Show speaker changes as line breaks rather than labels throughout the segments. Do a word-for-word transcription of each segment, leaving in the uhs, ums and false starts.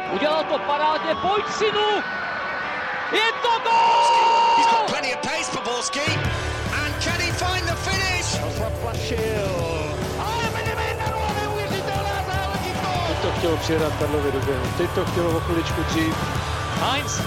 Udělal to parádně, pojď synu! Je to gól!
He's got plenty of pace for Borski. And can he find the finish?
Zaplašil. Ale vedeme jedna nula, neuvěřitelná záležitost!
Teď to chtělo přijedat Karlovi do běhu, teď to chtělo o chviličku dřív.
Heinz!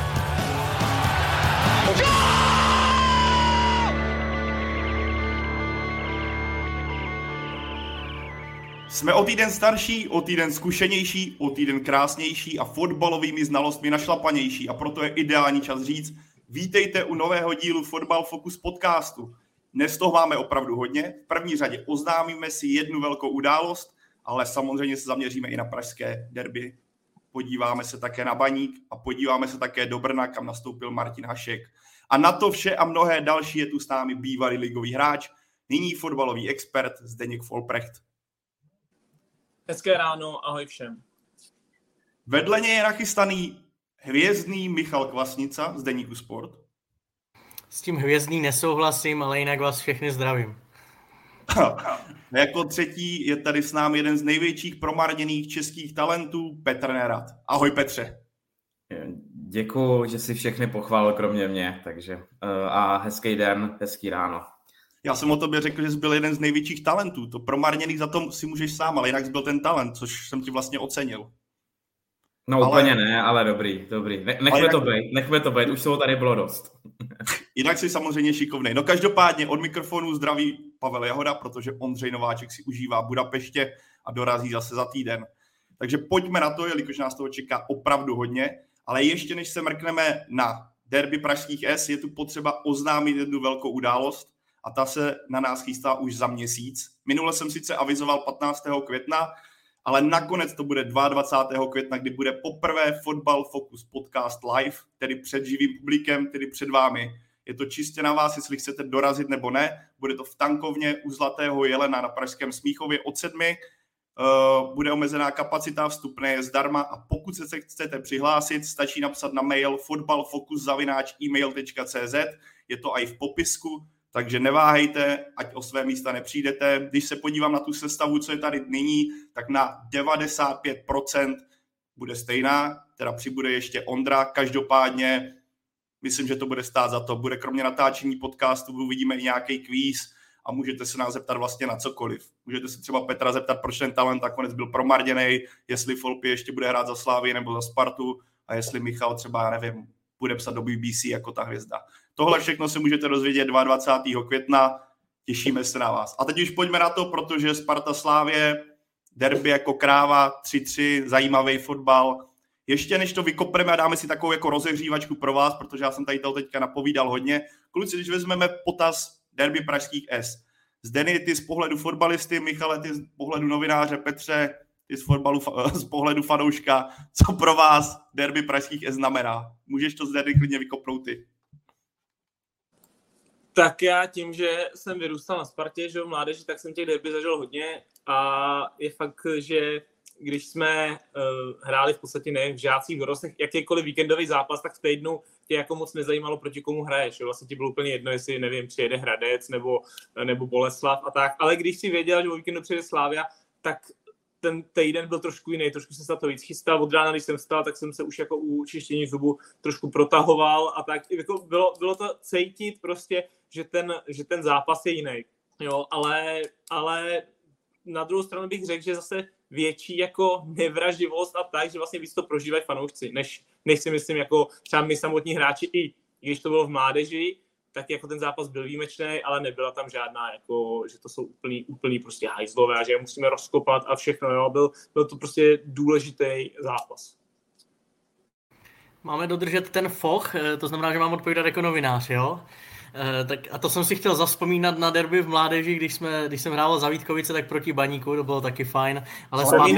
Jsme o týden starší, o týden zkušenější, o týden krásnější a fotbalovými znalostmi našlapanější a proto je ideální čas říct, vítejte u nového dílu Fotbal Focus podcastu. Dnes toho máme opravdu hodně. V první řadě oznámíme si jednu velkou událost, ale samozřejmě se zaměříme i na pražské derby. Podíváme se také na Baník a podíváme se také do Brna, kam nastoupil Martin Hašek. A na to vše a mnohé další je tu s námi bývalý ligový hráč, nyní fotbalový expert Zdeněk Folprecht.
Hezké ráno, ahoj všem.
Vedle něj je nachystaný hvězdný Michal Kvasnica z Deníku Sport.
S tím hvězdný nesouhlasím, ale jinak vás všechny zdravím.
Jako třetí je tady s námi jeden z největších promarněných českých talentů, Petr Nerad. Ahoj Petře.
Děkuju, že si všechny pochválil kromě mě, takže a hezký den, hezký ráno.
Já jsem o tobě řekl, že jsi byl jeden z největších talentů. To promarněných za to si můžeš sám, ale jinak jsi byl ten talent, což jsem ti vlastně ocenil.
No
ale...
úplně ne, ale dobrý, dobrý. Ne- nechme
jinak...
to být, nechme to být, už toho tady bylo dost.
Jinak jsi samozřejmě šikovnej. No každopádně od mikrofonu zdraví Pavel Jahoda, protože Ondřej Nováček si užívá Budapeště a dorazí zase za týden. Takže pojďme na to, jelikož nás toho čeká opravdu hodně, ale ještě než se mrkneme na derby pražských S, je tu potřeba oznámit jednu velkou událost, a ta se na nás chystá už za měsíc. Minule jsem sice avizoval patnáctého května, ale nakonec to bude dvacátého druhého května, kdy bude poprvé Fotbal Focus podcast live, tedy před živým publikem, tedy před vámi. Je to čistě na vás, jestli chcete dorazit nebo ne. Bude to v tankovně u Zlatého jelena na pražském Smíchově od sedmi. Uh, bude omezená kapacita, vstupné je zdarma a pokud se chcete přihlásit, stačí napsat na mail fotbalfocus zavináč e mail tečka cé zet. Je to i v popisku. Takže neváhejte, ať o své místa nepřijdete. Když se podívám na tu sestavu, co je tady nyní, tak na devadesát pět procent bude stejná, teda přibude ještě Ondra. Každopádně myslím, že to bude stát za to. Bude kromě natáčení podcastu, uvidíme i nějaký kvíz a můžete se nás zeptat vlastně na cokoliv. Můžete se třeba Petra zeptat, proč ten talent nakonec byl promarněnej, jestli Folpy ještě bude hrát za Slávii nebo za Spartu a jestli Michal třeba, já nevím, bude psat do B B C jako ta hvězda. Tohle všechno se můžete dozvědět dvacátého druhého května, těšíme se na vás. A teď už pojďme na to, protože Sparta Slávie, derby jako kráva, tři tři, zajímavý fotbal. Ještě než to vykopneme a dáme si takovou jako rozehřívačku pro vás, protože já jsem tady toho teďka napovídal hodně. Kluci, když vezmeme potaz derby pražských S. Zdeny, ty z pohledu fotbalisty, Michale, ty z pohledu novináře, Petře, ty z, fotbalu, z pohledu fanouška, co pro vás derby pražských S znamená? Můžeš to Zdeny klidně vykopnout ty.
Tak já tím, že jsem vyrůstal na Spartě, že v mládeži, tak jsem těch derby zažil hodně a je fakt, že když jsme uh, hráli v podstatě ne v žácích, dorostech, jakýkoliv víkendový zápas, tak v týdnu tě jako moc nezajímalo, proti komu hraješ. Jo? Vlastně ti bylo úplně jedno, jestli, nevím, přijede Hradec nebo, nebo Boleslav a tak. Ale když si věděl, že o víkendu přijede Slavia, tak ten týden byl trošku jiný, trošku jsem se na to víc chystal. Od rána, když jsem vstal, tak jsem se už jako u čištění zubu trošku protahoval a tak. Jako bylo, bylo to cítit prostě, že ten, že ten zápas je jiný. Jo, ale, ale na druhou stranu bych řekl, že zase větší jako nevraživost a tak, že vlastně víc to prožívají fanoušci, než, než si myslím jako třeba my samotní hráči, i když to bylo v mládeži, tak jako ten zápas byl výjimečný, ale nebyla tam žádná, jako, že to jsou úplný, úplný prostě hajzlové a že je musíme rozkopat a všechno, jo. Byl, byl to prostě důležitý zápas.
Máme dodržet ten foch, to znamená, že mám odpovídat jako novinář, jo? E, tak a to jsem si chtěl zavzpomínat na derby v mládeži, když, jsme, když jsem hrával za Vítkovice, tak proti Baníku, to bylo taky fajn, ale zpátky...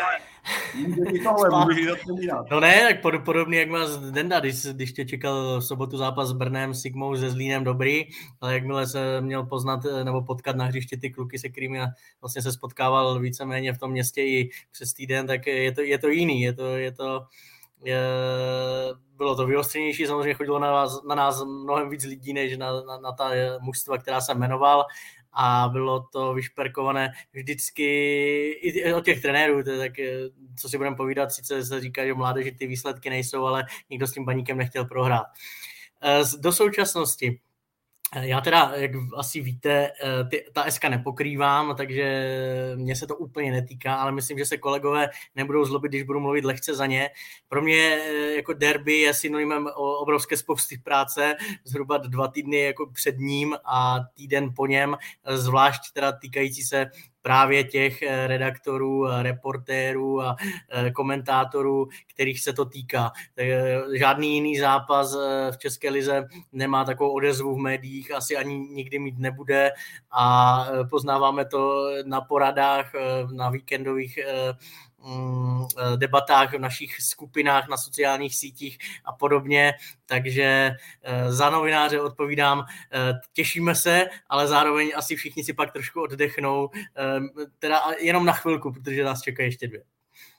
No ne, tak pod, podobný, jak má Zdenda, když, když tě čekal v sobotu zápas s Brnem, Sigmou, se Zlínem, dobrý, ale jakmile se měl poznat nebo potkat na hřišti ty kluky, se kterými vlastně se spotkával víceméně v tom městě i přes týden, tak je to, je to jiný, je to, je to je, bylo to vyostřenější, samozřejmě chodilo na nás, na nás mnohem víc lidí, než na, na, na ta mužstva, která jsem jmenoval, a bylo to vyšperkované vždycky i od těch trenérů, to je tak, co si budeme povídat, sice se říká, že mládeži ty výsledky nejsou, ale nikdo s tím Baníkem nechtěl prohrát. Do současnosti já teda, jak asi víte, ty, ta S K nepokrývám, takže mě se to úplně netýká, ale myslím, že se kolegové nebudou zlobit, když budu mluvit lehce za ně. Pro mě jako derby je synonymem obrovské spousty práce, zhruba dva týdny jako před ním a týden po něm, zvlášť teda týkající se právě těch redaktorů, reportérů a komentátorů, kterých se to týká. Žádný jiný zápas v České lize nemá takovou odezvu v médiích, asi ani nikdy mít nebude a poznáváme to na poradách, na víkendových debatách v našich skupinách, na sociálních sítích a podobně, takže za novináře odpovídám, těšíme se, ale zároveň asi všichni si pak trošku oddechnou, teda jenom na chvilku, protože nás čekají ještě dvě.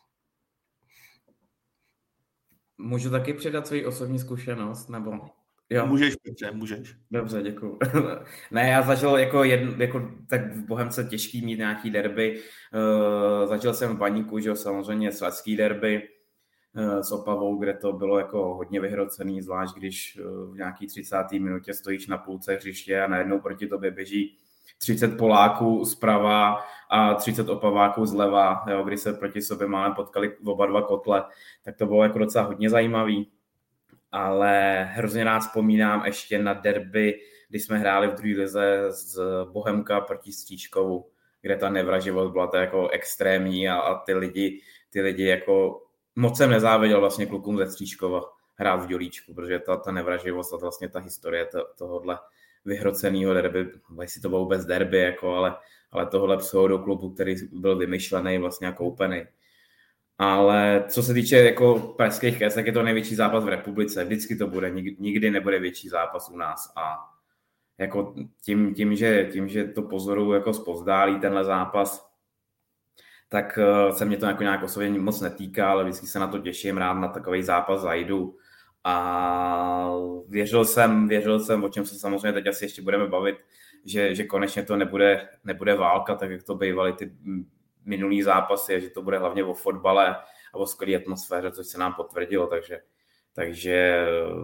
Můžu taky předat svoji osobní zkušenost, nebo... Jo.
Můžeš, Petře, můžeš.
Dobře, děkuju. Ne, já zažil jako, jedn, jako tak v Bohemce těžký mít nějaký derby. Uh, zažil jsem v Baníku, že jo, samozřejmě slezský derby uh, s Opavou, kde to bylo jako hodně vyhrocený, zvlášť když uh, v nějaký třicáté minutě stojíš na půlce hřiště a najednou proti tobě běží třicet Poláků zprava a třicet Opaváků zleva, jo, kdy se proti sobě máme potkali oba dva kotle, tak to bylo jako docela hodně zajímavý. Ale hrozně rád vzpomínám ještě na derby, kdy jsme hráli v druhé lize z Bohemka proti Stříčkovu, kde ta nevraživost byla to jako extrémní a, a ty lidi, ty lidi jako moc jsem nezáviděl vlastně klukům ze Stříčkova hrát v Dělíčku, protože ta, ta nevraživost a vlastně ta historie to, tohohle vyhroceného derby, jestli to bylo vůbec derby, jako, ale, ale tohle pseudoklubu, který byl vymyšlený vlastně a koupený. Ale co se týče jako pražských kes, tak je to největší zápas v republice. Vždycky to bude, nikdy nebude větší zápas u nás. A jako tím, tím, že, tím, že to pozoruju jako zpozdálí tenhle zápas, tak se mě to jako nějak osobně moc netýká, ale vždycky se na to těším, rád na takový zápas zajdu. A věřil jsem, věřil jsem, o čem se samozřejmě teď asi ještě budeme bavit, že, že konečně to nebude, nebude válka, tak jak to bývaly ty minulý zápasy je, že to bude hlavně o fotbale a o skvělé atmosféře, což se nám potvrdilo, takže, takže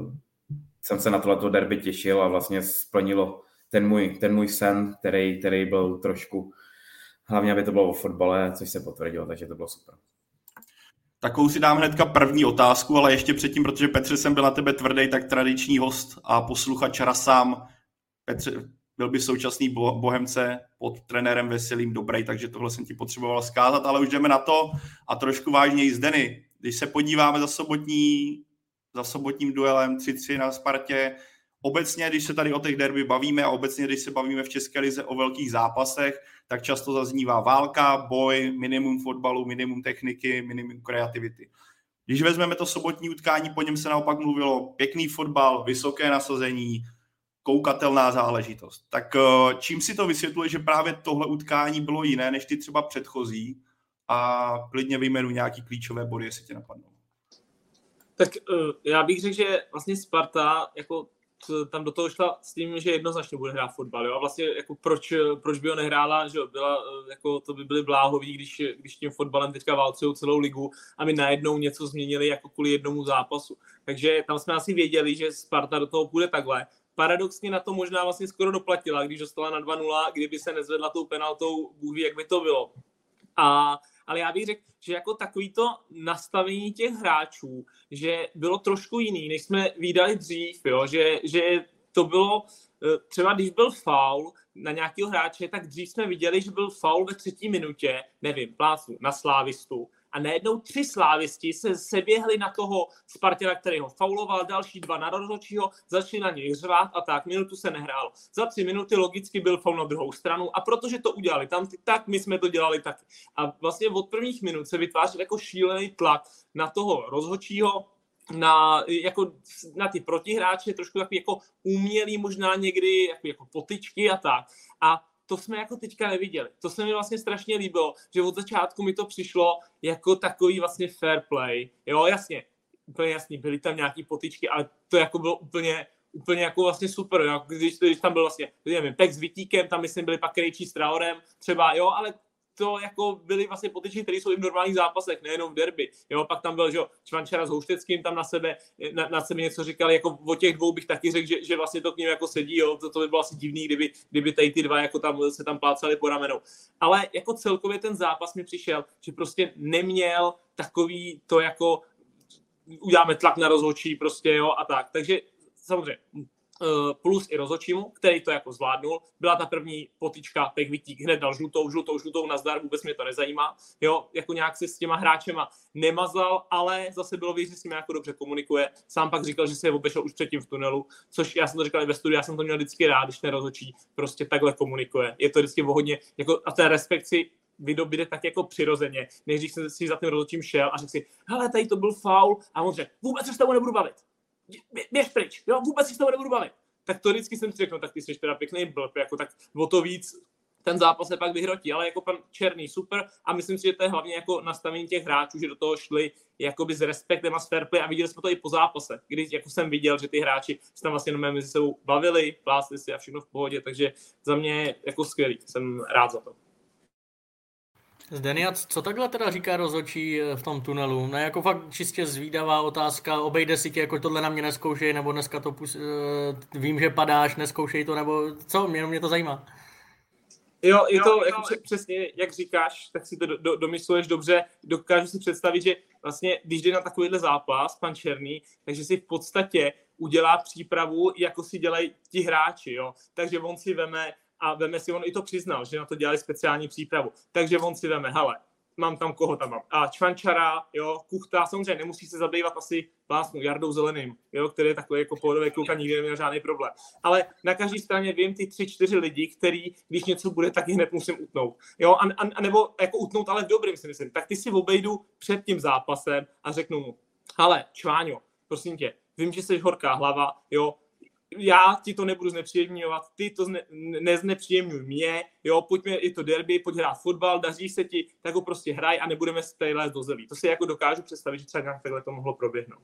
jsem se na tohleto derby těšil a vlastně splnilo ten můj, ten můj sen, který, který byl trošku, hlavně aby to bylo o fotbale, což se potvrdilo, takže to bylo super.
Takovou si dám hnedka první otázku, ale ještě předtím, protože Petře jsem byl na tebe tvrdý, tak tradiční host a posluchač Rasám. Petře, byl by současný Bohemce pod trenérem Veselým dobrý, takže tohle jsem ti potřeboval zkázat, ale už jdeme na to a trošku vážněji Zdeny. Když se podíváme za, sobotní, za sobotním duelem tři tři na Spartě, obecně, když se tady o těch derby bavíme a obecně, když se bavíme v České lize o velkých zápasech, tak často zaznívá válka, boj, minimum fotbalu, minimum techniky, minimum kreativity. Když vezmeme to sobotní utkání, po něm se naopak mluvilo pěkný fotbal, vysoké nasazení, koukatelná záležitost. Tak čím si to vysvětluje, že právě tohle utkání bylo jiné než ty třeba předchozí a klidně vyjmenuji nějaký klíčové body, jestli tě napadnou.
Tak já bych řekl, že vlastně Sparta jako tam do toho šla s tím, že jednoznačně bude hrát fotbal. Jo? A vlastně jako proč, proč by ho nehrála, že jo? Byla, jako to by byli bláhoví, když, když tím fotbalem teďka válcují celou ligu a my najednou něco změnili jako kvůli jednomu zápasu. Takže tam jsme asi věděli, že Sparta do toho půjde takhle. Paradoxně na to možná vlastně skoro doplatila, když dostala na dva nula, kdyby se nezvedla tou penaltou, Bůh ví, jak by to bylo. A, ale já bych řekl, že jako takovýto nastavení těch hráčů, že bylo trošku jiný, než jsme vídali dřív, jo? Že, že to bylo, třeba když byl faul na nějakého hráče, tak dřív jsme viděli, že byl faul ve třetí minutě, nevím, plácu, na Slávistu. A najednou tři slávisti se seběhli na toho Spartěna, který ho fauloval, další dva na rozhodčího, začali na něj řvát a tak, minutu se nehrálo. Za tři minuty logicky byl faul na druhou stranu a protože to udělali tam, tak my jsme to dělali taky. A vlastně od prvních minut se vytvářel jako šílený tlak na toho rozhodčího, na, jako, na ty protihráče, trošku takový jako umělý možná někdy jako, jako potyčky a tak. A to jsme jako teďka neviděli. To se mi vlastně strašně líbilo, že od začátku mi to přišlo jako takový vlastně fair play. Jo, jasně, úplně jasný, byly tam nějaký potyčky, ale to jako bylo úplně, úplně jako vlastně super, jo? Když, když tam byl vlastně, nevím, Pek s Vitíkem, tam myslím byli pak Krejčí s Traorem, třeba, jo, ale to jako byli vlastně potyči, kteří jsou i v normálních zápasech, nejenom v derby. Jo, pak tam byl, že jo, Čvančara s Houšteckým tam na sebe, na, na sebe něco říkali, jako o těch dvou bych taky řekl, že, že vlastně to k ním jako sedí, jo, to, to by bylo asi divný, kdyby, kdyby tady ty dva jako tam se tam plácali po ramenou. Ale jako celkově ten zápas mi přišel, že prostě neměl takový to jako uděláme tlak na rozhodčí prostě, jo, a tak. Takže samozřejmě plus i rozhodčímu, který to jako zvládnul. Byla ta první potyčka, Pek Vitík hned dal žlutou, žlutou, žlutou nazdar, vůbec mě to nezajímá. Jo, jako nějak se s těma hráčema nemazal, ale zase bylo vidět, že s nimi jako dobře komunikuje. Sám pak říkal, že se je obešel už předtím v tunelu, což já jsem to říkal i ve studiu, já jsem to měl vždycky rád, když ten rozhodčí prostě takhle komunikuje. Je to vždycky hodně, jako, a ten respekt si vydobíde tak jako přirozeně, než když jsem si za tím rozhodčím šel a řekl si, hele, tady to byl faul, a on řekl, vůbec se s tebou nebudu bavit. Běž pryč, jo, vůbec si s tebou nebudu bavit. Tak to vždycky jsem si řekl, no, tak ty jsi teda pěkný blb, jako tak o to víc ten zápas se pak vyhrotí, ale jako pan Černý super a myslím si, že to je hlavně jako nastavení těch hráčů, že do toho šli jakoby s respektem a s fair play a viděli jsme to i po zápase, kdy jako jsem viděl, že ty hráči se tam vlastně mezi sebou bavili, plásli si a všechno v pohodě, takže za mě jako skvělý, jsem rád za to.
Zdeniac, co takhle teda říká rozhodčí v tom tunelu? Ne, jako fakt čistě zvídavá otázka, obejde si tě, jako tohle na mě neskoušej, nebo dneska to pus, uh, vím, že padáš, neskoušej to, nebo co, mě, mě to zajímá.
Jo, je to jo, jako jo. Přesně, jak říkáš, tak si to do, do, domysluješ dobře, dokážu si představit, že vlastně, když jde na takovýhle zápas, pan Černý, takže si v podstatě udělá přípravu, jako si dělají ti hráči, jo, takže on si veme a veme si, on i to přiznal, že na to dělali speciální přípravu. Takže on si veme, hele, mám tam koho tam mám. A Čvančara, jo, Kuchta, samozřejmě nemusí se zabývat asi plásnu Jardou Zeleným, jo, který je takový jako pohodový kluk a nikdy neměl žádný problém. Ale na každé straně vím ty tři, čtyři lidi, který, když něco bude, tak hned musím utnout. Jo, a, a, a nebo jako utnout, ale v dobrým si myslím. Tak ty si obejdu před tím zápasem a řeknu mu, hele, Čváňo, prosím tě, vím, že jsi horká hlava, jo, já ti to nebudu znepříjemňovat, ty to zne, neznepříjemňuj mě, jo, pojďme, je to derby, pojď hrát fotbal, daří se ti, tak ho prostě hraj a nebudeme se tady lézt do zelí. To si jako dokážu představit, že třeba nějak takhle to mohlo proběhnout.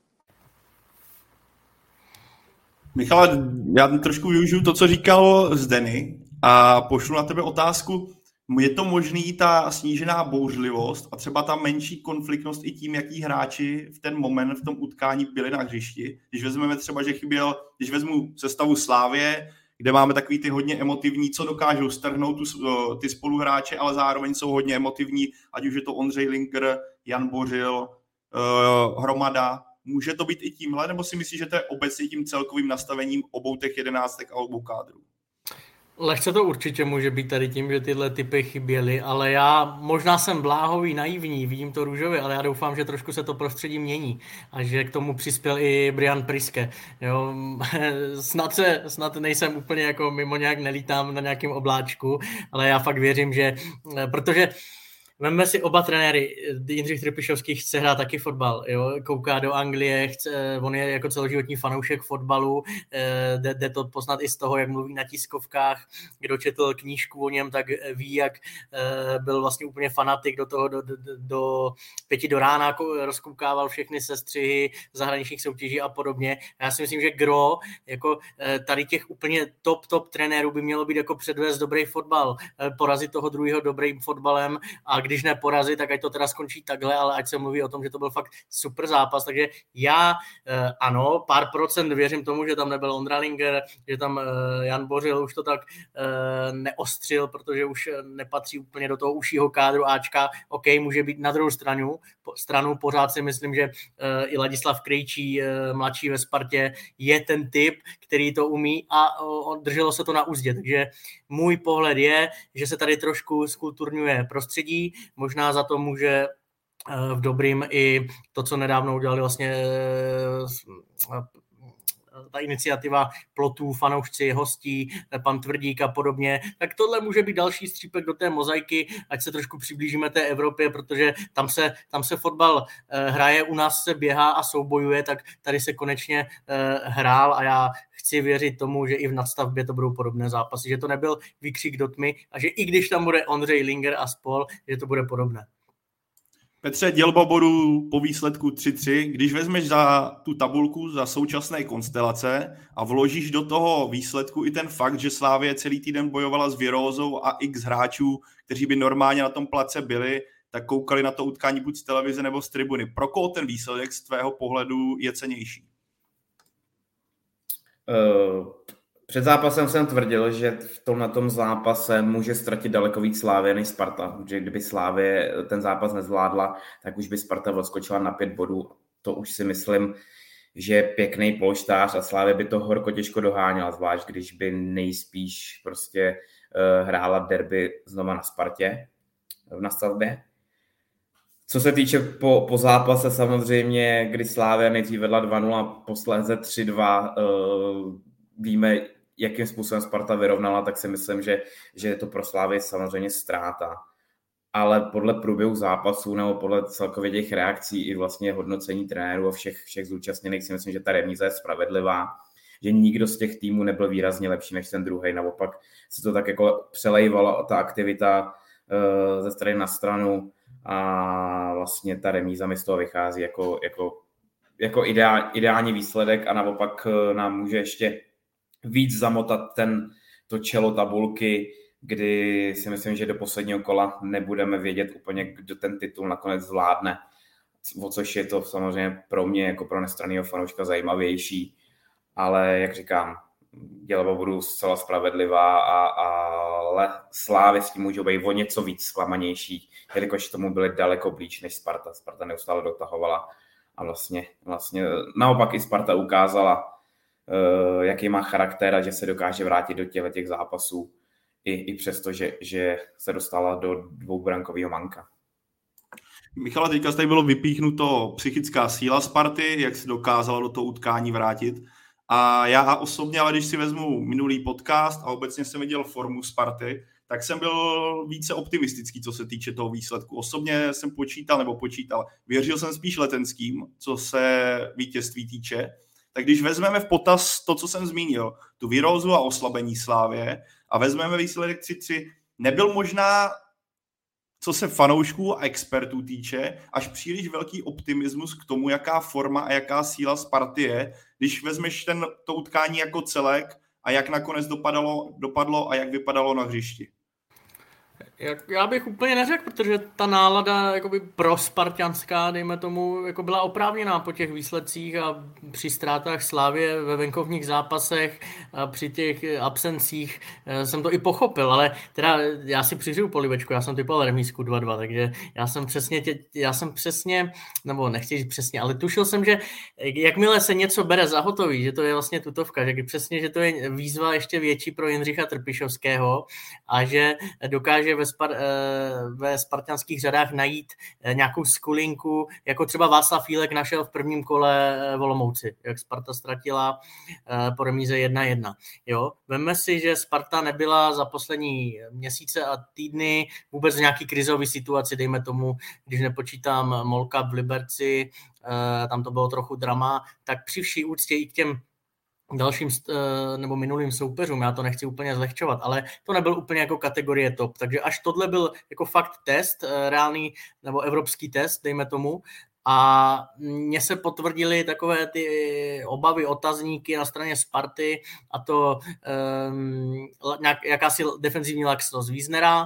Michale, já trošku využiju to, co říkal Zdeny a pošlu na tebe otázku. Je to možný, ta snížená bouřlivost a třeba ta menší konfliktnost i tím, jaký hráči v ten moment v tom utkání byli na hřišti. Když vezmeme třeba, že chyběl, když vezmu sestavu Slávie, kde máme takový ty hodně emotivní, co dokážou strhnout tu, ty spoluhráče, ale zároveň jsou hodně emotivní, ať už je to Ondřej Linger, Jan Bořil, uh, Hromada. Může to být i tímhle, nebo si myslíš, že to je obecně tím celkovým nastavením obou těch jedenáctek a obou kádrů?
Lehce to určitě může být tady tím, že tyhle typy chyběly, ale já možná jsem bláhový, naivní, vidím to růžově, ale já doufám, že trošku se to prostředí mění a že k tomu přispěl i Brian Priske. Jo, snad, se, snad nejsem úplně jako mimo nějak, nelítám na nějakém obláčku, ale já fakt věřím, že, protože vemme si oba trenéry, Jindřich Trpišovský chce hrát taky fotbal, jo? Kouká do Anglie, chce, on je jako celoživotní fanoušek fotbalu, jde, jde to poznat i z toho, jak mluví na tiskovkách, kdo četl knížku o něm, tak ví, jak byl vlastně úplně fanatik do toho, do, do, do pěti do rána, rozkoukával všechny sestřihy zahraničních soutěží a podobně. Já si myslím, že gro, jako tady těch úplně top, top trenérů by mělo být jako předvést dobrý fotbal, porazit toho druhého dobrým fotbalem a když neporazí, tak ať to teda skončí takhle, ale ať se mluví o tom, že to byl fakt super zápas, takže já eh, ano, pár procent věřím tomu, že tam nebyl Ondra Linger, že tam eh, Jan Bořil už to tak eh, neostřil, protože už nepatří úplně do toho užšího kádru Ačka, ok, může být na druhou stranu, po, stranu pořád si myslím, že eh, i Ladislav Krejčí, eh, mladší ve Spartě, je ten typ, který to umí a oh, drželo se to na úzdě, takže můj pohled je, že se tady trošku skulturňuje prostředí, možná za to může v dobrým i to, co nedávno udělali vlastně ta iniciativa plotů, fanoušci, hostí, pan Tvrdík a podobně, tak tohle může být další střípek do té mozaiky, ať se trošku přiblížíme té Evropě, protože tam se, tam se fotbal hraje, u nás se běhá a soubojuje, tak tady se konečně hrál a já chci věřit tomu, že i v nadstavbě to budou podobné zápasy, že to nebyl výkřik do tmy a že i když tam bude Ondřej Linger a spol, že to bude podobné.
Petře, dělba bodů po výsledku tři tři, když vezmeš za tu tabulku za současné konstelace a vložíš do toho výsledku i ten fakt, že Slavie celý týden bojovala s virózou a x hráčů, kteří by normálně na tom place byli, tak koukali na to utkání buď z televize nebo z tribuny. Pro koho ten výsledek z tvého pohledu je cennější?
Uh, před zápasem jsem tvrdil, že v tom na tom zápase může ztratit daleko víc Slavie než Sparta. Že kdyby Slavie ten zápas nezvládla, tak už by Sparta odskočila na pět bodů. To už si myslím, že je pěkný polštář a Slavie by to horko těžko doháněla, zvlášť když by nejspíš prostě uh, hrála derby znova na Spartě v nastavbě. Co se týče po, po zápase samozřejmě, kdy Slavia nejdřív vedla dva nula, posléze tři dva, uh, víme, jakým způsobem Sparta vyrovnala, tak si myslím, že, že je to pro Slavii samozřejmě ztráta. Ale podle průběhu zápasů nebo podle celkově těch reakcí i vlastně hodnocení trenérů a všech, všech zúčastněných si myslím, že ta remíza je spravedlivá, že nikdo z těch týmů nebyl výrazně lepší než ten druhý. Naopak se to tak jako přelejvala ta aktivita uh, ze strany na stranu, a vlastně ta remíza mi z toho vychází jako, jako, jako ideál, ideální výsledek a naopak nám může ještě víc zamotat ten, to čelo tabulky, kdy si myslím, že do posledního kola nebudeme vědět úplně, kdo ten titul nakonec zvládne, o což je to samozřejmě pro mě jako pro nestranného fanouška zajímavější, ale jak říkám, dělba budu zcela spravedlivá, a, ale Slávy s tím můžou být o něco víc zklamanější, jelikož tomu byly daleko blíž než Sparta. Sparta neustále dotahovala a vlastně, vlastně naopak i Sparta ukázala, uh, jaký má charakter a že se dokáže vrátit do těchto těch zápasů, i, i přesto, že, že se dostala do dvoubrankového manka.
Michale, teďka tady bylo vypíchnuto psychická síla Sparty, jak se dokázala do toho utkání vrátit. A já osobně, ale když si vezmu minulý podcast a obecně jsem viděl formu Sparty, tak jsem byl více optimistický, co se týče toho výsledku. Osobně jsem počítal, nebo počítal, věřil jsem spíš Letenským, co se vítězství týče. Tak když vezmeme v potaz to, co jsem zmínil, tu virózu a oslabení Slavie a vezmeme výsledek tři tři, nebyl možná, co se fanoušků a expertů týče, až příliš velký optimismus k tomu, jaká forma a jaká síla Sparty je, když vezmeš ten, to utkání jako celek a jak nakonec dopadalo, dopadlo a jak vypadalo na hřišti.
Já bych úplně neřekl, protože ta nálada jakoby pro spartianská, dejme tomu, jako byla oprávněná po těch výsledcích a při ztrátách Slavie ve venkovních zápasech a při těch absencích jsem to i pochopil, ale teda já si přiřiju polivečku, já jsem typoval remízku dva dva, takže já jsem přesně, tě, já jsem přesně, nebo nechci říct přesně, ale tušil jsem, že jakmile se něco bere za hotový, že to je vlastně tutovka, že přesně, že to je výzva ještě větší pro Jindřicha Trpišovského a že dokáže ve Spar, ve spartanských řadách najít nějakou skulinku, jako třeba Václav Fílek našel v prvním kole v Olomouci, jak Sparta ztratila po remíze jedna jedna. Jo? Vemme si, že Sparta nebyla za poslední měsíce a týdny vůbec v nějaký krizový situaci, dejme tomu, když nepočítám Molka v Liberci, tam to bylo trochu drama, tak při vší úctě i k těm dalším nebo minulým soupeřům, já to nechci úplně zlehčovat, ale to nebyl úplně jako kategorie top, takže až tohle byl jako fakt test, reálný nebo evropský test, dejme tomu, a mně se potvrdily takové ty obavy, otazníky na straně Sparty a to um, nějak, jakási defenzivní laxnost Wiesnera.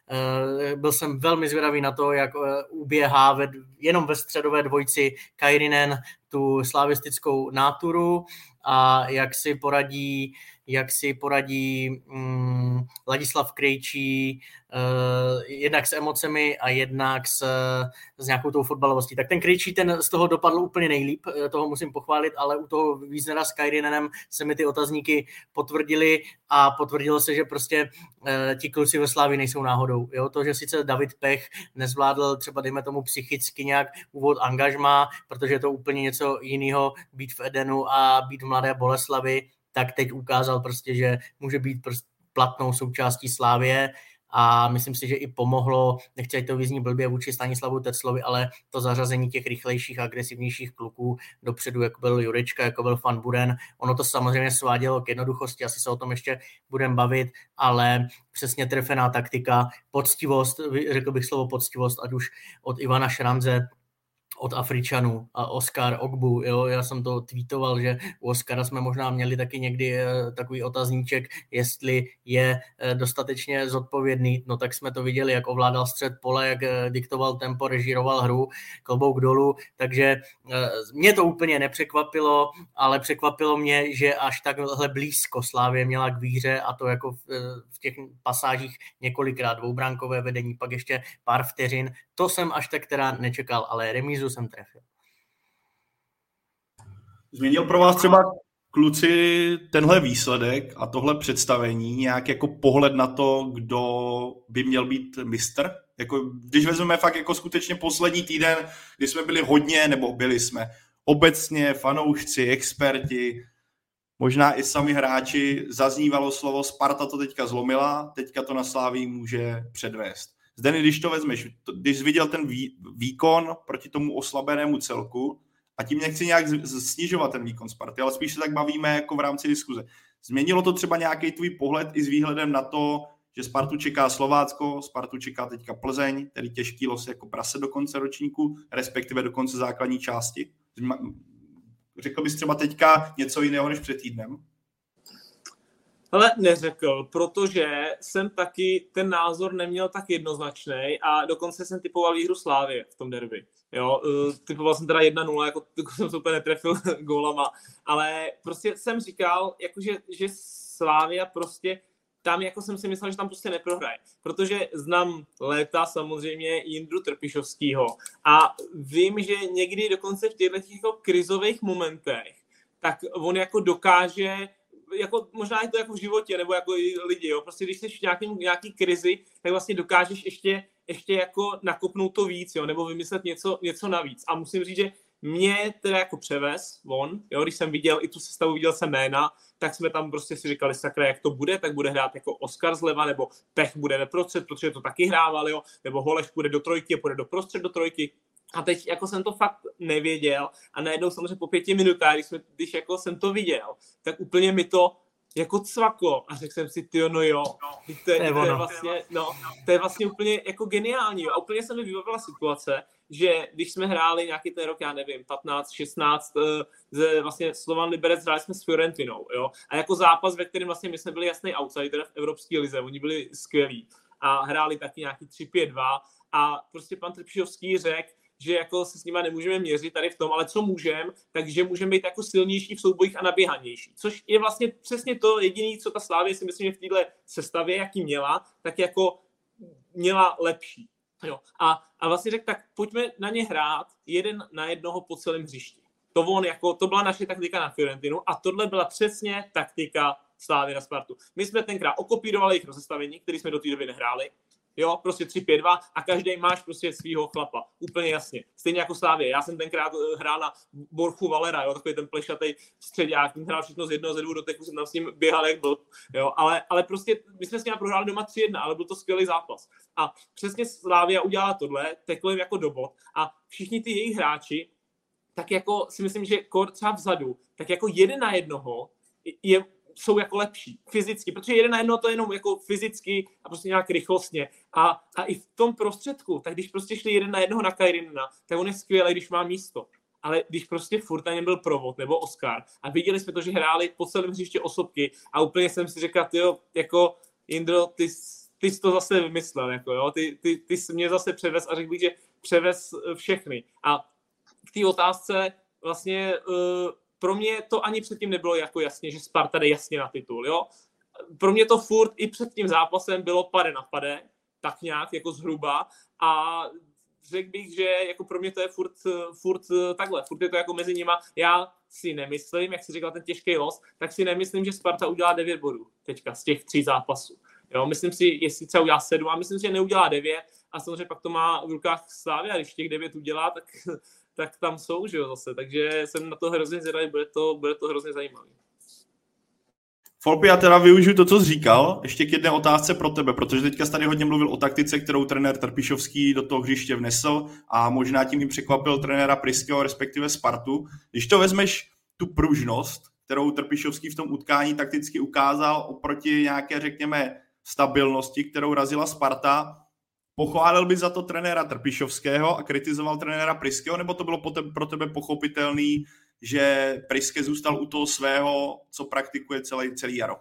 Uh, byl jsem velmi zvědavý na to, jak uh, uběhá ve, jenom ve středové dvojci Kairinen tu slavistickou náturu a jak si poradí, jak si poradí um, Ladislav Krejčí uh, jednak s emocemi a jednak s, s nějakou tou fotbalovostí. Tak ten Krejčí ten z toho dopadl úplně nejlíp, toho musím pochválit, ale u toho Wiesnera s Kairinenem se mi ty otazníky potvrdily a potvrdilo se, že prostě uh, ti kluci ve Slavii nejsou náhodou. Jo? To, že sice David Pech nezvládl třeba, dejme tomu, psychicky nějak úvod angažmá, protože je to úplně něco jiného být v Edenu a být v Mladé Boleslavi, tak teď ukázal prostě, že může být platnou součástí Slavie a myslím si, že i pomohlo, nechci to vyzní blbě vůči Stanislavu Teclovi, ale to zařazení těch rychlejších, agresivnějších kluků dopředu, jako byl Jurečka, jako byl Van Buren. Ono to samozřejmě svádělo k jednoduchosti, asi se o tom ještě budeme bavit, ale přesně trefená taktika, poctivost, řekl bych slovo poctivost, ať už od Ivana Šranze, od Afričanů a Oskar Ogbu, jo, já jsem to tweetoval, že u Oskara jsme možná měli taky někdy takový otazníček, jestli je dostatečně zodpovědný, no tak jsme to viděli, jak ovládal střed pole, jak diktoval tempo, režíroval hru, klobouk dolů, takže mě to úplně nepřekvapilo, ale překvapilo mě, že až takhle blízko Slavie měla k výhře a to jako v těch pasážích několikrát dvoubránkové vedení, pak ještě pár vteřin, to jsem až tak teda nečekal, ale remízu jsem trefil.
Změnil pro vás třeba, kluci, tenhle výsledek a tohle představení nějak jako pohled na to, kdo by měl být mistr? Jako, když vezmeme fakt jako skutečně poslední týden, kdy jsme byli hodně, nebo byli jsme obecně fanoušci, experti, možná i sami hráči, zaznívalo slovo Sparta to teďka zlomila, teďka to na Slavii může předvést. Zdeny, když to vezmeš, když jsi viděl ten vý, výkon proti tomu oslabenému celku, a tím nechci nějak snižovat ten výkon Sparty, ale spíš se tak bavíme jako v rámci diskuze. Změnilo to třeba nějaký tvůj pohled i s výhledem na to, že Spartu čeká Slovácko, Spartu čeká teďka Plzeň, tedy těžký los jako prase do konce ročníku, respektive do konce základní části? Řekl bys třeba teďka něco jiného než před týdnem?
Ale neřekl, protože jsem taky ten názor neměl tak jednoznačný a dokonce jsem typoval výhru Slávie v tom derby. Jo, typoval jsem teda jedna nula, jako, jako jsem to úplně netrefil gólama, ale prostě jsem říkal, jakože, že Slavia prostě tam jako jsem si myslel, že tam prostě neprohraje, protože znám léta samozřejmě Jindru Trpišovskýho a vím, že někdy dokonce v těchto jako krizových momentech, tak on jako dokáže, jako možná je to jako v životě, nebo jako i lidi, jo, prostě když jsi v nějakým, nějaký krizi, tak vlastně dokážeš ještě, ještě jako nakopnout to víc, jo, nebo vymyslet něco, něco navíc. A musím říct, že mě teda jako převez on, jo, když jsem viděl i tu sestavu, viděl jsem jména, tak jsme tam prostě si říkali, sakra, jak to bude, tak bude hrát jako Oskar zleva, nebo Pech bude neprostřed, protože to taky hrával, jo, nebo Holeš půjde do trojky a půjde do prostřed do trojky. A teď jako jsem to fakt nevěděl a najednou samozřejmě po pěti minutách, když, jsme, když jako jsem to viděl, tak úplně mi to jako cvaklo a řekl jsem si, tyjo, no jo, to je, to je vlastně, no, to je vlastně úplně jako geniální, jo. A úplně se mi vybavila situace, že když jsme hráli nějaký ten rok, já nevím, patnáct, šestnáct, ze vlastně Slovan Liberec hráli jsme s Fiorentinou, jo, a jako zápas, ve kterém vlastně my jsme byli jasný outsider v Evropské lize, oni byli skvělí a hráli taky nějaký tři pět dva a prostě pan Trpišovský řekl, že jako se s nima nemůžeme měřit tady v tom, ale co můžeme, takže můžeme být jako silnější v soubojích a naběhanější. Což je vlastně přesně to jediné, co ta Slavie si myslím, že v této sestavě, jaký měla, tak jako měla lepší. Jo. A, a vlastně řekl, tak pojďme na ně hrát jeden na jednoho po celém hřišti. To, on jako, to byla naše taktika na Fiorentinu a tohle byla přesně taktika Slavie na Spartu. My jsme tenkrát okopírovali jejich rozestavení, který jsme do té doby nehráli. Jo, prostě tři pět dva a každý máš prostě svýho chlapa. Úplně jasně. Stejně jako Slavie. Já jsem tenkrát hrál na Borchu Valera, jo, takový ten plešatý středák, ten hrál všechno z jednoho ze dvou doteků, jsem tam s ním běhal jak blb, jo, ale, ale prostě my jsme s ním prohráli doma tři jedna, ale byl to skvělý zápas. A přesně Slavia udělala tohle, teklo jim jako do bod a všichni ty jejich hráči, tak jako si myslím, že kor třeba vzadu, tak jako jeden na jednoho je jsou jako lepší fyzicky, protože jeden na jedno to je jenom jako fyzicky a prostě nějak rychlostně. A, a i v tom prostředku, tak když prostě šli jeden na jednoho na Kajrinina, tak on je skvělý, když má místo. Ale když prostě furt na něm byl Provod nebo Oskar a viděli jsme to, že hráli po celém hřiště osobky a úplně jsem si řekl, tyjo, jako Jindro, ty, ty jsi to zase vymyslel, jako jo, ty, ty, ty jsi mě zase převez a řekl bych, že převez všechny. A k té otázce vlastně uh, pro mě to ani předtím nebylo jako jasně, že Sparta jde jasně na titul, jo. Pro mě to furt i před tím zápasem bylo pade na pade, tak nějak jako zhruba a řekl bych, že jako pro mě to je furt, furt takhle, furt je to jako mezi nima. Já si nemyslím, jak jsi říkal ten těžký los, tak si nemyslím, že Sparta udělá devět bodů teďka z těch tří zápasů. Jo, myslím si, jestli třeba udělá sedm a myslím si, že neudělá devět a samozřejmě pak to má v rukách Slavie a když těch devět udělá, tak tak tam jsou, že jo, zase. Takže jsem na to hrozně zvědavý, bude to, bude to hrozně zajímavý.
Folpi, já teda využiju to, co jsi říkal, ještě k jedné otázce pro tebe, protože teďka jsi tady hodně mluvil o taktice, kterou trenér Trpišovský do toho hřiště vnesl a možná tím i překvapil trenéra Priskeho, respektive Spartu. Když to vezmeš tu pružnost, kterou Trpišovský v tom utkání takticky ukázal oproti nějaké, řekněme, stabilnosti, kterou razila Sparta, pochválil by za to trenéra Trpišovského a kritizoval trenéra Priskeho, nebo to bylo pro tebe pochopitelný, že Priske zůstal u toho svého, co praktikuje celý, celý jaro?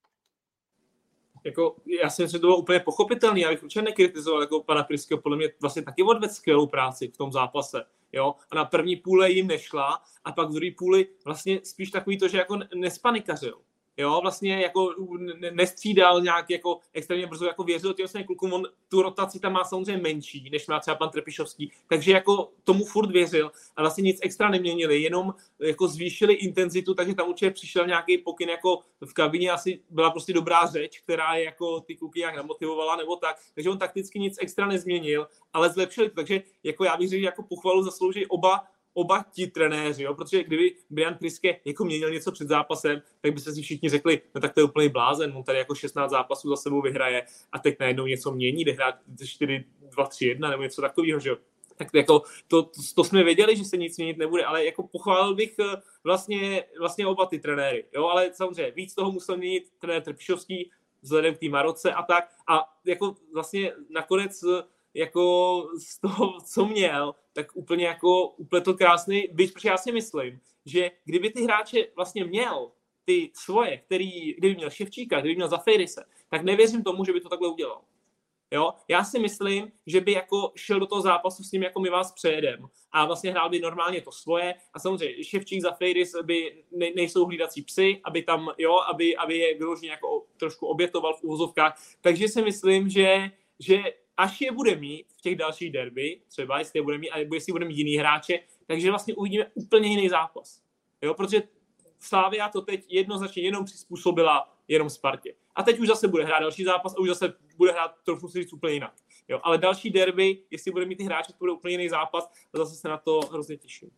Jako, já si myslím, že to bylo úplně pochopitelný, já bych určitě nekritizoval jako pana Priskeho, podle mě vlastně taky odvedl skvělou práci v tom zápase. Jo? A na první půle jim nešla a pak v druhé půli vlastně spíš takový to, že jako nespanikařil. Jo, vlastně jako nestřídal nějak jako extrémně brzo, jako věřil těm svým klukům, on tu rotaci tam má samozřejmě menší, než má třeba pan Trpišovský, takže jako tomu furt věřil a vlastně nic extra neměnili, jenom jako zvýšili intenzitu, takže tam určitě přišel nějaký pokyn, jako v kabině asi byla prostě dobrá řeč, která je jako ty kluky nějak namotivovala nebo tak, takže on takticky nic extra nezměnil, ale zlepšili to, takže jako já bych řekl, jako pochvalu zaslouží oba oba ti trenéři, jo? Protože kdyby Brian Priske jako měnil něco před zápasem, tak byste si všichni řekli, no tak to je úplný blázen, on tady jako šestnáct zápasů za sebou vyhraje a teď najednou něco mění, jde hrát čtyři dva tři jedna nebo něco takového, že jo. Tak jako to, to, to jsme věděli, že se nic měnit nebude, ale jako pochválil bych vlastně, vlastně oba ty trenéry, jo, ale samozřejmě víc toho musel měnit trenér Trpišovský vzhledem k té Maroce a tak a jako vlastně nakonec jako z toho, co měl, tak úplně jako upletl krásný byč, protože já si myslím, že kdyby ty hráče vlastně měl ty svoje, který, kdyby měl Ševčíka, kdyby měl Zafeirise, tak nevěřím tomu, že by to takhle udělal. Jo? Já si myslím, že by jako šel do toho zápasu s ním, jako my vás přejedem a vlastně hrál by normálně to svoje a samozřejmě Ševčík, Zafeiris by ne, nejsou hlídací psy, aby tam, jo, aby, aby je vyloženě jako trošku obětoval v úvozovkách, takže si myslím, že, že až je bude mít v těch dalších derby, třeba jestli je bude mít, a jestli bude mít jiný hráče, takže vlastně uvidíme úplně jiný zápas. Jo, protože Slavia to teď jednoznačně jenom přizpůsobila jenom Spartě. A teď už zase bude hrát další zápas a už zase bude hrát, trochu si říct, úplně jinak. Jo, ale další derby, jestli bude mít ty hráče, to bude úplně jiný zápas a zase se na to hrozně těším.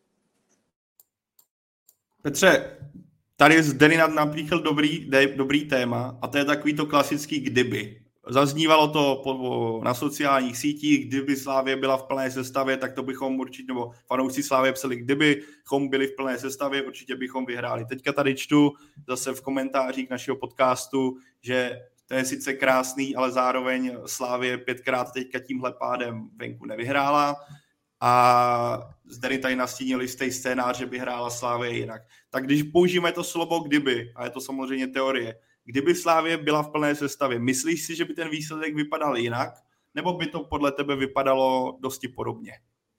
Petře, tady Zdeny například dobrý, dobrý téma a to je takový to klasický kdyby. Zaznívalo to po, na sociálních sítích, kdyby Slavie byla v plné sestavě, tak to bychom určitě, nebo fanoušci Slavie psali, kdybychom byli v plné sestavě, určitě bychom vyhráli. Teďka tady čtu zase v komentářích našeho podcastu, že to je sice krásný, ale zároveň Slavie pětkrát teďka tímhle pádem venku nevyhrála a zde tady nastínili stejný scénář, že by hrála Slavie jinak. Tak když použijeme to slovo kdyby, a je to samozřejmě teorie, kdyby Slavie byla v plné sestavě, myslíš si, že by ten výsledek vypadal jinak, nebo by to podle tebe vypadalo dosti podobně?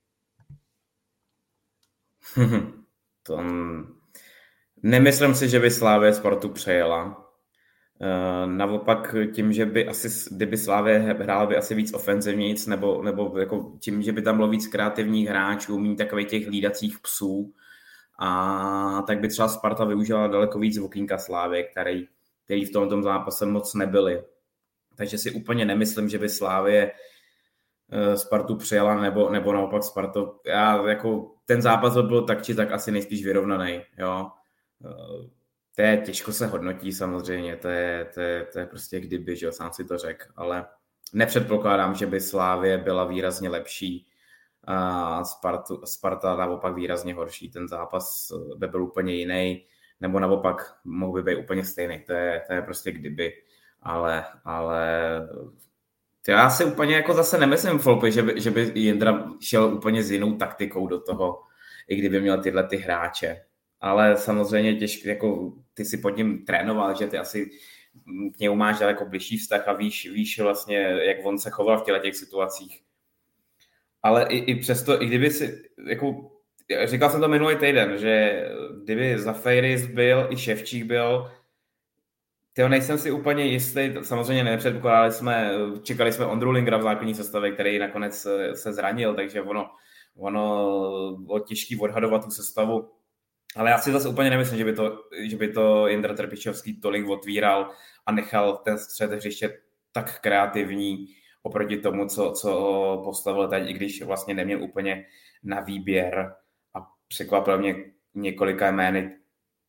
to, nemyslím si, že by Slavie Spartu přejela. Naopak tím, že by asi, kdyby Slavie hrála by asi víc ofenzivnic, nebo, nebo jako tím, že by tam bylo víc kreativních hráčů, mít takových těch hlídacích psů, a tak by třeba Sparta využila daleko víc okýnka Slavie, který který v tomto zápase moc nebyli. Takže si úplně nemyslím, že by Slavie Spartu přijela, nebo, nebo naopak Spartu. Já jako ten zápas byl tak či tak asi nejspíš vyrovnaný. Jo. To je těžko se hodnotí samozřejmě, to je, to je, to je prostě kdyby, že jo, sám si to řekl, ale nepředpokládám, že by Slavie byla výrazně lepší a Spartu, Sparta naopak výrazně horší. Ten zápas by byl úplně jiný, nebo naopak mohl by být úplně stejný. To je, to je prostě kdyby. Ale, ale já si úplně jako zase nemyslím, Folpy, že by, že by Jindra šel úplně s jinou taktikou do toho, i kdyby měl tyhle ty hráče. Ale samozřejmě těžké, jako ty si pod ním trénoval, že ty asi k němu máš daleko bližší vztah a víš, víš vlastně, jak on se choval v těle těch situacích. Ale i, i přesto, i kdyby si, jako říkal jsem to minulý týden, že kdyby Zafeiris byl, i Ševčík byl, tyho nejsem si úplně jistý, samozřejmě nepředpokládali jsme, čekali jsme Ondru Lingra v základní sestavě, který nakonec se zranil, takže ono, ono bylo těžký odhadovat tu sestavu, ale já si zase úplně nemyslím, že by to, že by to Jindra Trpišovský tolik otvíral a nechal ten střed hřiště tak kreativní oproti tomu, co, co postavil teď, i když vlastně neměl úplně na výběr. Překvapil mě několika jmény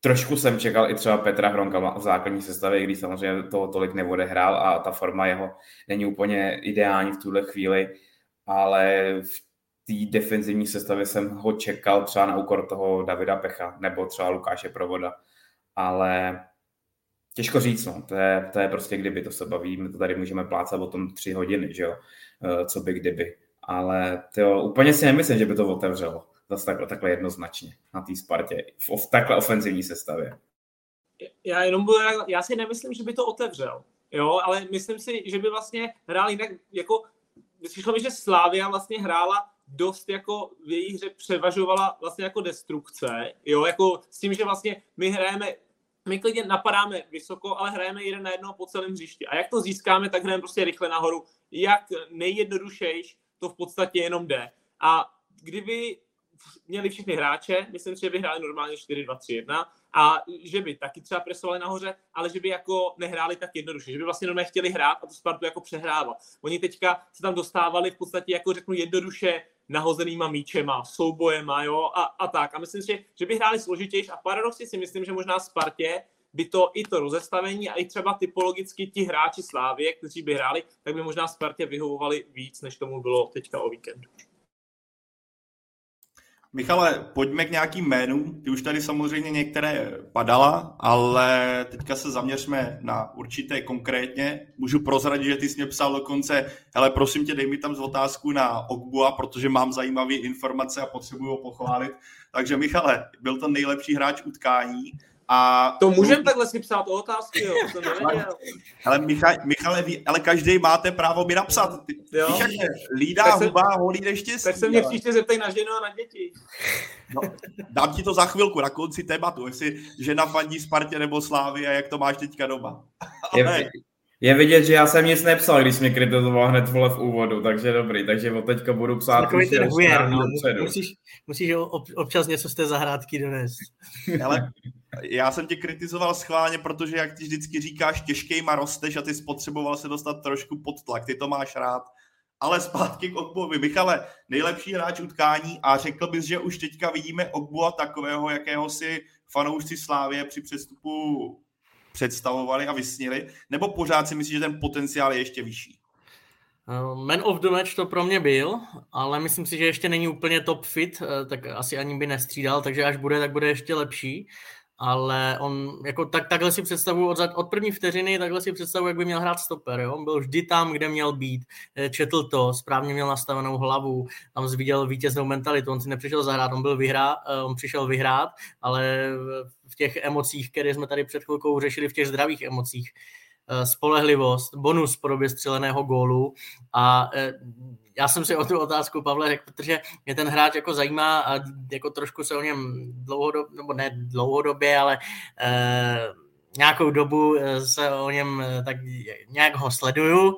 trošku jsem čekal i třeba Petra Hronka v základní sestavě, když samozřejmě toho tolik neodehrál a ta forma jeho není úplně ideální v tuhle chvíli, ale v té defenzivní sestavě jsem ho čekal třeba na úkor toho Davida Pecha nebo třeba Lukáše Provoda, ale těžko říct, no. To je, to je prostě kdyby, to se baví, my to tady můžeme plácat o tom tři hodiny, že jo, co by kdyby, ale tyjo, úplně si nemyslím, že by to otevřelo zase takhle, takhle jednoznačně na té Spartě, v, v takhle ofenzivní sestavě.
Já jenom budu, já si nemyslím, že by to otevřel, jo, ale myslím si, že by vlastně hrál jinak, jako, přišlo mi, že Slavia vlastně hrála dost jako v její hře převažovala vlastně jako destrukce, jo, jako s tím, že vlastně my hrajeme, my klidně napadáme vysoko, ale hrajeme jeden na jednoho po celém hřišti. A jak to získáme, tak hrajeme prostě rychle nahoru. Jak nejjednodušejš to v podstatě jenom jde. A kdyby měli všichni hráče, myslím si, že by hráli normálně čtyři dva tři jedna a že by taky třeba presovali nahoře, ale že by jako nehráli tak jednoduše, že by vlastně normálně chtěli hrát a tu Spartu jako přehrávat. Oni teďka se tam dostávali v podstatě jako řeknu jednoduše nahozenýma míčema, soubojema, jo, a, a tak. A myslím si, že by hráli složitější a paradoxně si myslím, že možná Spartě by to i to rozestavení a i třeba typologicky ti hráči Slávie, kteří by hráli, tak by možná Spartě vyhovovali víc, než tomu bylo teďka o víkendu.
Michale, pojďme k nějakým jménům. Ty už tady samozřejmě některé padala, ale teďka se zaměřme na určité konkrétně. Můžu prozradit, že ty jsi mě psal dokonce, hele, prosím tě, dej mi tam z otázku na Ogbua, protože mám zajímavé informace a potřebuji ho pochválit. Takže Michale, byl to nejlepší hráč utkání. A
to můžeme takhle si psát o otázky, jo, to nevěděl.
Ale Michale, Michale, ale každý máte právo mi napsat. Ty, víš, jak je, lídá
se,
huba, holí neštěstí.
Tak se mě příště zeptej na ženu a na děti.
No, dám ti to za chvilku, na konci tématu, jestli žena fandí Spartě nebo Slávy a jak to máš teďka doma. Ale...
Je, je vidět, že já jsem nic nepsal, když mě kritizoval hned vole v úvodu, takže dobrý, takže od teďka budu psát.
Takový ten hujer, no, musíš, musíš ob, občas něco z té zahrádky donést.
Ale já jsem tě kritizoval schválně, protože jak ty vždycky říkáš, těžkejma rosteš a ty spotřeboval se dostat trošku pod tlak, ty to máš rád. Ale zpátky k Ogbovi. Michale, nejlepší hráč utkání a řekl bys, že už teďka vidíme Ogbua takového, jakého si fanoušci Slávie při přestupu představovali a vysnili, nebo pořád si myslíš, že ten potenciál je ještě vyšší?
Man of the match to pro mě byl, ale myslím si, že ještě není úplně top fit, tak asi ani by nestřídal, takže až bude, tak bude ještě lepší. Ale on jako tak, takhle si představuji od, od první vteřiny, takhle si představuji, jak by měl hrát stoper. Jo? On byl vždy tam, kde měl být, četl to, správně měl nastavenou hlavu, tam viděl vítěznou mentalitu, on si nepřišel zahrát, on byl vyhrát, on přišel vyhrát, ale v těch emocích, které jsme tady před chvilkou řešili, v těch zdravých emocích, spolehlivost, bonus v podobě střeleného gólu a já jsem si o tu otázku, Pavle, řekl, protože mě ten hráč jako zajímá a jako trošku se o něm dlouhodobě, nebo ne dlouhodobě, ale eh, nějakou dobu se o něm tak nějak ho sleduju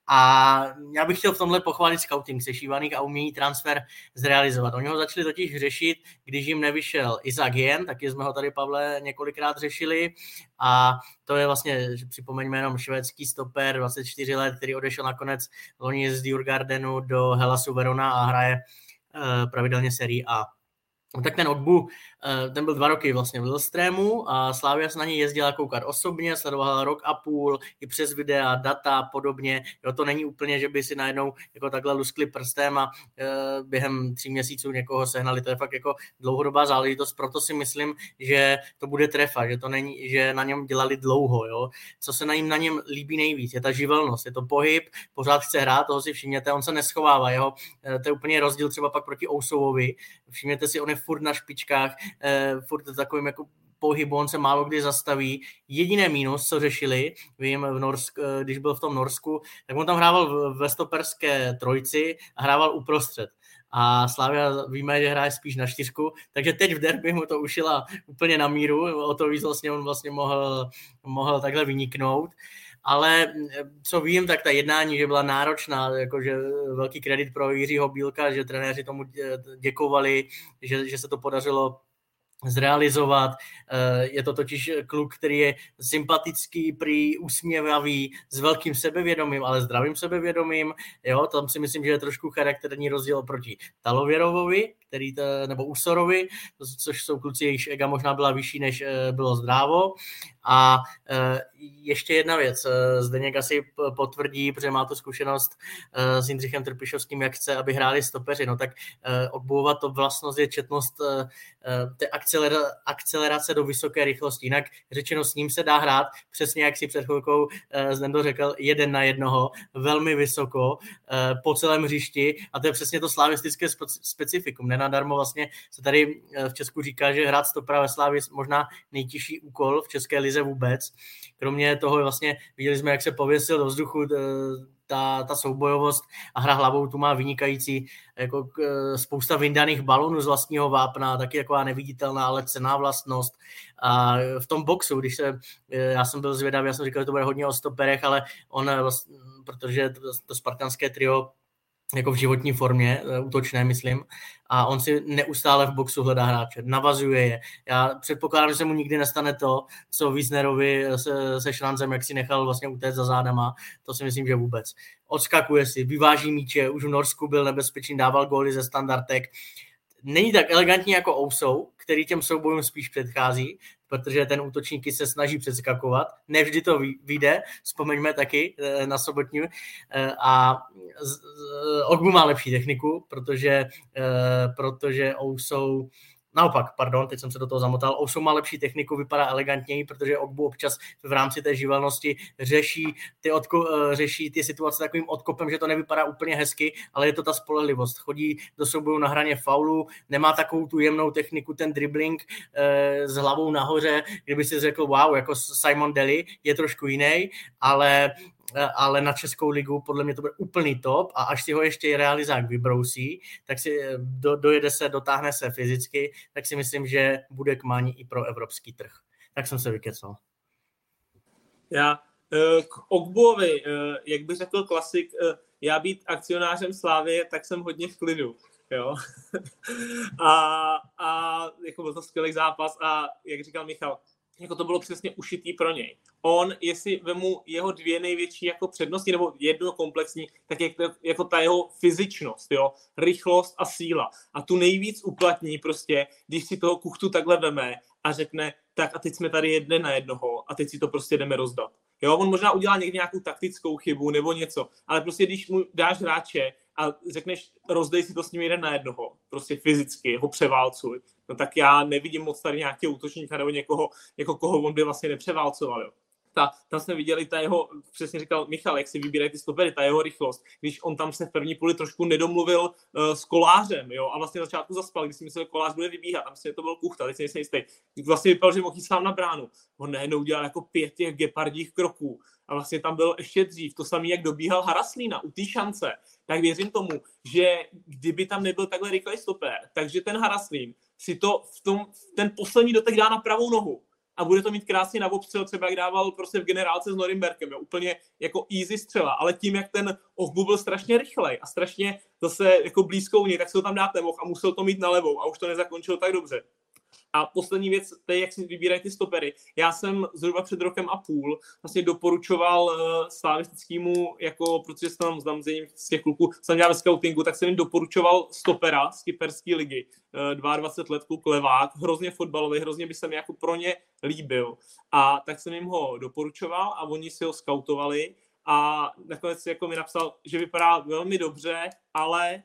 a já bych chtěl v tomhle pochválit scouting sešívaných a umění transfer zrealizovat. Oni ho začali totiž řešit, když jim nevyšel Isaac Jen, taky jsme ho tady, Pavle, několikrát řešili a to je vlastně, že připomeňme jenom švédský stoper, dvacet čtyři let, který odešel nakonec loni z Djurgardenu do Helasu Verona a hraje uh, pravidelně sérii A. Tak ten Ogbu, ten byl dva roky vlastně v Lillstrému a Slavia se na něj jezdila koukat osobně, sledovala rok a půl i přes videa, data a podobně. Jo, to není úplně, že by si najednou jako takhle luskli prstem a e, během tří měsíců někoho sehnali. To je fakt jako dlouhodobá záležitost, proto si myslím, že to bude trefa, že to není, že na něm dělali dlouho. Jo. Co se na něm, na něm líbí nejvíc, je ta živelnost, je to pohyb, pořád chce hrát, toho si všimněte, on se neschovává. Jeho, to je úplně rozdíl třeba pak proti Ousovovi. Všimněte si, on je furt na špičkách, eh, furt takovým jako pohybu, on se málo kdy zastaví. Jediné mínus, co řešili, vím, v Norsku, když byl v tom Norsku, tak on tam hrával ve stoperské trojci a hrával uprostřed. A Slavia víme, že hraje spíš na čtyřku, takže teď v derby mu to ušila úplně na míru, o to víc vlastně on vlastně mohl, mohl takhle vyniknout. Ale co vím, tak ta jednání, že byla náročná, jakože velký kredit pro Jiřího Bílka, že trenéři tomu děkovali, že, že se to podařilo zrealizovat. Je to totiž kluk, který je sympatický, prý usměvavý, s velkým sebevědomím, ale zdravým sebevědomím. Jo, tam si myslím, že je trošku charakterní rozdíl oproti Talověrovovi, který to, nebo Usorovi, což jsou kluci, jejichž ega možná byla vyšší, než bylo zdrávo. A ještě jedna věc, Zdeněk asi potvrdí, protože má tu zkušenost s Jindřichem Trpišovským, jak chce, aby hráli stopeři, no tak Ogbova to vlastnost je četnost té akcelera- akcelerace do vysoké rychlosti. Jinak řečeno, s ním se dá hrát, přesně jak si před chvilkou Zdendo řekl, jeden na jednoho, velmi vysoko, po celém hřišti a to je přesně to slavistické specifikum. Nenadarmo vlastně se tady v Česku říká, že hrát stopera ve Slávii je možná nejtěžší úkol v české lize vůbec. Kromě toho vlastně viděli jsme, jak se pověsil do vzduchu ta, ta soubojovost a hra hlavou tu má vynikající jako spousta vyndaných balonů z vlastního vápna, taky taková neviditelná, ale cenná vlastnost. A v tom boxu, když se, já jsem byl zvědavý, já jsem říkal, že to bude hodně o stoperech, ale on, protože to, to spartanské trio jako v životní formě, útočné, myslím, a on si neustále v boxu hledá hráče, navazuje je. Já předpokládám, že se mu nikdy nestane to, co Wiesnerovi se, se Šrancem, jak si nechal vlastně utéct za zádama, to si myslím, že vůbec. Odskakuje si, vyváží míče, už v Norsku byl nebezpečný, dával góly ze standardek. Není tak elegantní jako Ousou, který těm soubojům spíš předchází, protože ten útočníky se snaží přeskakovat. Nevždy to vyjde, vzpomeňme taky na sobotní. A Ogbu má lepší techniku, protože, protože Ousou naopak, pardon, teď jsem se do toho zamotal. Ousou má lepší techniku, vypadá elegantněji, protože Ogbu občas v rámci té živelnosti řeší ty, odko- řeší ty situace takovým odkopem, že to nevypadá úplně hezky, ale je to ta spolehlivost. Chodí do souboju na hraně faulu, nemá takovou tu jemnou techniku, ten dribbling e, s hlavou nahoře, kdyby si řekl, wow, jako Simon Daly je trošku jiný, ale ale na Českou ligu podle mě to bude úplný top a až si ho ještě realizák vybrousí, tak si do, dojede se, dotáhne se fyzicky, tak si myslím, že bude k mání i pro evropský trh. Tak jsem se vykecal.
Já k Ogbovi, jak by řekl klasik, já být akcionářem Slávie, tak jsem hodně v klidu. Jo? a, a jako byl to skvělý zápas a jak říkal Michal, jako to bylo přesně ušitý pro něj. On, jestli vemu jeho dvě největší jako přednosti, nebo jedno komplexní, tak je to, jako ta jeho fyzičnost, jo, rychlost a síla. A tu nejvíc uplatní prostě, když si toho kuchtu takhle veme a řekne, tak a teď jsme tady jedne na jednoho a teď si to prostě jdeme rozdat. Jo, on možná udělá někdy nějakou taktickou chybu nebo něco, ale prostě když mu dáš hráče a řekneš, rozdej si to s ním jeden na jednoho, prostě fyzicky, ho převálcuj, no tak já nevidím moc tady nějakého útočníka nebo někoho, jako koho on by vlastně nepřeválcoval, jo. Ta, tam jsme viděli ta jeho, přesně říkal Michal, jak si vybírají ty stopery, ta jeho rychlost, když on tam se v první půli trošku nedomluvil uh, s Kolářem, jo, a vlastně na začátku zaspal, když si myslel, že Kolář bude vybíhat, tam si to byl Kuchta, teď si nejsem jistý. Vlastně vypadal, že mohl jít sám na bránu. On najednou udělal jako pět těch gepardích kroků a vlastně tam byl ještě dřív, to samý, jak dobíhal Haraslína u té šance, tak věřím tomu, že kdyby tam nebyl takhle rychlej stoper, takže ten Haraslín si to v tom, ten poslední dotek dá na pravou nohu a bude to mít krásně na obstřel, třeba jak dával prostě v generálce s Norimberkem, jo, úplně jako easy střela, ale tím, jak ten Ogbu byl strašně rychlej a strašně zase jako blízkou něj, tak se ho tam dát nemohl a musel to mít na levou a už to nezakončil tak dobře. A poslední věc, to je, jak si vybírají ty stopery. Já jsem zhruba před rokem a půl vlastně doporučoval uh, slavistickému, jako protože jsem tam znám z těch kluků, jsem dělal ve scoutingu, tak jsem jim doporučoval stopera z kyperské ligy. Uh, dvacet dva let kluk levák, hrozně fotbalový, hrozně by se mi jako pro ně líbil. A tak jsem jim ho doporučoval a oni si ho skautovali a nakonec jako mi napsal, že vypadá velmi dobře, ale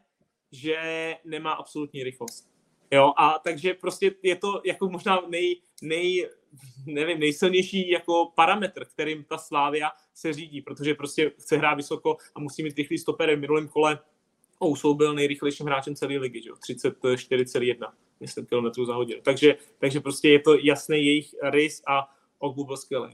že nemá absolutní rychlost. Jo, a takže prostě je to jako možná nej, nej, nevím, nejsilnější jako parametr, kterým ta Slavia se řídí, protože prostě chce hrát vysoko a musí mít rychlý stopery. V minulém kole Ousou byl nejrychlejším hráčem celé ligy, jo, třicet čtyři celá jedna myslím, kilometrů za hodinu. Takže, takže prostě je to jasný jejich rys a Ogbu byl skvělý.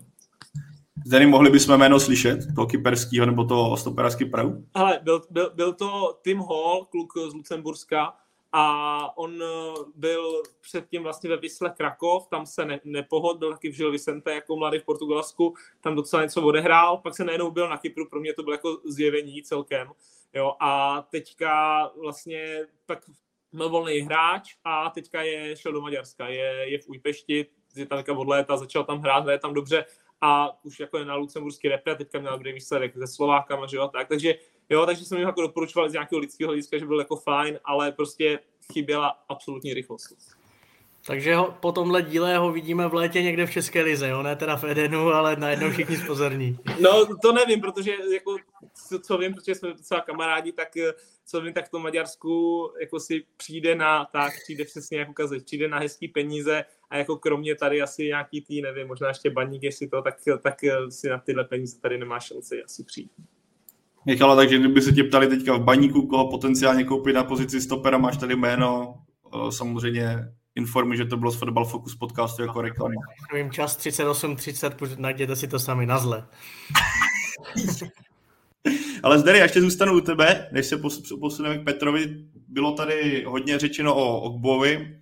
Zde mohli bychom jméno slyšet, toho kyperského nebo toho stopera z Kypru?
Ale byl, byl, byl to Tim Hall, kluk z Lucemburska, a on byl předtím vlastně ve Wisle Krakov, tam se ne, nepohod, byl taky v Gil Vicente jako mladý v Portugalsku, tam docela něco odehrál, pak se najednou byl na Kypru, pro mě to bylo jako zjevení celkem, jo, a teďka vlastně tak byl volný hráč a teďka je, šel do Maďarska, je, je v Újpešti, je tam od léta, začal tam hrát, hraje tam dobře a už jako je na lucemburský repre, teďka měl dobrý výsledek se Slovákama, že jo, tak, takže Jo, takže jsem jim jako doporučoval z nějakého lidského hlediska, že byl jako fajn, ale prostě chyběla absolutní rychlost.
Takže ho, po tomhle díle ho vidíme v létě někde v České lize, jo? Ne teda v Edenu, ale najednou všichni spozorní.
No to nevím, protože jako, co, co vím, protože jsme docela kamarádi, tak co vím, tak v tom Maďarsku jako si přijde na, tak přijde přesně jako kazeť, přijde na hezký peníze a jako kromě tady asi nějaký tý, nevím, možná ještě Baník, jestli to, tak, tak si na tyhle peníze tady nemá šanci asi přijít.
Michalo, takže kdyby se tě ptali teďka v Baníku, koho potenciálně koupit na pozici stopera, máš tady jméno, samozřejmě informuji, že to bylo z Fotbal Focus podcastu jako reklama.
Vím, čas třicet osm třicet, najděte si to sami na zle.
Ale Zdeny, ještě zůstanu u tebe, než se posuneme k Petrovi. Bylo tady hodně řečeno o Ogbovi.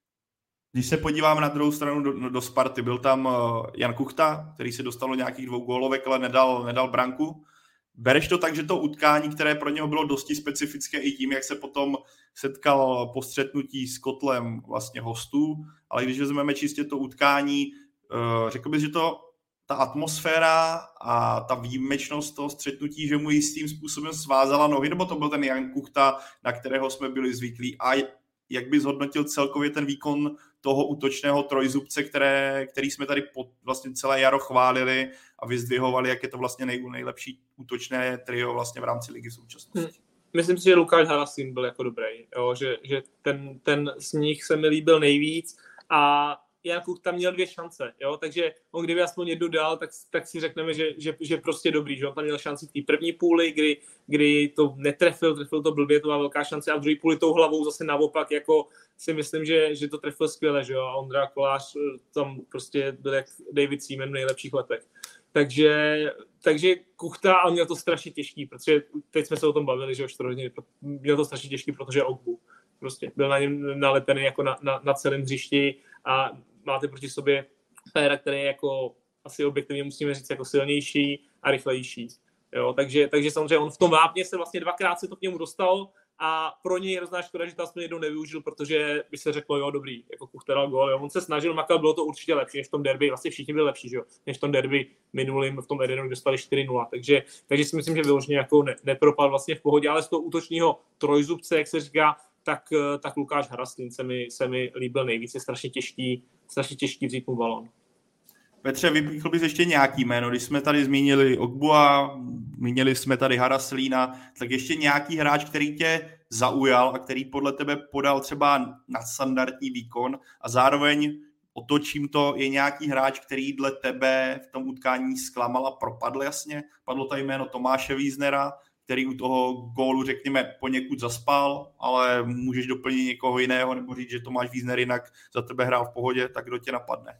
Když se podíváme na druhou stranu do, do Sparty, byl tam Jan Kuchta, který se dostal do nějakých dvou gólovek, ale nedal, nedal branku. Bereš to tak, že to utkání, které pro něho bylo dosti specifické i tím, jak se potom setkal po střetnutí s Kotlem vlastně hostů, ale když vezmeme čistě to utkání, řekl bych, že to ta atmosféra a ta výjimečnost toho střetnutí, že mu jistým způsobem svázala nohy, nebo to byl ten Jan Kuchta, na kterého jsme byli zvyklí, a jak by zhodnotil celkově ten výkon toho útočného trojzubce, které, který jsme tady pod, vlastně celé jaro chválili a vyzdvihovali, jak je to vlastně nej, nejlepší útočné trio vlastně v rámci ligy současnosti. Hmm.
Myslím si, že Lukáš Harasin byl jako dobrý, jo? Že, že ten, ten z nich se mi líbil nejvíc a Jan Kuchta měl dvě šance, jo? Takže on kdyby aspoň jednu dal, tak, tak si řekneme, že, že, že prostě dobrý, že on tam měl šanci v té první půli, kdy, kdy to netrefil, trefil to blbě, to byla velká šance a v druhé půli tou hlavou zase naopak, jako si myslím, že, že to trefil skvěle, že jo, a Ondra Kolář tam prostě byl jak David Seaman v nejlepších letech. Takže, takže Kuchta, a měl to strašně těžký, protože teď jsme se o tom bavili, že jo, čtyři hodiny, měl to strašně těžký, protože Ogbu prostě byl na něm nalepený jako na, na, na celém hřišti a máte proti sobě Féra, který je jako asi objektivně musíme říct jako silnější a rychlejší. Jo, takže, takže samozřejmě on v tom vápně se vlastně dvakrát se to k němu dostal a pro něj je hrozná škoda, že to aspoň jednou nevyužil, protože by se řeklo, jo, dobrý, jako Kuchta dal gól, jo. On se snažil, makal, bylo to určitě lepší než v tom derby, vlastně všichni byli lepší, že jo, než v tom derby minulým v tom Edenu, kde dostali čtyři nula, takže, takže si myslím, že vyloženě jako ne, nepropadl vlastně v pohodě, ale z toho útočního trojzubce, jak se říká, tak, tak Lukáš Haraslín se mi, se mi líbil nejvíc, je strašně těžký, strašně těžký vzít mu balón.
Petře, vypíchl bys ještě nějaký jméno, když jsme tady zmínili Ogbua, zmínili jsme tady Haraslína, tak ještě nějaký hráč, který tě zaujal a který podle tebe podal třeba nadstandardní výkon a zároveň otočím to, je nějaký hráč, který dle tebe v tom utkání zklamal a propadl jasně. Padlo tady jméno Tomáše Wiesnera, který u toho gólu, řekněme, poněkud zaspal, ale můžeš doplnit někoho jiného nebo říct, že Tomáš Wiesner jinak za tebe hrál v pohodě, tak kdo tě napadne?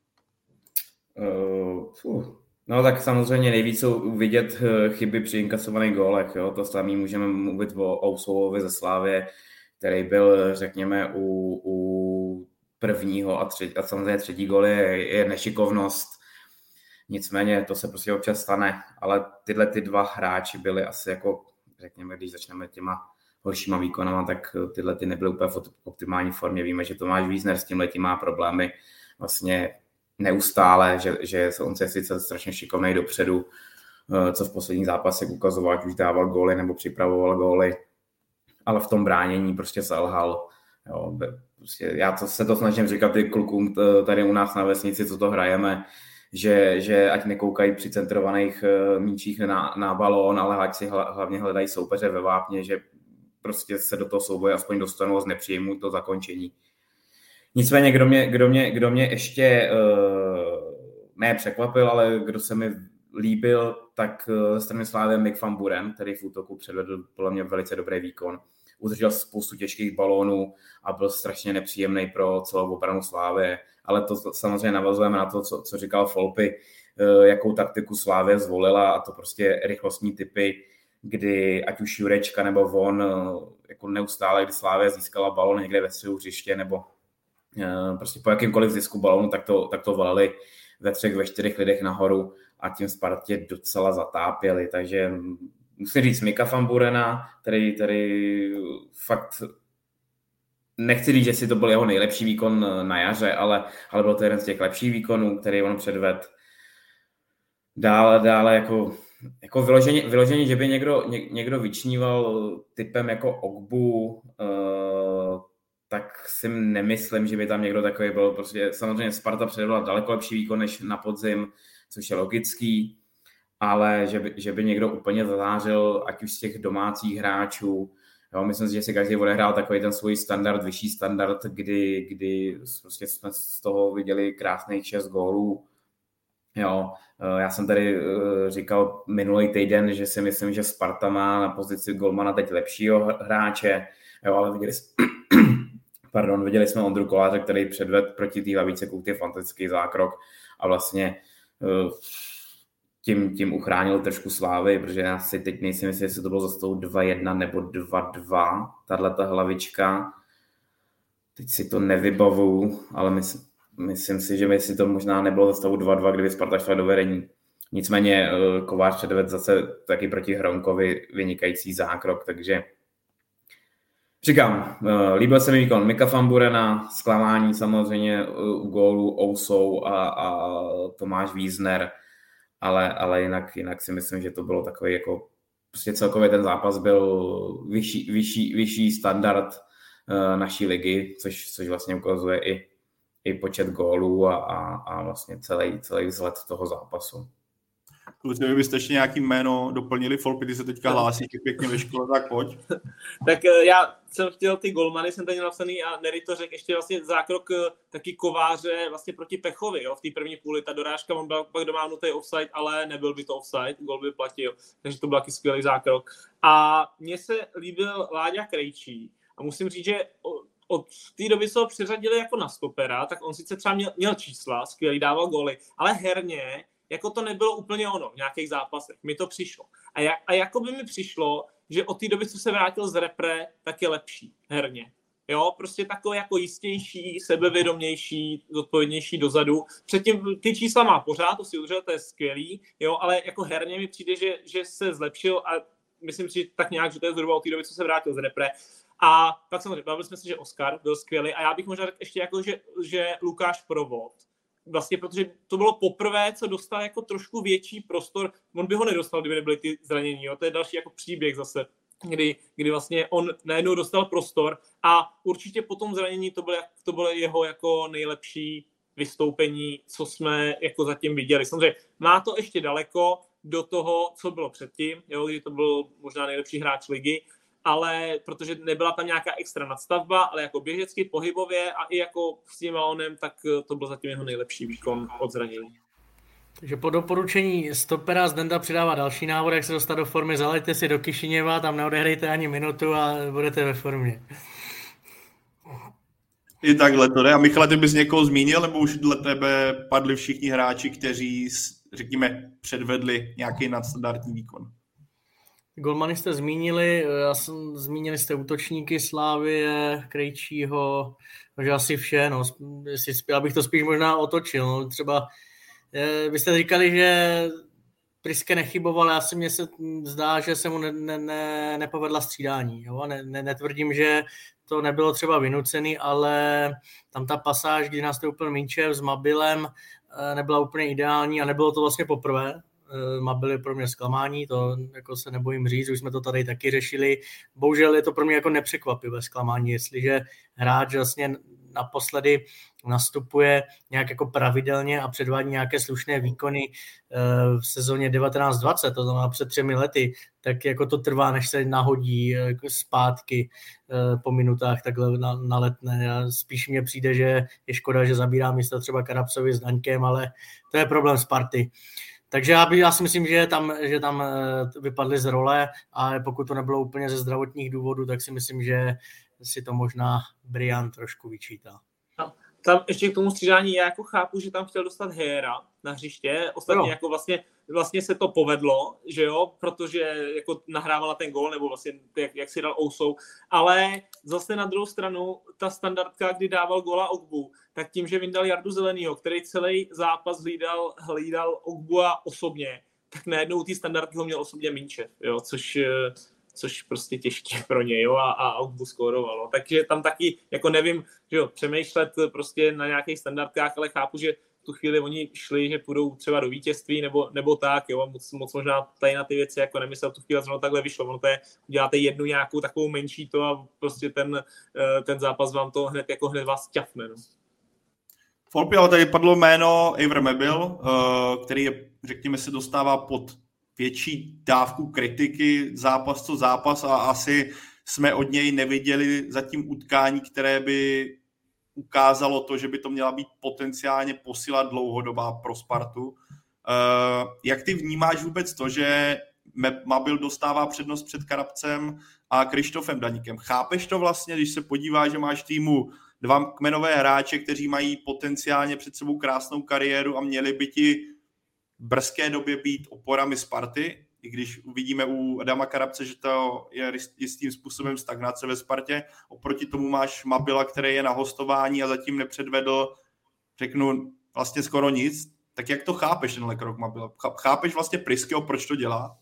Uh, no tak samozřejmě nejvíc jsou vidět chyby při inkasovaných gólech. Jo? To samé můžeme mluvit o Ousoulovi ze Slávě, který byl, řekněme, u, u prvního a, tři, a samozřejmě třetí gól je, je nešikovnost. Nicméně to se prostě občas stane, ale tyhle ty dva hráči byly asi jako, řekněme, když začneme těma horšíma výkonama, tak tyhle ty nebyly úplně v optimální formě. Víme, že Tomáš Wiesner s tímhletím má problémy vlastně neustále, že, že on se sice strašně šikovnej dopředu, co v posledních zápasech ukazoval, ať už dával góly nebo připravoval góly, ale v tom bránění prostě selhal. Jo, prostě já to, se to snažím říkat i klukům tady u nás na vesnici, co to hrajeme, že, že ať nekoukají při centrovaných míčích na, na balón, ale ať si hlavně hledají soupeře ve vápně, že prostě se do toho souboje aspoň dostanou a znepříjemnou to zakončení. Nicméně, kdo mě, kdo mě, kdo mě ještě uh, ne překvapil, ale kdo se mi líbil, tak uh, strany Slávy Mick van Buren, který v útoku předvedl podle mě velice dobrý výkon. Udržel spoustu těžkých balónů a byl strašně nepříjemný pro celou obranu Slávy. Ale to samozřejmě navazujeme na to, co, co říkal Folpy, uh, jakou taktiku Slávy zvolila, a to prostě rychlostní typy, kdy ať už Jurečka nebo Von uh, jako neustále, kdy Slávy získala balón někde ve středu hřiště nebo prostě po jakýmkoliv zisku balónu, tak to, tak to valili ve třech, ve čtyřech lidech nahoru a tím Spartě docela zatápěli. Takže musím říct Mika van Burena, který, který fakt nechci říct, že si to byl jeho nejlepší výkon na jaře, ale, ale byl to jeden z těch lepších výkonů, který on předvedl. Dále, dále jako jako vyloženě, vyloženě, že by někdo, ně, někdo vyčníval typem jako Ogbu, uh, tak si nemyslím, že by tam někdo takový byl. Prostě samozřejmě Sparta předvedla daleko lepší výkon než na podzim, což je logický, ale že by, že by někdo úplně zazářil, ať už z těch domácích hráčů. Jo, myslím si, že si každý odehrál takový ten svůj standard, vyšší standard, kdy, kdy prostě jsme z toho viděli krásných šest gólů. Jo, já jsem tady říkal minulý týden, že si myslím, že Sparta má na pozici golmana teď lepšího hráče, jo, ale viděli jsme, pardon, viděli jsme Ondru Koláře, který předvedl proti té Lavice Kouty fantastický zákrok a vlastně tím, tím uchránil trošku slávy, protože já si teď nejsem myslím, jestli to bylo za tou dva jedna nebo dva dva, tato hlavička. Teď si to nevybavuju, ale myslím, myslím si, že si to možná nebylo za stavu dva dva, kdyby Sparta šla do vedení. Nicméně Kovář předvedl zase taky proti Hronkovi vynikající zákrok, takže říkám, líbil se mi výkon Mika van Burena, zklamání samozřejmě u gólu Ousou a, a Tomáš Wiesner, ale, ale jinak, jinak si myslím, že to bylo takový jako prostě celkově ten zápas byl vyšší, vyšší, vyšší standard uh, naší ligy, což, což vlastně ukazuje i, i počet gólů a, a, a vlastně celý, celý vzhled toho zápasu.
Kluci, vy byste ještě nějaký jméno doplnili, Folpy, ty se teďka hlásí pěkně ve škole, tak pojď.
Tak já jsem chtěl ty golmany, jsem tady napsaný a Nery to řekl, ještě vlastně zákrok taky Kováře vlastně proti Pechovi, jo, v té první půli, ta dorážka, on byl pak domáhnutý offside, ale nebyl by to offside, gol by platil, takže to byl taky skvělý zákrok. A mně se líbil Láďa Krejčí a musím říct, že od té doby, co ho přiřadili jako na stopera, tak on sice třeba měl, měl čísla, skvělý, dával góly, ale herně jako to nebylo úplně ono v nějakých zápasech. Mi to přišlo. A, jak, a jako by mi přišlo, že od té doby, co se vrátil z repre, tak je lepší herně. Jo, prostě takový jako jistější, sebevědomější, zodpovědnější dozadu. Předtím ty čísla má pořád, to si udržel, to je skvělý, jo, ale jako herně mi přijde, že, že se zlepšil a myslím si tak nějak, že to je zhruba od té doby, co se vrátil z repre. A pak samozřejmě bavili jsme si, že Oskar byl skvělý a já bych možná řekl ještě jako, že, že Lukáš Provod. Vlastně, protože to bylo poprvé, co dostal jako trošku větší prostor. On by ho nedostal, kdyby nebyly ty zranění. Jo? To je další jako příběh zase, kdy, kdy vlastně on najednou dostal prostor a určitě po tom zranění to bylo, to bylo jeho jako nejlepší vystoupení, co jsme jako zatím viděli. Samozřejmě má to ještě daleko do toho, co bylo předtím, jo? Kdy to byl možná nejlepší hráč ligy, ale protože nebyla tam nějaká extra nadstavba, ale jako běžecky, pohybově a i jako s tím balonem, tak to byl zatím jeho nejlepší výkon od zranění.
Takže po doporučení stopera Zdenda přidává další návod, jak se dostat do formy. Zalejte si do Kišiněva, tam neodehrejte ani minutu a budete ve formě.
I takhle to jde. A Michale, ty bys někoho zmínil, nebo už dle tebe padli všichni hráči, kteří, řekněme, předvedli nějaký nadstandardní výkon?
Golmany jste zmínili, já jsem, zmínili jste útočníky Slávie, Krejčího, takže asi vše, no, já bych to spíš možná otočil, no, třeba vy jste říkali, že Priske nechyboval, já si mně se zdá, že se mu ne, ne, ne, nepovedla střídání, jo? Ne, ne, netvrdím, že to nebylo třeba vynucený, ale tam ta pasáž, kdy nastoupil Minčev s Mabilem, nebyla úplně ideální a nebylo to vlastně poprvé. Mabil je pro mě zklamání, to jako se nebojím říct, už jsme to tady taky řešili. Bohužel je to pro mě jako nepřekvapivé zklamání, jestliže hráč vlastně naposledy nastupuje nějak jako pravidelně a předvádí nějaké slušné výkony v sezóně devatenáct dvacet, to znamená před třemi lety, tak jako to trvá, než se nahodí zpátky po minutách takhle na, na letné. A spíš mně přijde, že je škoda, že zabírá místo třeba Karabcovi s Daňkem, ale to je problém Sparty. Takže já, by, já si myslím, že tam, že tam vypadli z role a pokud to nebylo úplně ze zdravotních důvodů, tak si myslím, že si to možná Brian trošku vyčítá.
No, tam ještě k tomu střídání já jako chápu, že tam chtěl dostat Héra na hřiště. Ostatně no. jako vlastně, vlastně se to povedlo, že jo, protože jako nahrávala ten gól, nebo vlastně jak, jak si dal Ousou, ale zase na druhou stranu ta standardka, kdy dával góla Ogbu, tak tím, že vyndal Jardu Zelenýho, který celý zápas hlídal, hlídal Ogbua osobně, tak najednou ty standardky ho měl osobně Minčev, jo, což, což prostě těžké pro něj, jo, a, a Ogbu skórovalo. Takže tam taky, jako nevím, že jo, přemýšlet prostě na nějakých standardkách, ale chápu, že tu chvíli oni šli, že půjdou třeba do vítězství nebo, nebo tak, jo, a moc, moc možná tady na ty věci jako nemyslel, tu chvíli zrovna takhle vyšlo, ono to je, uděláte jednu nějakou takovou menší to a prostě ten, ten zápas vám to hned jako hned vás ťafne, no.
Folpi, ale tady padlo jméno Eivor Mebil, který je, řekněme si, dostává pod větší dávku kritiky zápas co zápas a asi jsme od něj neviděli zatím utkání, které by ukázalo to, že by to měla být potenciálně posila dlouhodobá pro Spartu. Jak ty vnímáš vůbec to, že Mabil dostává přednost před Karabcem a Krištofem Daníkem? Chápeš to vlastně, když se podíváš, že máš týmu dva kmenové hráče, kteří mají potenciálně před sebou krásnou kariéru a měli by ti v brzké době být oporami Sparty, i když uvidíme u Adama Karabce, že to je jistým způsobem stagnace ve Spartě. Oproti tomu máš Mabila, který je na hostování a zatím nepředvedl, řeknu, vlastně skoro nic. Tak jak to chápeš, tenhle krok Mabila? Chápeš vlastně Priskyho, proč to dělá?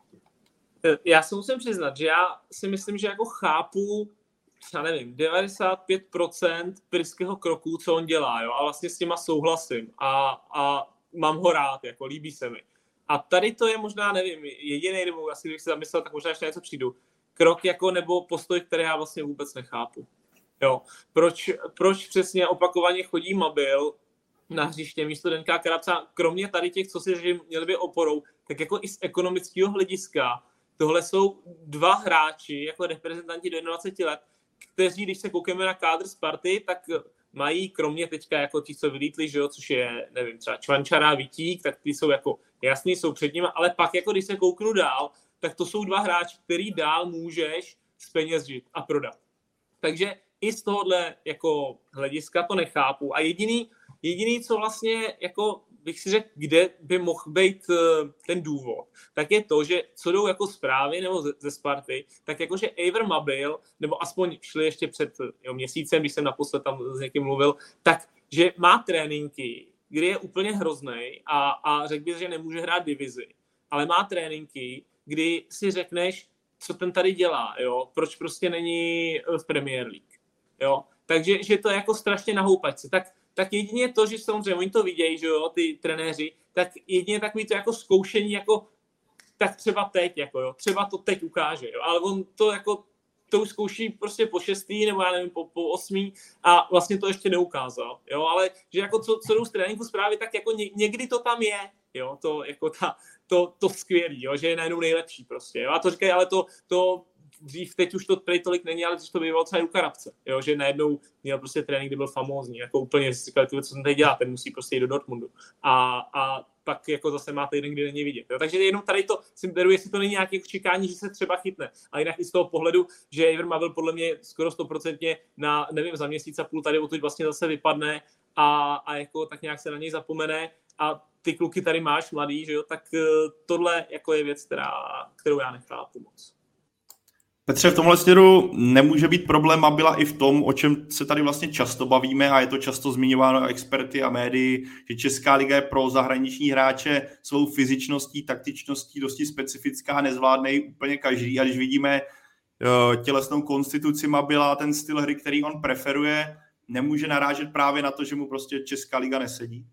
Já se musím přiznat, že já si myslím, že jako chápu, já nevím, devadesát pět procent Priskyho kroků, co on dělá, jo? A vlastně s těma souhlasím a, a mám ho rád, jako líbí se mi. A tady to je možná, nevím, jediný, nebo asi když se zamyslel, tak možná ještě něco přijdu. Krok jako nebo postoj, který já vlastně vůbec nechápu. Jo. Proč, proč přesně opakovaně chodí Mabil na hřiště místo Denka Karabce? Kromě tady těch, co si říkám, měli by oporou, tak jako i z ekonomického hlediska, tohle jsou dva hráči, jako reprezentanti do dvaceti let, kteří, když se koukeme na kádr Sparty, tak mají kromě teďka jako ti, co vylítli, že jo, což je, nevím, třeba Čvančara, Vítík, tak ty jsou jako jasný, jsou před nimi, ale pak jako když se kouknu dál, tak to jsou dva hráči, který dál můžeš zpeněžit a prodat. Takže i z tohohle jako hlediska to nechápu. A jediný, jediný, co vlastně jako bych si řekl, kde by mohl být ten důvod, tak je to, že co jdou jako zprávy nebo ze, ze Sparty, tak jakože Eivor Mabil, nebo aspoň šli ještě před jo, měsícem, když jsem naposled tam s někým mluvil, tak že má tréninky, kdy je úplně hroznej a, a řekl bych, že nemůže hrát divizi, ale má tréninky, kdy si řekneš, co ten tady dělá, jo? Proč prostě není v Premier League. Jo? Takže že to je jako strašně na houpačce. Tak tak jedině to, že samozřejmě oni to vidějí, že jo, ty trenéři, tak jedině takový to jako zkoušení, jako tak třeba teď, jako jo, třeba to teď ukáže, jo, ale on to jako, to už zkouší prostě po šestý, nebo já nevím, po, po osmý a vlastně to ještě neukázal, jo, ale že jako co, co jdou z tréninku zprávy, tak jako ně, někdy to tam je, jo, to jako ta, to, to skvělý, jo, že je najednou nejlepší prostě, jo, a to říkají, ale to, to dřív, teď už to prej tolik není, ale když to bývalo třeba i u Karabce, jo, že najednou měl prostě trénink, kdy byl famózní, jako úplně si říkali, co ten tady dělá, ten musí prostě jít do Dortmundu. A, a pak jako zase máte jeden, kdy není vidět. Jo. Takže jenom tady to si beru, jestli to není nějaké čekání, že se třeba chytne. A jinak i z toho pohledu, že Eivor Mabil podle mě skoro stoprocentně na, nevím, za měsíc a půl tady odtud vlastně zase vypadne a, a jako tak nějak se na něj zapomene a ty kluky tady máš mladý, že jo, tak tohle jako je věc, která, kterou já nechápu moc.
Petře, v tomhle směru nemůže být problém a byla i v tom, o čem se tady vlastně často bavíme a je to často zmiňováno experty a médii, že Česká liga je pro zahraniční hráče svou fyzičností, taktičností dosti specifická, nezvládne ji úplně každý. A když vidíme tělesnou konstituci Mabila, ten styl hry, který on preferuje, nemůže narážet právě na to, že mu prostě Česká liga nesedí?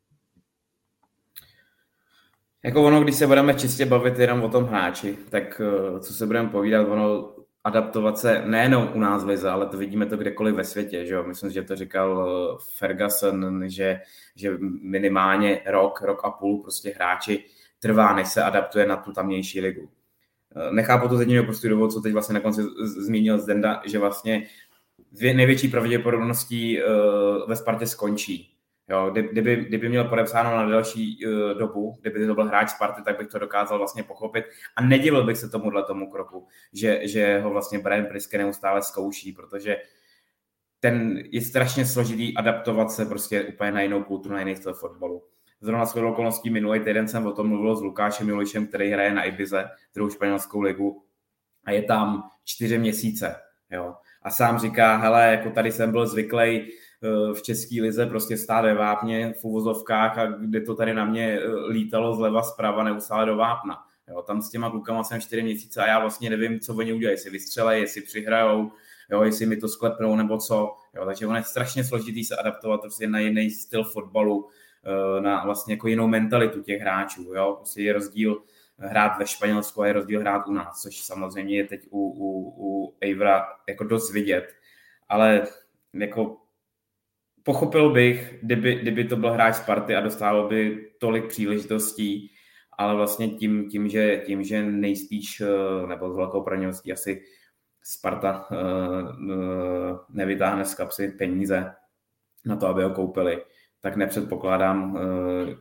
Jako ono, když se budeme čistě bavit jenom o tom hráči, tak co se budeme povídat, ono adaptovat se nejenom u nás v lize, ale to vidíme to kdekoliv ve světě, že jo? Myslím, že to říkal Ferguson, že, že minimálně rok, rok a půl prostě hráči trvá, než se adaptuje na tu tamnější ligu. Nechápu to z jediného prostě důvodu, co teď vlastně na konci zmínil Zdenda, že vlastně dvě největší pravděpodobností ve Spartě skončí. Jo, kdyby, kdyby měl podepsáno na další uh, dobu, kdyby to byl hráč Sparty, tak bych to dokázal vlastně pochopit a nedivil bych se tomuhle tomu kroku, že, že ho vlastně Brian Prisky neustále zkouší, protože ten je strašně složitý adaptovat se prostě úplně na jinou kulturu, na jiný styl fotbalu. Zrovna shodou okolností minulý týden jsem o tom mluvil s Lukášem Milušem, který hraje na Ibize, druhou španělskou ligu a je tam čtyři měsíce. Jo. A sám říká, hele, jako tady jsem byl zvyklý v české lize prostě stát ve vápně v uvozovkách a kde to tady na mě lítalo zleva zprava neustále do vápna. Jo, tam s těma klukama jsem čtyři měsíce a já vlastně nevím, co oni udělají, jestli vystřelej, jestli přihrajou, jo, jestli mi to sklepnou nebo co. Jo, takže on je strašně složitý se adaptovat prostě na jiný styl fotbalu na vlastně jako jinou mentalitu těch hráčů. Jo? Prostě je rozdíl hrát ve Španělsku a je rozdíl hrát u nás, což samozřejmě je teď u, u, u Eivra jako dost vidět. Ale jako pochopil bych, kdyby, kdyby to byl hráč Sparty a dostával by tolik příležitostí, ale vlastně tím, tím, že, tím, že nejspíš, nebo s velkou pravděpodobností asi Sparta uh, nevytáhne z kapsy peníze na to, aby ho koupili, tak nepředpokládám. Uh,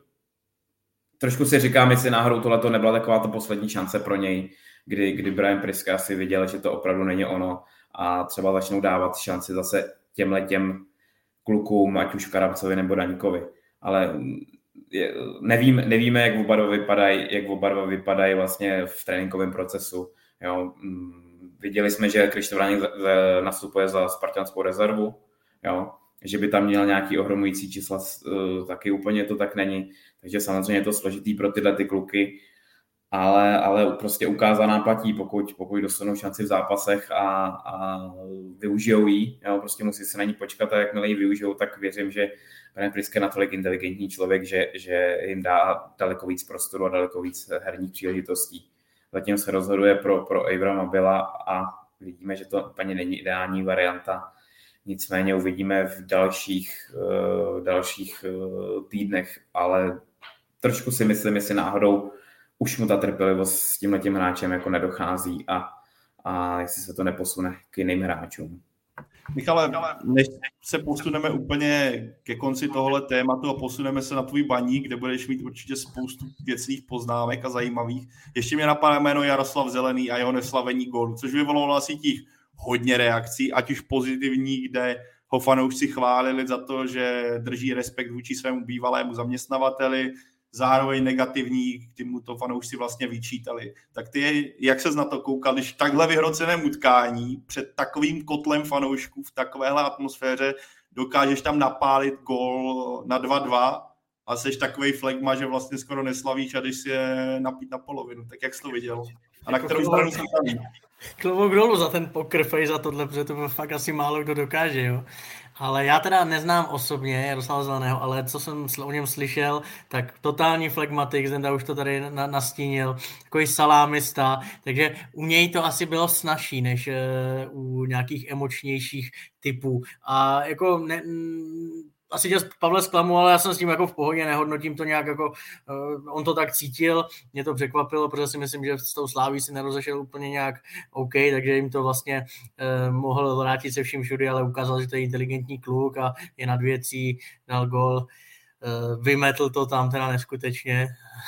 trošku si říkám, jestli náhodou tohleto nebyla taková ta poslední šance pro něj, kdy, kdy Brian Priska si viděl, že to opravdu není ono a třeba začnou dávat šanci zase těmhletěm klukům, ať už Karabcovi nebo Daňkovi. Ale je, nevím, nevíme, jak oba dva vypadají, jak oba dva vypadají vlastně v tréninkovém procesu. Jo. Viděli jsme, že Krištof Hraněk nastupuje za spartanskou rezervu, jo. Že by tam měl nějaký ohromující čísla, taky úplně to tak není. Takže samozřejmě je to složitý pro tyhle ty kluky, ale, ale prostě ukázaná platí, pokud, pokud dostanou šanci v zápasech a, a využijou ji. Jo, prostě musí se na ní počkat a jakmile ji využijou, tak věřím, že Brian Priske je natolik inteligentní člověk, že, že jim dá daleko víc prostoru a daleko víc herních příležitostí. Zatím se rozhoduje pro, pro Eivra Mobila a vidíme, že to úplně není ideální varianta. Nicméně uvidíme v dalších, uh, dalších uh, týdnech, ale trošku si myslím, jestli náhodou už mu ta trpělivost s tímhletím hráčem jako nedochází a, a jestli se to neposune k jiným hráčům.
Michale, než se posuneme úplně ke konci tohohle tématu a posuneme se na tvůj baník, kde budeš mít určitě spoustu věcných poznámek a zajímavých, ještě mě napadá jméno Jaroslav Zelený a jeho neslavení gólu, což vyvolalo na sítích hodně reakcí, ať už pozitivní, kde ho fanoušci chválili za to, že drží respekt vůči svému bývalému zaměstnavateli, zároveň negativní, kdy mu to fanoušci vlastně vyčítali. Tak ty, jak ses na to koukal, když v takhle vyhroceném utkání před takovým kotlem fanoušků v takovéhle atmosféře dokážeš tam napálit gól na dva dva a seš takovej flegma, že vlastně skoro neslavíš a jdeš si je napít na polovinu. Tak jak jsi to viděl? A na kterou stranu se tam?
Klobouk dolů za ten poker face a tohle, protože to fakt asi málo kdo dokáže, jo. Ale já teda neznám osobně Jaroslava Zeleného, ale co jsem o něm slyšel, tak totální flegmatik, Zdenda už to tady na, nastínil, takový salámista, takže u něj to asi bylo snazší, než uh, u nějakých emočnějších typů. A jako ne, asi tě Pavle zklamu, ale já jsem s tím jako v pohodě, nehodnotím to nějak jako, uh, on to tak cítil, mě to překvapilo, protože si myslím, že s tou Sláví si nerozešel úplně nějak OK, takže jim to vlastně uh, mohl vrátit se vším všudy, ale ukázal, že to je inteligentní kluk a je nad věcí, dal gol, uh, vymetl to tam teda neskutečně.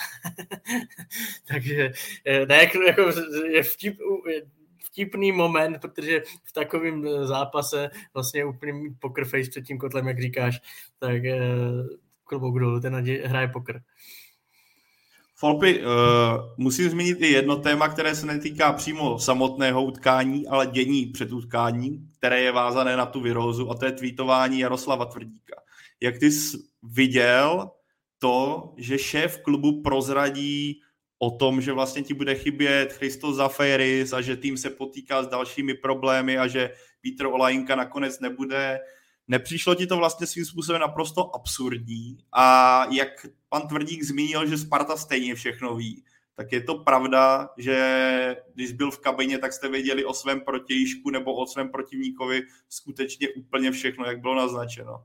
Takže ne, jako je vtip, je, vtipný moment, protože v takovém zápase vlastně úplně mít poker face před tím kotlem, jak říkáš, tak eh, klobouk dolů, ten hraje poker.
Folpy, uh, musím zmínit i jedno téma, které se netýká přímo samotného utkání, ale dění před utkáním, které je vázané na tu virózu, a to je tweetování Jaroslava Tvrdíka. Jak ty jsi viděl to, že šéf klubu prozradí o tom, že vlastně ti bude chybět Christos Zaferis a že tým se potýká s dalšími problémy a že Petr Olajinka nakonec nebude. Nepřišlo ti to vlastně svým způsobem naprosto absurdní? A jak pan Tvrdík zmínil, že Sparta stejně všechno ví, tak je to pravda, že když byl v kabině, tak jste věděli o svém protějšku nebo o svém protivníkovi skutečně úplně všechno, jak bylo naznačeno?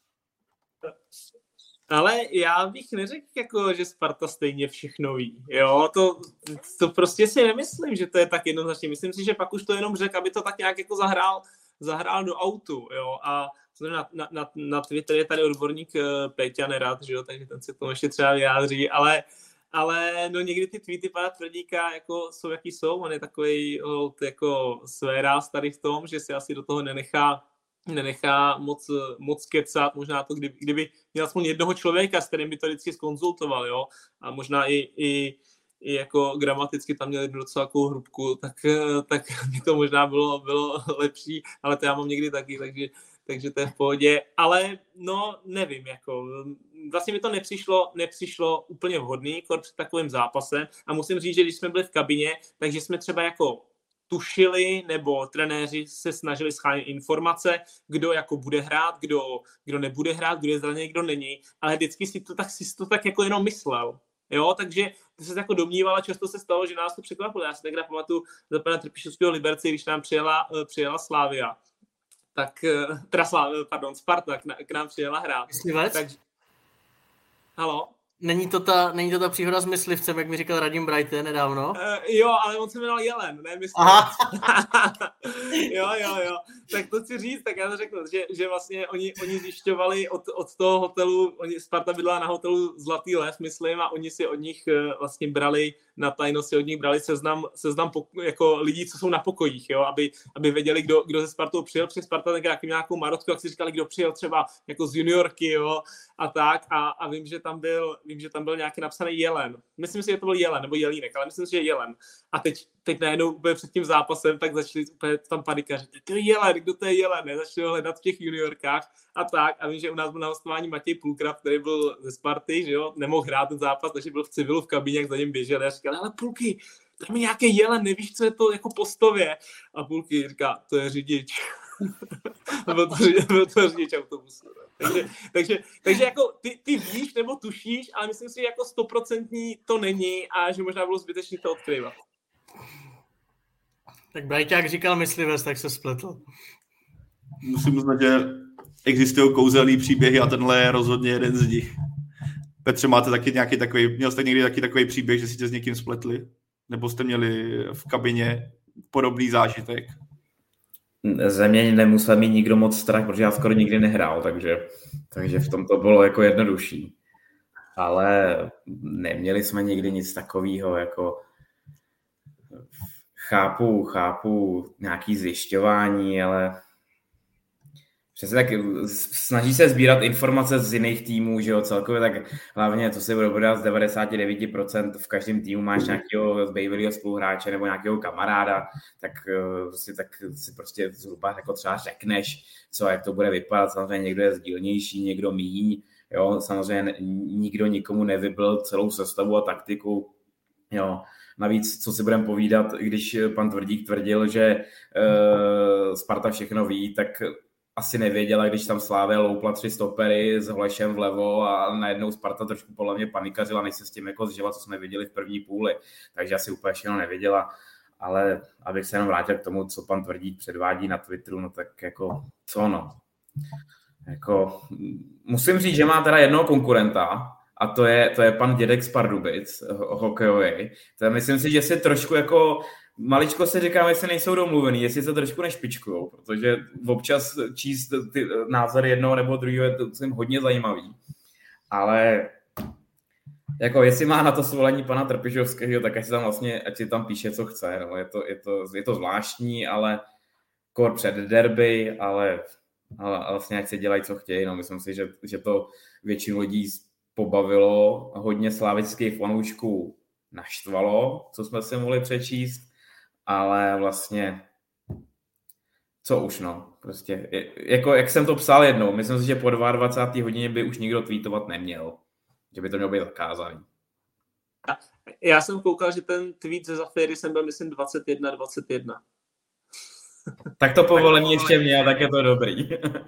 Ale já bych neřekl, jako, že Sparta stejně všechno ví. Jo, to, to prostě si nemyslím, že to je tak jednoznačně. Myslím si, že pak už to jenom řekl, aby to tak nějak jako zahrál, zahrál do autu. Jo, a na, na, na, na Twitter je tady odborník Péťa Nerad, že jo, takže ten se k tomu ještě třeba vyjádří, ale, ale no někdy ty tweety pana Tvrdíka jako jsou, jaký jsou. On je takový jako své ráz tady v tom, že si asi do toho nenechá nenechá moc, moc kecat, možná to, kdyby, kdyby měl aspoň jednoho člověka, s kterým by to vždycky zkonzultoval, jo, a možná i, i, i jako gramaticky tam měl jednu docela takovou hrubku, tak, tak by to možná bylo, bylo lepší, ale to já mám někdy taky, takže, takže to je v pohodě, ale no, nevím, jako, vlastně mi to nepřišlo, nepřišlo úplně vhodný, kor před takovým zápasem a musím říct, že když jsme byli v kabině, takže jsme třeba jako tušili, nebo trenéři se snažili schánět informace, kdo jako bude hrát, kdo, kdo nebude hrát, kdo je zraněný, kdo není, ale vždycky si to tak, si to tak jako jenom myslel. Jo, takže to se jako domnívala, často se stalo, že nás to překvapilo. Já si takhle pamatuju za pana Trpišovského Liberce, když nám přijela, přijela Slavia, tak, teda Slavia, pardon, Sparta k, k nám přijela hrát.
Myslivec?
Takže... Halo?
Není to, ta, není to ta příhoda s myslivcem, jak mi říkal Radim Brighton nedávno?
Uh, jo, ale on se jmenoval Jelen, ne myslivec. jo, jo, jo. Tak to chci říct, tak já to řeknu, že, že vlastně oni, oni zjišťovali od, od toho hotelu, oni, Sparta bydlela na hotelu Zlatý lev, myslím, a oni si od nich uh, vlastně brali, na tajno si od nich brali seznam, seznam poko- jako lidí, co jsou na pokojích, jo, aby, aby věděli, kdo, kdo ze Spartou přijel, protože Sparta tak nějakou marotku, jak si říkali, kdo přijel třeba jako z juniorky, jo, a tak, a, a vím, že tam byl, vím, že tam byl nějaký napsaný Jelen. Myslím si, že to byl Jelen, nebo Jelínek, ale myslím si, že Jelen. A teď, teď najednou úplně před tím zápasem, tak začali úplně tam panikařit. To je Jelen, kdo to je Jelen? Ne? Začali ho hledat v těch juniorkách a tak. A vím, že u nás byl na hostování Matěj Pulkrab, který byl ze Sparty, že jo, nemohl hrát ten zápas, takže byl v civilu v kabině, jak za něm běžel. A říkal, ale Pulky, tam je nějaký Jelen, nevíš, co je to jako postově? A Pulky říká, to je řidič. byl, to, byl to řidič autobusu. Takže, takže, takže jako ty, ty víš nebo tušíš, ale myslím si, že jako stoprocentní to není a že možná bylo zbytečný to odkryvat.
Tak Brajťák říkal myslivec, tak se spletl.
Musím uznat, že existují kouzelný příběhy a tenhle je rozhodně jeden z nich. Petře, máte taky nějaký takový, měl jste někdy taky takový příběh, že si tě s někým spletli? Nebo jste měli v kabině podobný zážitek?
Ze mě nemusel mít nikdo moc strach, protože já skoro nikdy nehrál, takže, takže v tom to bylo jako jednodušší. Ale neměli jsme nikdy nic takového, jako chápu, chápu nějaký zjišťování, ale přesně tak snaží se sbírat informace z jiných týmů, že jo, celkově tak hlavně, co se bude dobrat z devadesát devět procent v každém týmu máš nějakého zbejvalého spoluhráče nebo nějakého kamaráda, tak si, tak si prostě zhruba jako třeba řekneš, co, jak to bude vypadat, samozřejmě někdo je sdílnější, někdo míň, jo, samozřejmě nikdo nikomu nevybil celou sestavu a taktiku, jo. Navíc, co si budeme povídat, když pan Tvrdík tvrdil, že uh, Sparta všechno ví, tak asi nevěděla, když tam Slavia loupla tři stopery s Holešem vlevo a najednou Sparta trošku podle mě panikařila, než se s tím jako zžila, co jsme viděli v první půli. Takže asi úplně všechno nevěděla. Ale abych se jenom vrátil k tomu, co pan Tvrdík předvádí na Twitteru, no tak jako co no. Jako, musím říct, že má teda jednoho konkurenta, a to je, to je pan Dědek z Pardubic, hokejový. To je, myslím si, že si trošku jako maličko se říkám, jestli nejsou domluvený, jestli se trošku nešpičkujou, protože občas číst ty názory jednoho nebo druhého je to hodně zajímavý. Ale jako jestli má na to svolení pana Trpišovského, tak ať si tam vlastně, ať si tam píše, co chce. No, je, to, je, to, je to zvláštní, ale kor před derby, ale, ale vlastně ať se dělají, co chtějí. No, myslím si, že, že to většinu lidí pobavilo, hodně slavických fanoušků naštvalo, co jsme si mohli přečíst, ale vlastně co už no, prostě, jako jak jsem to psal jednou, myslím si, že po dvacáté druhé hodině by už nikdo tweetovat neměl, že by to mělo být zakázaný.
Já jsem koukal, že ten tweet ze Zaféry jsem byl, myslím, dvacet jedna dvacet jedna.
Tak to povolení ještě měl, tak je to dobrý.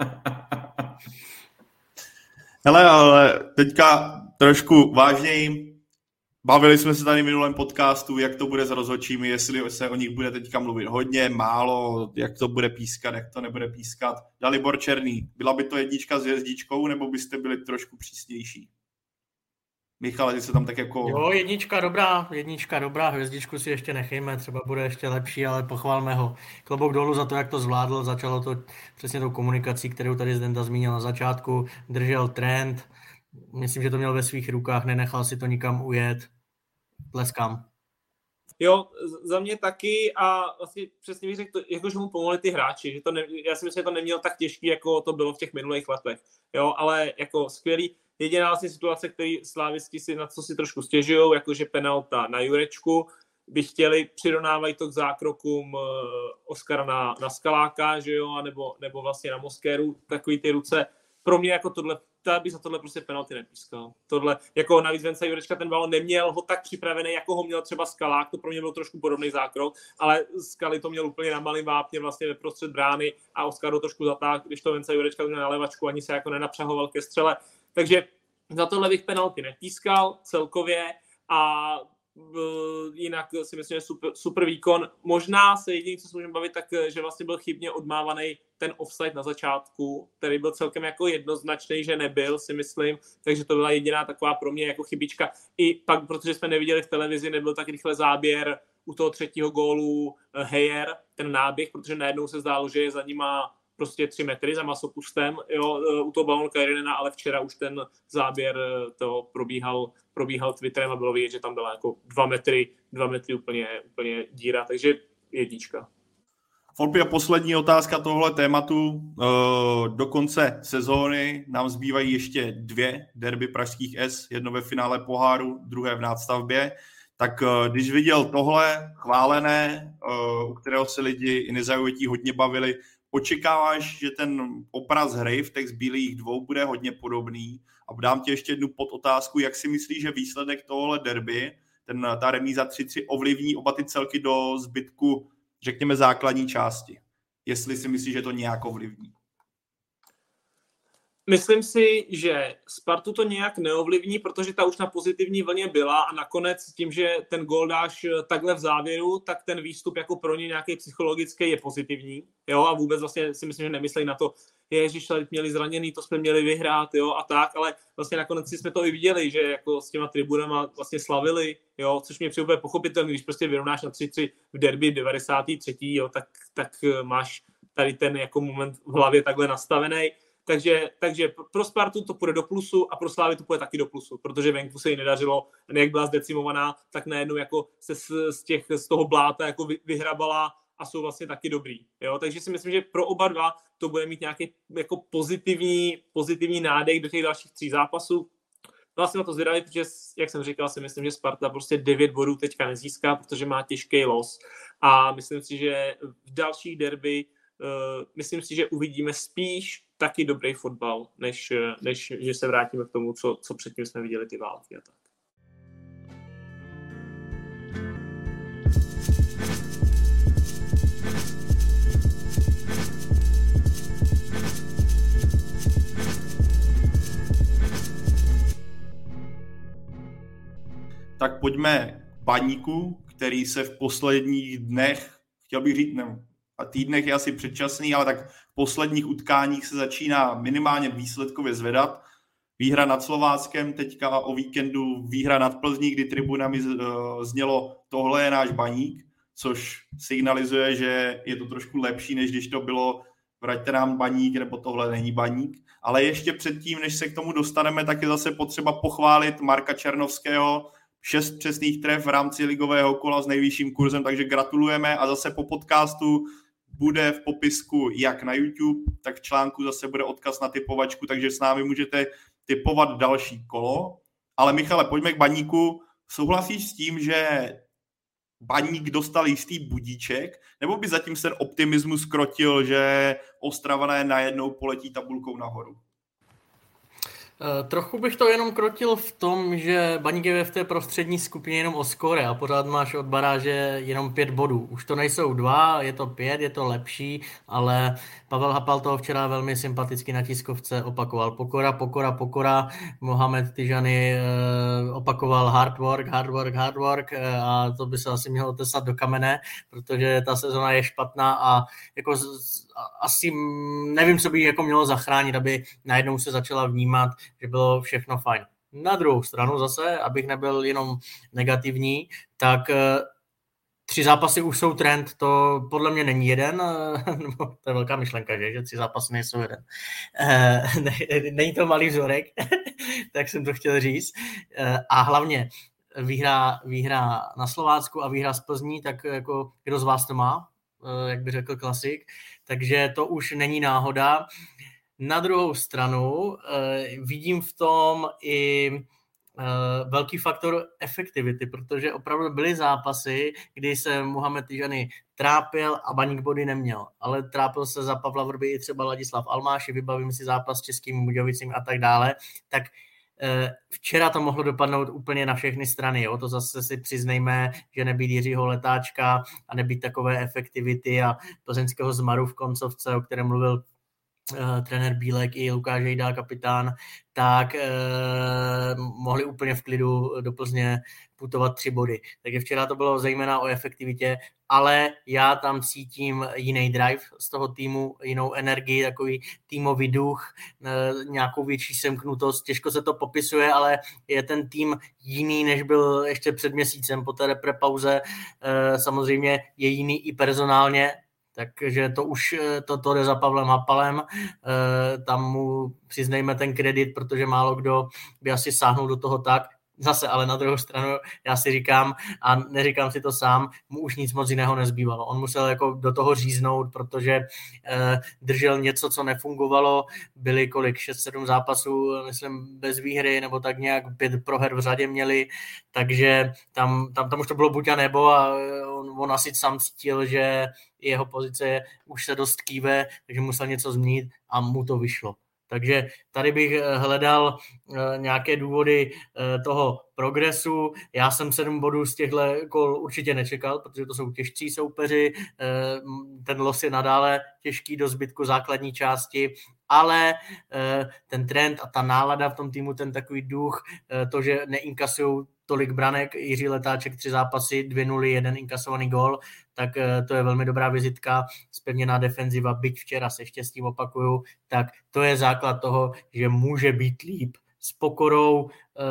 Hele, ale teďka trošku vážněji. Bavili jsme se tady v minulém podcastu, jak to bude s rozhodčími, jestli se o nich bude teďka mluvit hodně, málo, jak to bude pískat, jak to nebude pískat. Dalibor Černý, byla by to jednička s hvězdičkou, nebo byste byli trošku přísnější? Michale, ty se tam tak jako...
Jo, jednička dobrá, jednička dobrá, hvězdičku si ještě nechejme, třeba bude ještě lepší, ale pochválme ho. Klobouk dolů za to, jak to zvládl, začalo to přesně tou komunikací, kterou tady Zdenda zmínil na začátku, držel trend, myslím, že to měl ve svých rukách, nenechal si to nikam ujet, tleskám.
Jo, za mě taky a vlastně přesně bych řekl, jako, že mu pomohli ty hráči, že to ne, já si myslím, že to nemělo tak těžký, jako to bylo v těch minulých letech, jo, ale jako skvělý. Jediná vlastně situace, který slávisti si na co si trošku stěžujou, jakože penalta na Jurečku, by chtěli, přirovnávají to k zákrokům Oskara na, na Skaláka, že jo, nebo, nebo vlastně na Moskéru, takový ty ruce. Pro mě jako tohle ta by za tohle prostě penalty nepískal. Tohle, jako navíc Venca Jurečka ten balon neměl ho tak připravený, jako ho měl třeba Skalák, to pro mě byl trošku podobný zákrok, ale Skaly to měl úplně na malým vápně vlastně ve prostřed brány a Oskar ho trošku zatáhl, když to Venca Jurečka měl na levačku, ani se jako nenapřahoval ke střele. Takže za tohle bych penalty nepískal celkově a jinak si myslím, že super, super výkon. Možná se jediný, co se můžeme bavit, tak že vlastně byl chybně odmávaný ten offside na začátku, který byl celkem jako jednoznačný, že nebyl, si myslím, takže to byla jediná taková pro mě jako chybička. I pak, protože jsme neviděli v televizi, nebyl tak rychle záběr u toho třetího gólu Heyer, ten náběh, protože najednou se zdálo, že je za nima prostě tři metry za masopustem, jo, u toho balónu Kairynena, ale včera už ten záběr to probíhal, probíhal Twitterem a bylo vidět, že tam byla jako dva metry, dva metry úplně, úplně díra, takže jednička.
Folpi, a poslední otázka tohle tématu. Do konce sezóny nám zbývají ještě dvě derby pražských S, jedno ve finále poháru, druhé v nástavbě. Tak když viděl tohle chválené, u kterého se lidi i nezaujatí hodně bavili, očekáváš, že ten obraz hry v těch zbylých dvou bude hodně podobný? A dám ti ještě jednu podotázku, jak si myslíš, že výsledek tohohle derby, ten, ta remíza tři tři, ovlivní oba ty celky do zbytku, řekněme, základní části? Jestli si myslíš, že to nějak ovlivní?
Myslím si, že Spartu to nějak neovlivní, protože ta už na pozitivní vlně byla a nakonec tím, že ten gól dáš takhle v závěru, tak ten výstup jako pro ně nějaký psychologický je pozitivní. Jo, a vůbec vlastně si myslím, že nemyslí na to, ježiš, měli zraněný, to jsme měli vyhrát, jo, a tak, ale vlastně nakonec jsme to i viděli, že jako s těma tribunama vlastně slavili, jo, což mě přijde úplně pochopitelný, když prostě vyrovnáš na tři tři v derby devadesátý třetí, jo, tak, tak máš tady ten jako moment v hlavě takhle nastavený. Takže, takže pro Spartu to půjde do plusu a pro Slávy to půjde taky do plusu, protože venku se jí nedařilo, jak byla zdecimovaná, tak najednou jako se z, z, těch, z toho bláta jako vy, vyhrabala a jsou vlastně taky dobrý. Jo? Takže si myslím, že pro oba dva to bude mít nějaký jako pozitivní, pozitivní nádech do těch dalších tří zápasů. Vlastně na to zvědavý, protože, jak jsem říkal, si myslím, že Sparta prostě devět bodů teďka nezíská, protože má těžký los a myslím si, že v dalších derby uh, myslím si, že uvidíme spíš taky dobrý fotbal, než, než že se vrátíme k tomu, co, co předtím jsme viděli ty války a tak.
Tak pojďme k Baníku, který se v posledních dnech, chtěl bych říct, ne, a týdnech je asi předčasný, ale tak v posledních utkáních se začíná minimálně výsledkově zvedat. Výhra nad Slováckem, teďka o víkendu výhra nad Plzní, kdy tribunami znělo tohle je náš Baník, což signalizuje, že je to trošku lepší, než když to bylo vraťte nám Baník, nebo tohle není Baník. Ale ještě předtím, než se k tomu dostaneme, tak je zase potřeba pochválit Marka Černovského, šest přesných tref v rámci ligového kola s nejvyšším kurzem, takže gratulujeme a zase po podcastu bude v popisku jak na YouTube, tak v článku zase bude odkaz na typovačku, takže s námi můžete typovat další kolo. Ale Michale, pojďme k Baníku. Souhlasíš s tím, že Baník dostal jistý budíček, nebo by zatím ten optimismus krotil, že Ostravané najednou poletí tabulkou nahoru?
Trochu bych to jenom krotil v tom, že Baník je v té prostřední skupině jenom o skóre a pořád máš od baráže jenom pět bodů. Už to nejsou dva, je to pět, je to lepší, ale Pavel Hapal toho včera velmi sympaticky na tiskovce opakoval. Pokora, pokora, pokora. Mohamed Tijani opakoval hard work, hard work, hard work a to by se asi mělo tesat do kamene, protože ta sezona je špatná a jako asi nevím, co by jako mělo zachránit, aby najednou se začala vnímat, že bylo všechno fajn. Na druhou stranu zase, abych nebyl jenom negativní, tak tři zápasy už jsou trend, to podle mě není jeden, nebo to je velká myšlenka, že, že tři zápasy nejsou jeden. Není to malý vzorek, tak jsem to chtěl říct. A hlavně výhra, výhra na Slovácku a výhra z Plzní, tak jako kdo z vás to má, jak by řekl klasik, takže to už není náhoda. Na druhou stranu vidím v tom i velký faktor efektivity, protože opravdu byly zápasy, kdy se Mohamed Tijani trápil a Baník body neměl, ale trápil se za Pavla Vrby i třeba Ladislav Almáši, vybavím si zápas s Českým Budějovicím a tak dále, tak včera to mohlo dopadnout úplně na všechny strany, jo? To zase si přiznejme, že nebýt Jiřího Letáčka a nebýt takové efektivity a plzeňského zmaru v koncovce, o kterém mluvil Uh, trenér Bílek i Lukáš Hejdá, kapitán, tak uh, mohli úplně v klidu do Plzně putovat tři body. Takže včera to bylo zejména o efektivitě, ale já tam cítím jiný drive z toho týmu, jinou energii, takový týmový duch, uh, nějakou větší semknutost. Těžko se to popisuje, ale je ten tým jiný, než byl ještě před měsícem po té repre pauze. Uh, samozřejmě je jiný i personálně, takže to už to, to jde za Pavlem Hapalem, tam mu přiznejme ten kredit, protože málo kdo by asi sáhnul do toho tak. Zase, ale na druhou stranu já si říkám, a neříkám si to sám, mu už nic moc jiného nezbývalo. On musel jako do toho říznout, protože eh, držel něco, co nefungovalo. Byly kolik, šest sedm zápasů, myslím, bez výhry, nebo tak nějak pět proher v řadě měli, takže tam, tam, tam už to bylo buď a nebo a on, on asi sám cítil, že jeho pozice už se dost kýve, takže musel něco změnit a mu to vyšlo. Takže tady bych hledal nějaké důvody toho progresu. Já jsem sedm bodů z těchto kol určitě nečekal, protože to jsou těžcí soupeři. Ten los je nadále těžký do zbytku základní části, ale ten trend a ta nálada v tom týmu, ten takový duch, to, že neinkasují tolik branek, Jiří Letáček tři zápasy, dvě nuly, jeden inkasovaný gól, tak to je velmi dobrá vizitka, zpevněná defenziva, byť včera se štěstím opakuju, tak to je základ toho, že může být líp s pokorou,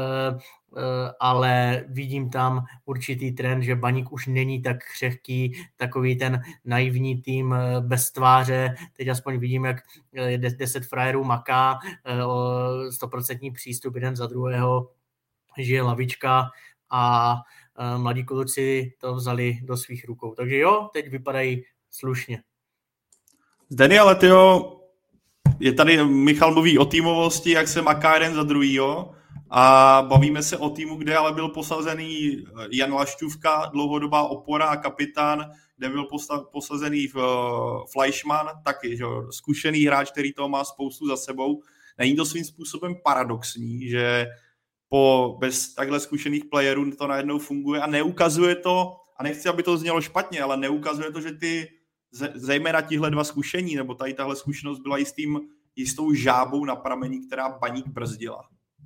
ale vidím tam určitý trend, že Baník už není tak křehký, takový ten naivní tým bez tváře, teď aspoň vidím, jak deset frajerů maká, stoprocentní přístup jeden za druhého, žije lavička a mladí kluci to vzali do svých rukou. Takže jo, teď vypadají slušně.
Zdeny, ale tyjo, je tady, Michal mluví o týmovosti, jak se maká jeden za druhýho a bavíme se o týmu, kde ale byl posazený Jan Lašťůvka, dlouhodobá opora a kapitán, kde byl posazený Fleischmann, taky že, zkušený hráč, který toho má spoustu za sebou. Není to svým způsobem paradoxní, že po bez takhle zkušených playerů to najednou funguje a neukazuje to, a nechci, aby to znělo špatně, ale neukazuje to, že ty zejména tihle dva zkušení, nebo tady tahle zkušenost byla jistým, jistou žábou na pramení, která Baník brzdila.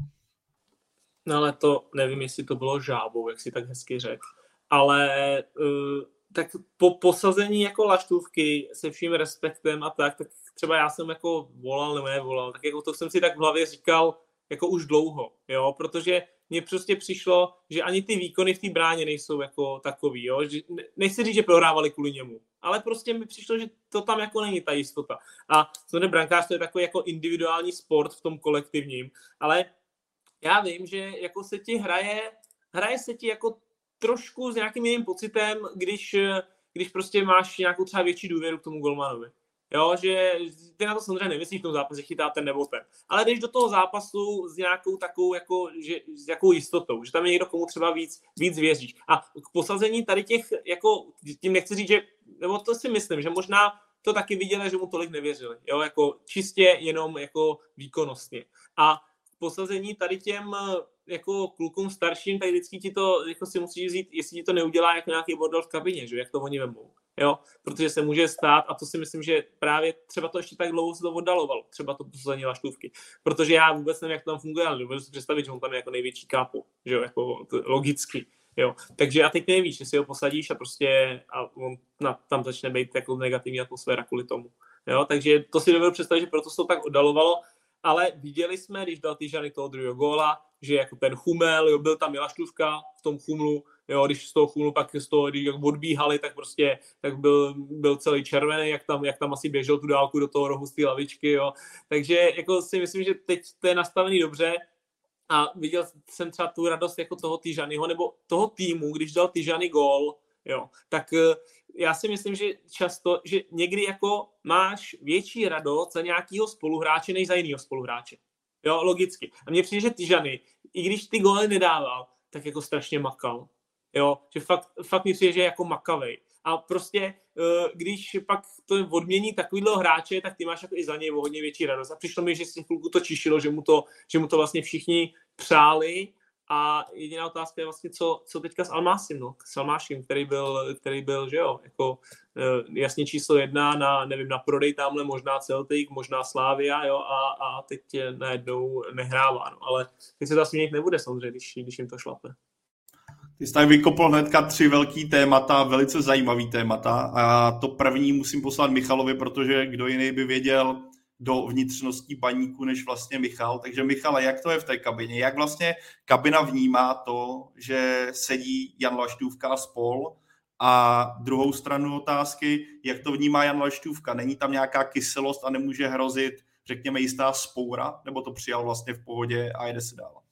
No ale to nevím, jestli to bylo žábou, jak si tak hezky řekl, ale uh, tak po posazení jako Laštůvky se vším respektem a tak, tak třeba já jsem jako volal nebo nevolal, tak jako to jsem si tak v hlavě říkal jako už dlouho, jo, protože mně prostě přišlo, že ani ty výkony v té bráně nejsou jako takový, jo, že, nechci říct, že prohrávali kvůli němu, ale prostě mi přišlo, že to tam jako není ta jistota. A samozřejmě brankář to je takový jako individuální sport v tom kolektivním, ale já vím, že jako se ti hraje, hraje se ti jako trošku s nějakým jiným pocitem, když, když prostě máš nějakou třeba větší důvěru k tomu golmanovi. Jo, že ty na to samozřejmě nemyslíš v tom zápase, chytá ten nebo ten. Ale jdeš do toho zápasu s nějakou takovou jako, že, s jakou jistotou, že tam je někdo, komu třeba víc, víc věříš. A k posazení tady těch, jako, tím nechci říct, že, nebo to si myslím, že možná to taky viděli, že mu tolik nevěřili. Jo, jako čistě jenom jako výkonnostně. A posazení tady těm jako klukům starším, tak vždycky ti to, jako si musíš říct, jestli ti to neudělá jako nějaký bordel v kabině, že jak to oni vemou. Jo, protože se může stát, a to si myslím, že právě třeba to ještě tak dlouho se to oddalovalo, třeba to posazení Laštůvky, protože já vůbec nevím, jak to tam funguje, ale dovedu si představit, že on tam je jako největší kápo, že jo, jako logicky, jo, takže a teď nevíš, jestli ho posadíš a prostě a on na, tam začne být jako negativní atmosféra kvůli tomu, jo, takže to si dovedu představit, že proto se to tak oddalovalo, ale viděli jsme, když dal Tijani toho druhého góla, že jako ten Chumel, jo, byl tam Laštůvka v tom Chumlu, jo, když z toho Chumlu pak z toho, když odbíhali, tak prostě tak byl, byl celý červený, jak tam, jak tam asi běžel tu dálku do toho rohu z té lavičky, jo. Takže jako si myslím, že teď to je nastavený dobře a viděl jsem třeba tu radost jako toho Tijaniho, nebo toho týmu, když dal Tijani gól, jo, tak já si myslím, že často, že někdy jako máš větší radost za nějakého spoluhráče, než za jinýho spoluhráče. Jo, logicky. A mně přijde, že Tijani i když ty góly nedával, tak jako strašně makal. Jo, že fakt, fakt mi přijde, že je jako makavej. A prostě, když pak to odmění takovýhle hráče, tak ty máš jako i za něj hodně větší radost. A přišlo mi, že z těch kluků to čišilo, že mu to, že mu to vlastně všichni přáli. A jediná otázka je vlastně, co, co teďka s Almásim, no, s Almášem, který byl, který byl, že jo, jako jasně číslo jedna na, nevím, na prodej tamhle, možná Celtic, možná Slavia, jo, a, a teď najednou nehrává, no, ale teď se to asi měnit nebude samozřejmě, když, když jim to šlape.
Ty jsi tady vykopl hnedka tři velký témata, velice zajímavý témata a to první musím poslat Michalovi, protože kdo jiný by věděl do vnitřností Baníku než vlastně Michal. Takže Michale, jak to je v té kabině? Jak vlastně kabina vnímá to, že sedí Jan Laštůvka a spol? A druhou stranu otázky, jak to vnímá Jan Laštůvka? Není tam nějaká kyselost a nemůže hrozit, řekněme, jistá spoura? Nebo to přijal vlastně v pohodě a jede se dál?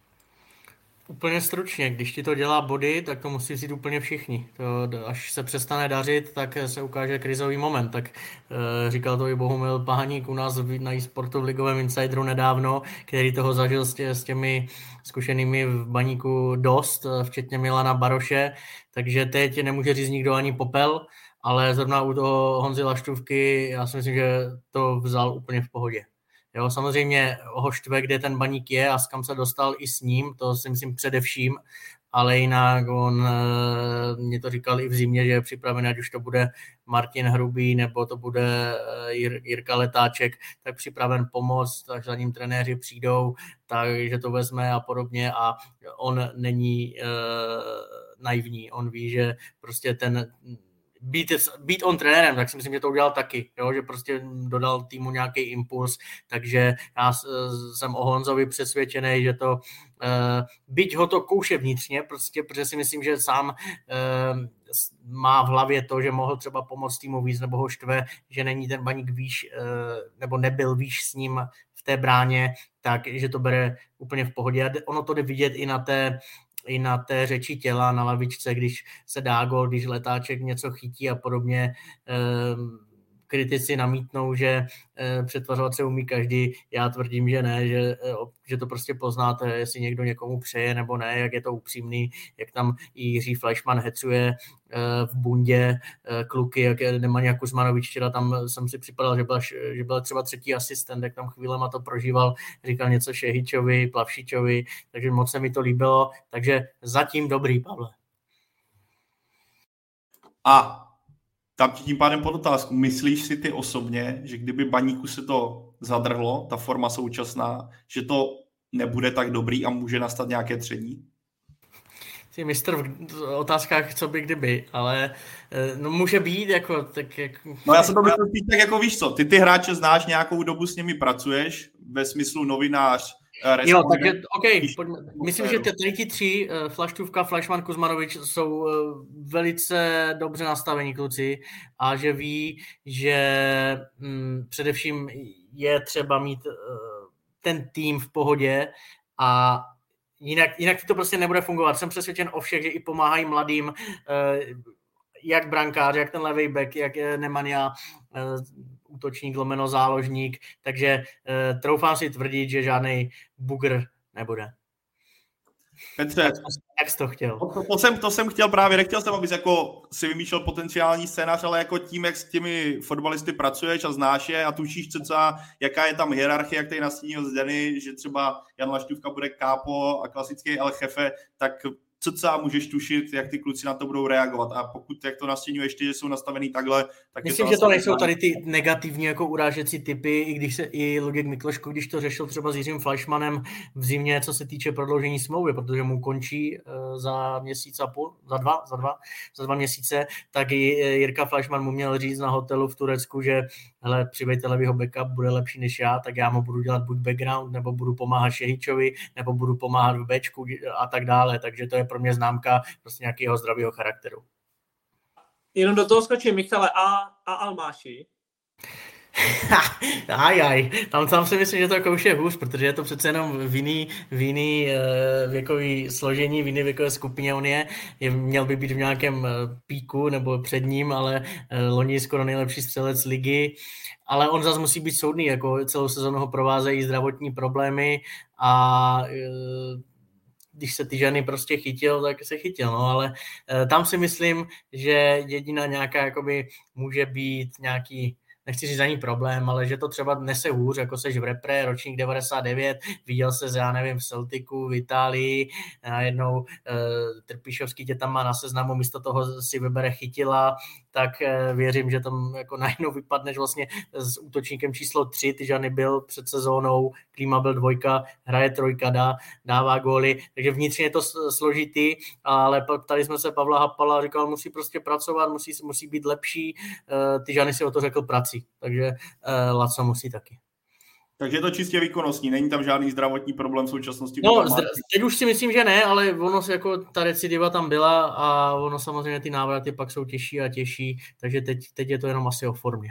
Úplně stručně, když ti to dělá body, tak to musí vzít úplně všichni. To, až se přestane dařit, tak se ukáže krizový moment. Tak e, říkal to i Bohumil Pahaník u nás na eSportu v Ligovém Insideru nedávno, který toho zažil s, tě, s těmi zkušenými v Baníku dost, včetně Milana Baroše, takže teď nemůže říct nikdo ani popel, ale zrovna u toho Honzy Laštůvky, já si myslím, že to vzal úplně v pohodě. Jo, samozřejmě ho štve, kde ten Baník je a s kam se dostal i s ním, to si myslím především, ale jinak on mě to říkal i v zimě, že je připravený, ať už to bude Martin Hrubý nebo to bude Jir, Jirka Letáček, tak připraven pomoct, až za ním trenéři přijdou, takže to vezme a podobně a on není e, naivní, on ví, že prostě ten Být, být on trenérem, tak si myslím, že to udělal taky, jo? Že prostě dodal týmu nějaký impuls, takže já jsem o Honzovi přesvědčený, že to, uh, byť ho to kouše vnitřně, prostě, protože si myslím, že sám uh, má v hlavě to, že mohl třeba pomoct týmu víc, nebo ho štve, že není ten Baník výš, uh, nebo nebyl výš s ním v té bráně, tak že to bere úplně v pohodě. A ono to jde vidět i na té i na té řeči těla, na lavičce, když se dá gol, když Letáček něco chytí a podobně. Kritici namítnou, že přetvařovat se umí každý. Já tvrdím, že ne, že, že to prostě poznáte, jestli někdo někomu přeje nebo ne, jak je to upřímný, jak tam i Jiří Fleischmann hecuje v bundě kluky, jak je Nemanja Kuzmanovič, včera tam jsem si připadal, že byl, že byl třeba třetí asistent, jak tam chvílema to prožíval, říkal něco Šehičovi, Plavšičovi, takže moc se mi to líbilo, takže zatím dobrý, Pavle.
A tam ti tím pádem pod otázku, myslíš si ty osobně, že kdyby Baníku se to zadrhlo, ta forma současná, že to nebude tak dobrý a může nastat nějaké tření?
Jsi mistr v otázkách, co by kdyby, ale no může být, jako tak jak...
No já se to myslím spíš tak, jako víš co, ty ty hráče znáš, nějakou dobu s nimi pracuješ, ve smyslu novinář,
jo, takže OK, pojďme. Myslím, že ty ti tři, Flaštůvka, Fleischmann, Kuzmanovič, jsou velice dobře nastavení kluci a že ví, že hm, především je třeba mít uh, ten tým v pohodě a jinak, jinak to prostě nebude fungovat. Jsem přesvědčen o všech, že i pomáhají mladým, uh, jak brankář, jak ten levej back, jak Nemanja, uh, útočník, lomeno záložník, takže e, troufám si tvrdit, že žádnej bugr nebude.
Petře,
jak jsi to chtěl?
To, to, jsem, to jsem chtěl právě, nechtěl jsem, abys jako si vymýšlel potenciální scénář, ale jako tím, jak s těmi fotbalisty pracuješ a znáš je a tušíš třeba, jaká je tam hierarchie, jak tady nastínil Zdeny, že třeba Jan Laštůvka bude kápo a klasický El Jefe, tak co třeba můžeš tušit, jak ty kluci na to budou reagovat. A pokud, jak to nastěňuje ještě, že jsou nastavený takhle, tak
myslím, že to nejsou tady ty negativní jako urážecí typy, i když se i Luděk Mikloško, když to řešil třeba s Jiřím Fleischmannem v zimě, co se týče prodloužení smlouvy, protože mu končí uh, za měsíc a půl, za dva, za dva, za dva měsíce, tak i Jirka Fleischmann mu měl říct na hotelu v Turecku, že hele, přivejte levýho backup, bude lepší než já, tak já mu budu dělat buď background, nebo budu pomáhat Šehičovi, nebo budu pomáhat v Bčku a tak dále, takže to je pro mě známka prostě nějakého zdravého charakteru.
Jenom do toho skočí Michale a, a Almáši.
aj, aj, tam, tam si myslím, že to kouše hůř, protože je to přece jenom v jiný, v jiný uh, věkový složení, v jiné věkové skupině on je, je, měl by být v nějakém uh, píku nebo před ním, ale uh, loni skoro nejlepší střelec ligy, ale on zase musí být soudný, jako celou sezonu ho provázejí zdravotní problémy a uh, když se Tyžany prostě chytil, tak se chytil, no, ale tam si myslím, že jediná nějaká, jakoby, může být nějaký, nechci říct ani problém, ale že to třeba nese hůř, jako seš v repre, ročník devadesát devět, viděl se, já nevím, v Celticu, v Itálii, najednou e, Trpišovský tě tam má na seznamu, místo toho si vybere Chytila, tak e, věřím, že tam jako najednou vypadneš vlastně s útočníkem číslo tři, Tyžany byl před sezónou, Klíma byl dvojka, hraje trojka, dá, dává góly, takže vnitřně je to složitý, ale tady jsme se Pavla Hapala, říkal, musí prostě pracovat, musí, musí být lepší, e, Tyžany si o to řekl prací. Takže uh, Laco musí taky.
Takže je to čistě výkonnostní, není tam žádný zdravotní problém v současnosti?
No, zdra- teď už si myslím, že ne, ale ono jako ta recidiva tam byla a ono samozřejmě ty návraty pak jsou těžší a těžší, takže teď, teď je to jenom asi o formě.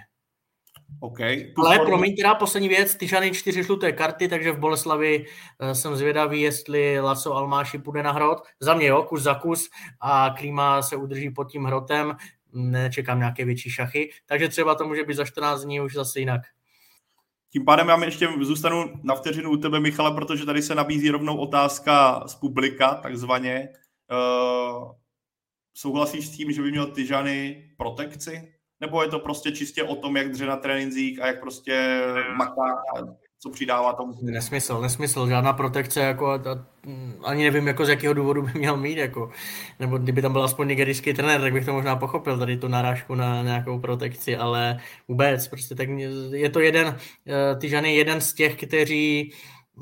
Okay.
Ale
formu...
promiň, teda poslední věc, Tyžany čtyři žluté karty, takže v Boleslavi uh, jsem zvědavý, jestli Laco Almáši půjde na hrot. Za mě jo, kus za kus a Klíma se udrží pod tím hrotem, nečekám nějaké větší šachy, takže třeba to může být za čtrnáct dní už zase jinak.
Tím pádem já ještě zůstanu na vteřinu u tebe, Michale, protože tady se nabízí rovnou otázka z publika, takzvaně. Uh, souhlasíš s tím, že by měl Tyžany protekci? Nebo je to prostě čistě o tom, jak dře na trénincích a jak prostě maká, co přidává tomu?
Nesmysl, nesmysl, žádná protekce, jako a, a, ani nevím, jako z jakého důvodu by měl mít, jako, nebo kdyby tam byl aspoň nigerijský trenér, tak bych to možná pochopil, tady tu narážku na nějakou protekci, ale vůbec, prostě tak je to jeden, Tyžany jeden z těch, kteří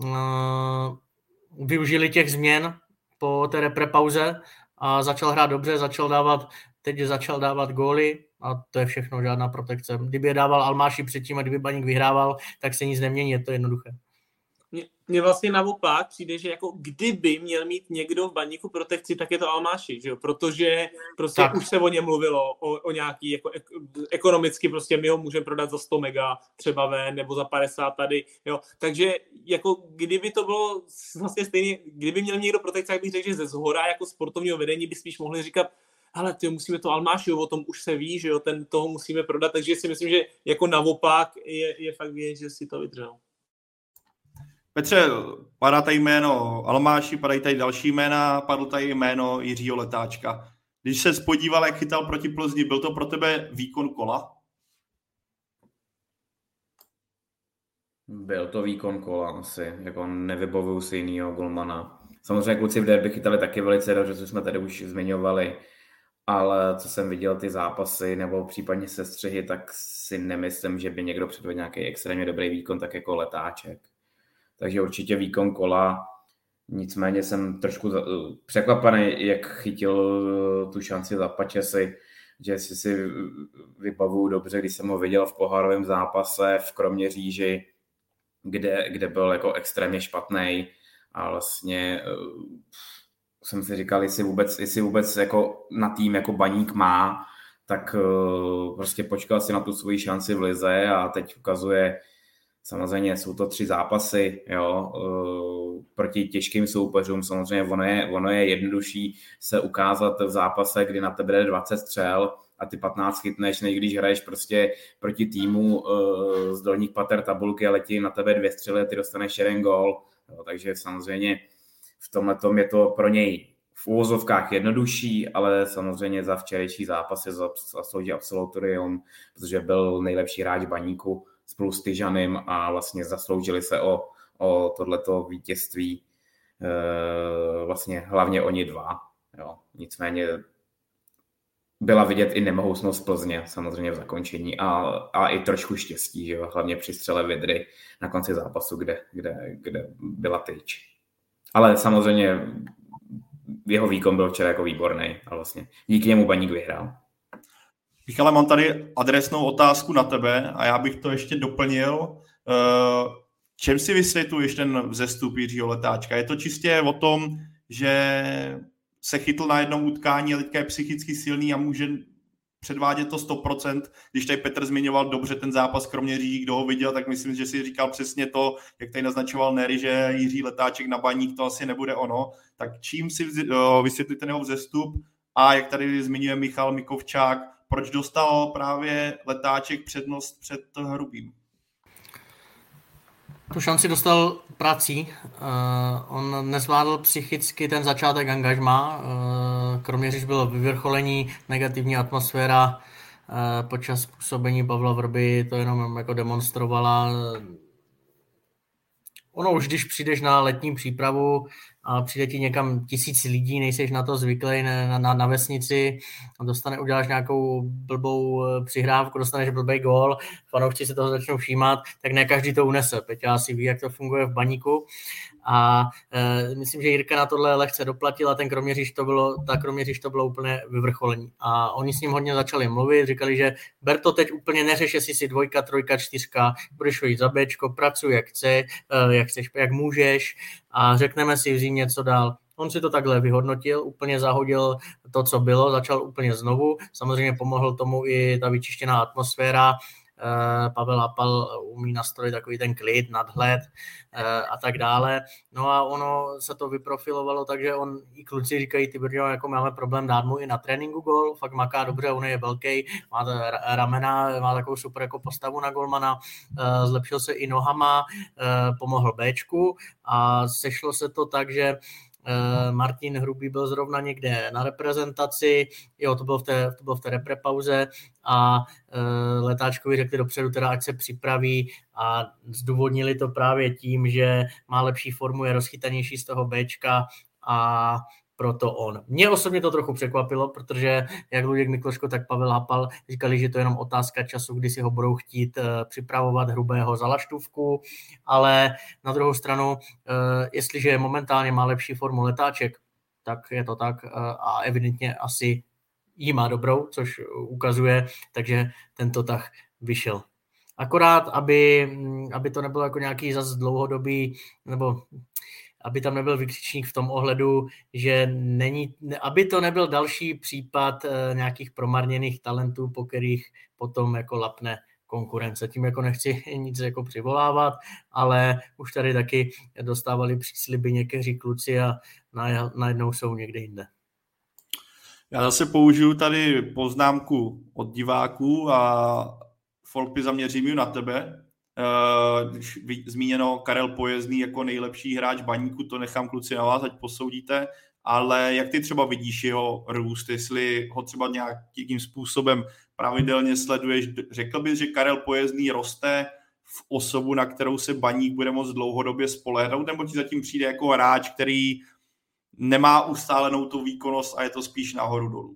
uh, využili těch změn po té reprepauze a začal hrát dobře, začal dávat, teď začal dávat góly, a to je všechno, žádná protekce. Kdyby je dával Almáši předtím a kdyby Baník vyhrával, tak se nic nemění, je to jednoduché.
Mně vlastně naopak přijde, že jako kdyby měl mít někdo v Baníku protekci, tak je to Almáši, že jo? Protože prostě tak. Už se o něm mluvilo, o, o nějaký jako ek, ekonomicky prostě my ho můžeme prodat za sto mega třeba ven, nebo za padesát tady, jo? Takže jako kdyby to bylo vlastně stejně, kdyby měl někdo protekci, tak bych řekl, že ze zhora jako sportovního vedení by spíš mohli říkat, hele, ty musíme to Almáši, o tom už se ví, že jo, ten toho musíme prodat, takže si myslím, že jako naopak je, je fakt vidět, že si to vydržel.
Petře, padá tady jméno Almáši, padají tady další jména, padl tady jméno Jiřího Letáčka. Když se podíval, jak chytal proti Plzni, byl to pro tebe výkon kola?
Byl to výkon kola asi, jako nevybavuju si jinýho golmana. Samozřejmě kluci v derby chytali taky velice dobře, co jsme tady už zmiňovali, ale co jsem viděl ty zápasy nebo případně sestřihy, tak si nemyslím, že by někdo předvedl nějaký extrémně dobrý výkon, tak jako Letáček. Takže určitě výkon kola, nicméně jsem trošku překvapený, jak chytil tu šanci za Pačesy, že si si vybavuju dobře, když jsem ho viděl v pohárovém zápase v Kroměříži, kde, kde byl jako extrémně špatný a vlastně jsem si říkal, jestli vůbec, jestli vůbec jako na tým jako Baník má, tak prostě počkal si na tu svoji šanci v lize a teď ukazuje, samozřejmě jsou to tři zápasy, jo, proti těžkým soupeřům, samozřejmě ono je, ono je jednodušší se ukázat v zápase, kdy na tebe jde dvacet střel a ty patnáct chytneš, než když hraješ prostě proti týmu z dolních pater tabulky a letí na tebe dvě střely a ty dostaneš jeden gól, jo, takže samozřejmě v tomhletom je to pro něj v úvozovkách jednodušší, ale samozřejmě za včerejší zápasy zaslouží absolutorium, protože byl nejlepší hráč Baníku spolu s Tyžanem a vlastně zasloužili se o, o tohleto vítězství e, vlastně hlavně oni dva. Jo. Nicméně byla vidět i nemohoucnost Plzně samozřejmě v zakončení a, a i trošku štěstí, že jo? Hlavně při střele Vydry na konci zápasu, kde, kde, kde byla tyč. Ale samozřejmě jeho výkon byl včera jako výborný a vlastně díky němu Baník vyhrál.
Michale, mám tady adresnou otázku na tebe a já bych to ještě doplnil. Čem si vysvětluješ ten vzestup Jiřího Letáčka? Je to čistě o tom, že se chytl na jednom utkání a teďka je psychicky silný a může předvádět to sto procent. Když tady Petr zmiňoval dobře ten zápas Kroměříží, kdo ho viděl, tak myslím, že si říkal přesně to, jak tady naznačoval Nery, že Jiří Letáček na Baník, to asi nebude ono. Tak čím si vysvětlí ten jeho vzestup a jak tady zmiňuje Michal Mikovčák, proč dostal právě Letáček přednost před Hrubým?
Tu šanci dostal prací. Uh, on nezvládl psychicky ten začátek angažmá. Uh, Kroměříž bylo vyvrcholení, negativní atmosféra uh, počas působení Pavla Vrby to jenom jako demonstrovala. Ono už, když přijdeš na letní přípravu a přijde ti někam tisíc lidí, nejseš na to zvyklý na, na, na vesnici, a dostane, uděláš nějakou blbou přihrávku, dostaneš blbý gól, fanoušci se toho začnou všímat, tak ne každý to unese. Peťa asi ví, jak to funguje v Baníku. A e, myslím, že Jirka na tohle lehce doplatil a ten Kroměříž to bylo, ta Kroměříž to bylo úplně vyvrcholení. A oni s ním hodně začali mluvit, říkali, že ber to teď úplně neřeš, jestli si dvojka, trojka, čtyřka, budeš jít za béčko, pracuj jak chce, e, jak chceš, jak můžeš a řekneme si v zimě, co dál. On si to takhle vyhodnotil, úplně zahodil to, co bylo, začal úplně znovu. Samozřejmě pomohl tomu i ta vyčištěná atmosféra. Pavel Hapal umí nastrojit takový ten klid, nadhled a tak dále. No a ono se to vyprofilovalo, takže on i kluci říkají, ty brďo, jako máme problém dát mu i na tréninku gol, fakt maká dobře, on je velký, má ramena, má takovou super jako postavu na golmana, zlepšil se i nohama, pomohl Bčku a sešlo se to tak, že Martin Hrubý byl zrovna někde na reprezentaci, jo, to bylo v té, to bylo v té reprepauze a e, Letáčkovi řekli dopředu teda, ať se připraví a zdůvodnili to právě tím, že má lepší formu, je rozchytanější z toho Bčka a proto on. Mě osobně to trochu překvapilo, protože jak Luděk Mikloško, tak Pavel Hapal říkali, že to je jenom otázka času, kdy si ho budou chtít uh, připravovat Hrubého za Laštůvku, ale na druhou stranu, uh, jestliže momentálně má lepší formu Letáček, tak je to tak uh, a evidentně asi jí má dobrou, což ukazuje, takže tento tah vyšel. Akorát, aby, aby to nebylo jako nějaký zas dlouhodobý, nebo aby tam nebyl vykřičník v tom ohledu, že není, aby to nebyl další případ e, nějakých promarněných talentů, po kterých potom jako lapne konkurence. Tím jako nechci nic jako přivolávat, ale už tady taky dostávali přísliby někteří kluci a najednou jsou někde jinde.
Já zase použiju tady poznámku od diváků a Folkpy zaměřím ji na tebe. Když zmíněno Karel Pojezný jako nejlepší hráč Baníku, to nechám kluci na vás, ať posoudíte, ale jak ty třeba vidíš jeho růst, jestli ho třeba nějakým způsobem pravidelně sleduješ, řekl bys, že Karel Pojezný roste v osobu, na kterou se Baník bude moct dlouhodobě spolehnout, nebo ti zatím přijde jako hráč, který nemá ustálenou tu výkonnost a je to spíš nahoru dolů?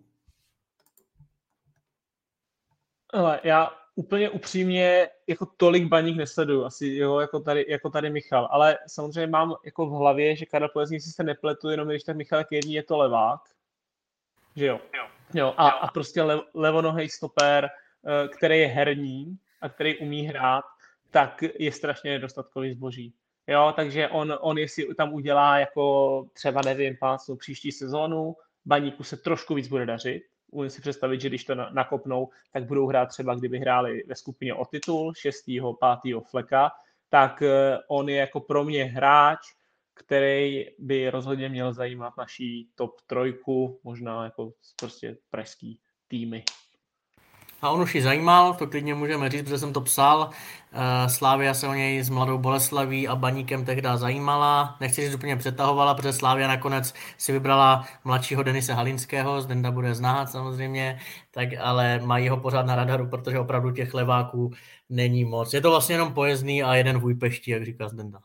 Ale já úplně upřímně jako tolik Baník nesleduju, asi jo, jako tady, jako tady Michal, ale samozřejmě mám jako v hlavě, že Karel Pojezný, si se nepletu, jenom když tak Michal Kvědní je to levák, že jo, jo, jo a, a prostě lev, levonohej stoper, který je herní a který umí hrát, tak je strašně nedostatkový zboží. Jo, takže on, on jestli tam udělá jako třeba, nevím, pásnu příští sezónu, Baníku se trošku víc bude dařit. Umím si představit, že když to nakopnou, tak budou hrát třeba, kdyby hráli ve skupině o titul, šestého, pátého fleka, tak on je jako pro mě hráč, který by rozhodně měl zajímat naší top trojku, možná jako prostě pražský týmy.
A on už ji zajímal, to klidně můžeme říct, protože jsem to psal. Slavia se o něj s Mladou Boleslaví a Baníkem tehdy zajímala. Nechci říct úplně přetahovala, protože Slavia nakonec si vybrala mladšího Denise Halinského, Zdenda bude znát samozřejmě, tak, ale mají ho pořád na radaru, protože opravdu těch leváků není moc. Je to vlastně jenom Pojezný a jeden v Újpešti, jak říká Zdenda.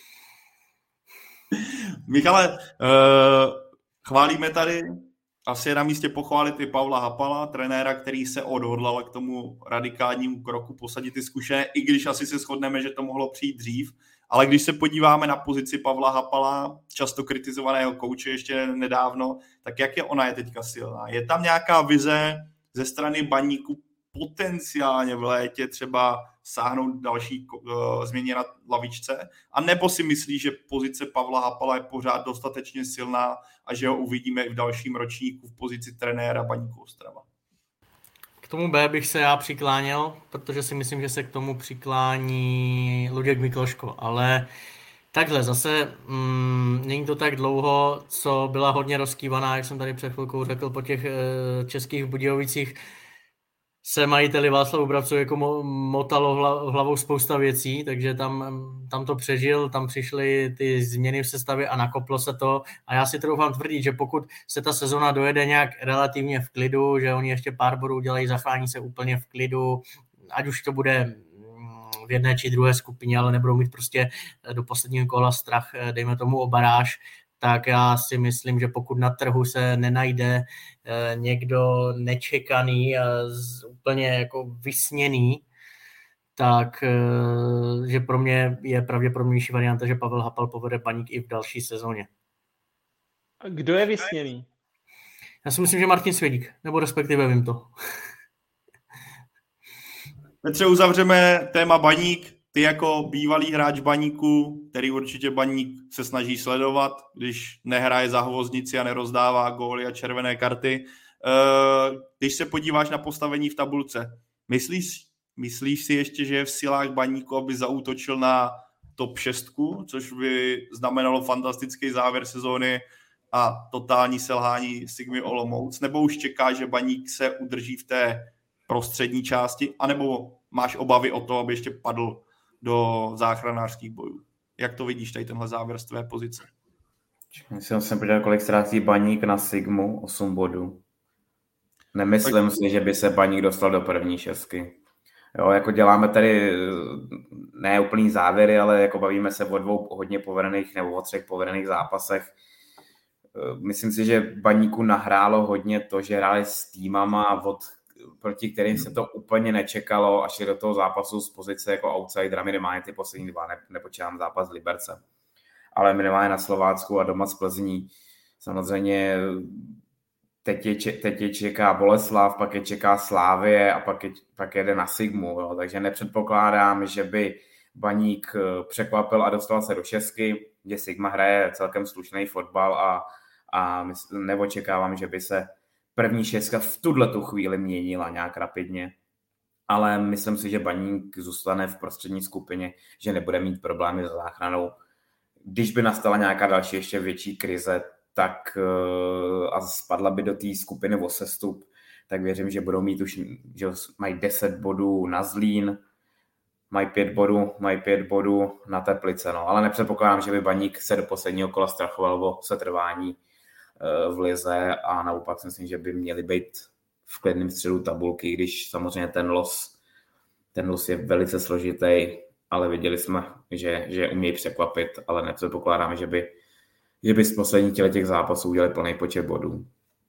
Michale, uh, chválíme tady. Asi je na místě pochválit i Pavla Hapala, trenéra, který se odhodlal k tomu radikálnímu kroku posadit ty zkušené, i když asi se shodneme, že to mohlo přijít dřív. Ale když se podíváme na pozici Pavla Hapala, často kritizovaného kouče ještě nedávno, tak jak je ona je teďka silná? Je tam nějaká vize ze strany Baníku potenciálně v létě třeba sáhnout další uh, změně na lavičce? A nebo si myslí, že pozice Pavla Hapala je pořád dostatečně silná a že ho uvidíme i v dalším ročníku v pozici trenéra Baníku Ostrava?
K tomu B bych se já přikláněl, protože si myslím, že se k tomu přiklání Luděk Mikloško, ale takhle zase mm, není to tak dlouho, co byla hodně rozkývaná, jak jsem tady před chvilkou řekl, po těch e, českých Budějovicích. se majiteli Václavu Brabcovi jako motalo hlavou spousta věcí, takže tam, tam to přežil, tam přišly ty změny v sestavě a nakoplo se to a já si troufám tvrdit, že pokud se ta sezona dojede nějak relativně v klidu, že oni ještě pár bodů udělají, zachrání se úplně v klidu, ať už to bude v jedné či druhé skupině, ale nebudou mít prostě do posledního kola strach, dejme tomu o baráž, tak já si myslím, že pokud na trhu se nenajde někdo nečekaný a úplně jako vysněný, tak že pro mě je pravděpodobnější varianta, že Pavel Hapal povede Baník i v další sezóně.
A kdo je vysněný?
Já si myslím, že Martin Svědík, nebo respektive vím to.
Petře, uzavřeme téma Baník. Ty jako bývalý hráč Baníku, který určitě Baník se snaží sledovat, když nehraje za hvoznici a nerozdává góly a červené karty. Když se podíváš na postavení v tabulce, myslíš, myslíš si ještě, že je v silách Baníku, aby zaútočil na top šestku, což by znamenalo fantastický závěr sezóny a totální selhání Sigmy Olomouc, nebo už čeká, že Baník se udrží v té prostřední části, anebo máš obavy o to, aby ještě padl do záchranářských bojů? Jak to vidíš, tady tenhle závěr z tvé pozice?
Myslím, jsem podíval, kolik ztrácí Baník na Sigmu, osm bodů. Nemyslím tak... si, že by se Baník dostal do první šestky. Jo, jako děláme tady ne úplný závěry, ale jako bavíme se o dvou hodně povedených nebo o třech povedených zápasech. Myslím si, že Baníku nahrálo hodně to, že hráli s týmama, od, proti kterým se to úplně nečekalo a šli do toho zápasu z pozice jako outsidera, minimálně ty poslední dva, ne, nepočítám zápas z Liberce. Ale minimálně na Slovácku a doma z Plzní. Samozřejmě teď je, teď je čeká Boleslav, pak je čeká Slávie a pak, je, pak jede na Sigmu. Jo. Takže nepředpokládám, že by Baník překvapil a dostal se do šestky, kde Sigma hraje celkem slušný fotbal a, a neočekávám, že by se první šestka v tuhletu chvíli měnila nějak rapidně. Ale myslím si, že Baník zůstane v prostřední skupině, že nebude mít problémy s záchranou. Když by nastala nějaká další ještě větší krize, tak a spadla by do té skupiny o sestup, tak věřím, že budou mít už, že mají deset bodů na Zlín, mají pět bodů, mají pět bodů na Teplice, no. Ale nepředpokládám, že by Baník se do posledního kola strachoval o setrvání v lize a naopak si myslím, že by měli být v klidném středu tabulky, když samozřejmě ten los, ten los je velice složitý, ale viděli jsme, že, že umějí překvapit, ale nepředpokládám, že by že by z posledních těch zápasů udělali plný počet bodů.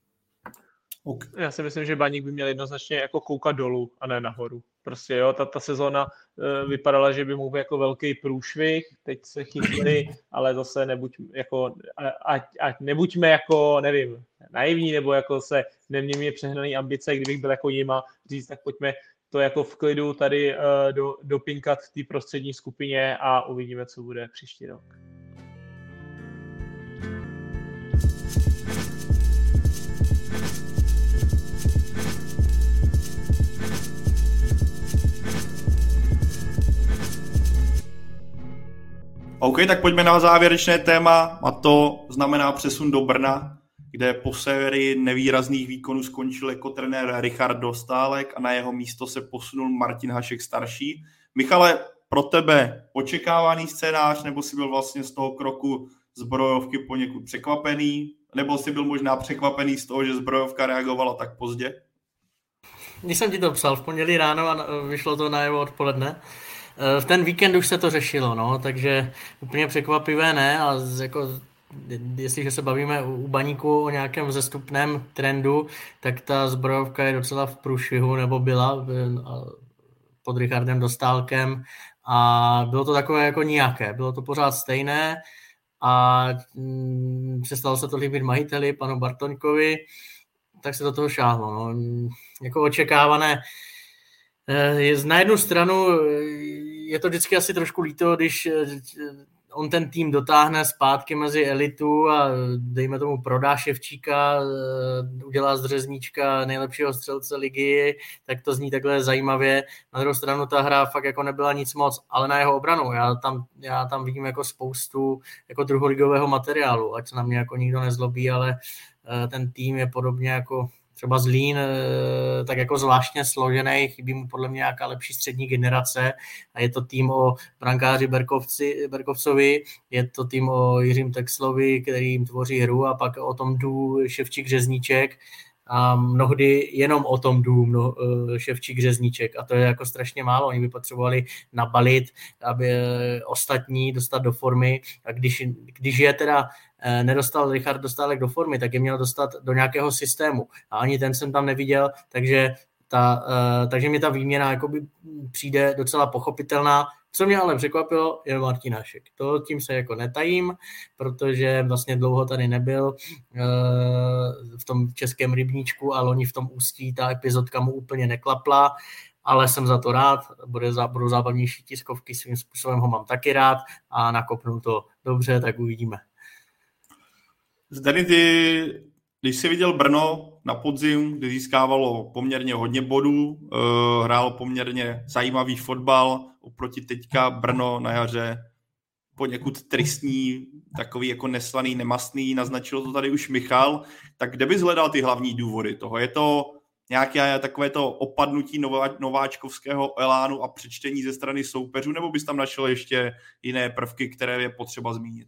Okay. Já si myslím, že Baník by měl jednoznačně jako koukat dolů a ne nahoru. Prostě jo, ta, ta sezóna e, vypadala, že by mohl být jako velký průšvih, teď se chytili, ale zase nebuď jako, ať, ať nebuďme jako, nevím, naivní, nebo jako se nemějme přehnaný ambice, kdybych byl jako jima říct, tak pojďme to jako v klidu tady e, do, dopinkat v té prostřední skupině a uvidíme, co bude příští rok.
OK, tak pojďme na závěrečné téma a to znamená přesun do Brna, kde po sérii nevýrazných výkonů skončil jako trenér Richard Dostálek a na jeho místo se posunul Martin Hašek starší. Michale, pro tebe očekávaný scénář, nebo jsi byl vlastně z toho kroku Zbrojovky poněkud překvapený, nebo jsi byl možná překvapený z toho, že Zbrojovka reagovala tak pozdě?
Když jsem ti to psal v pondělí ráno a vyšlo to najevo odpoledne, v ten víkend už se to řešilo, no, takže úplně překvapivé ne, a jako, jestliže se bavíme u Baníku o nějakém vzestupném trendu, tak ta Zbrojovka je docela v průšvihu, nebo byla pod Richardem Dostálkem a bylo to takové jako nijaké, bylo to pořád stejné a mm, přestalo se to líbit majiteli, panu Bartoňkovi, tak se do toho šáhlo, no, jako očekávané. Na jednu stranu je to vždycky asi trošku líto, když on ten tým dotáhne zpátky mezi elitu a dejme tomu prodá Ševčíka, udělá z Řezníčka nejlepšího střelce ligy, tak to zní takhle zajímavě. Na druhou stranu ta hra fakt jako nebyla nic moc, ale na jeho obranu. Já tam, já tam vidím jako spoustu jako druholigového materiálu, ať se na mě jako nikdo nezlobí, ale ten tým je podobně jako třeba Zlín tak jako zvláštně složený, chybí mu podle mě nějaká lepší střední generace a je to tým o brankáři Berkovci, Berkovcovi, je to tým o Jiřím Texlovi, který jim tvoří hru a pak o tom Dů Ševčík Řezníček a mnohdy jenom o tom Dů mno, Ševčík Řezníček a to je jako strašně málo, oni by potřebovali nabalit, aby ostatní dostat do formy a když, když je teda nedostal Richard Dostálek do formy, tak je měl dostat do nějakého systému a ani ten jsem tam neviděl, takže, ta, takže mi ta výměna jakoby přijde docela pochopitelná. Co mě ale překvapilo, je Martin Hašek. To tím se jako netajím, protože vlastně dlouho tady nebyl v tom českém rybníčku a loni v tom Ústí ta epizodka mu úplně neklapla, ale jsem za to rád, bude, budou zábavnější tiskovky, svým způsobem ho mám taky rád a nakopnu to dobře, tak uvidíme.
Zdeny, ty, když jsi viděl Brno na podzim, kdy získávalo poměrně hodně bodů, hrálo poměrně zajímavý fotbal, oproti teďka Brno na jaře poněkud tristní, takový jako neslaný, nemastný, naznačilo to tady už Michal, tak kde bys hledal ty hlavní důvody toho? Je to nějaké takové to opadnutí nováčkovského elánu a přečtení ze strany soupeřů, nebo bys tam našel ještě jiné prvky, které je potřeba zmínit?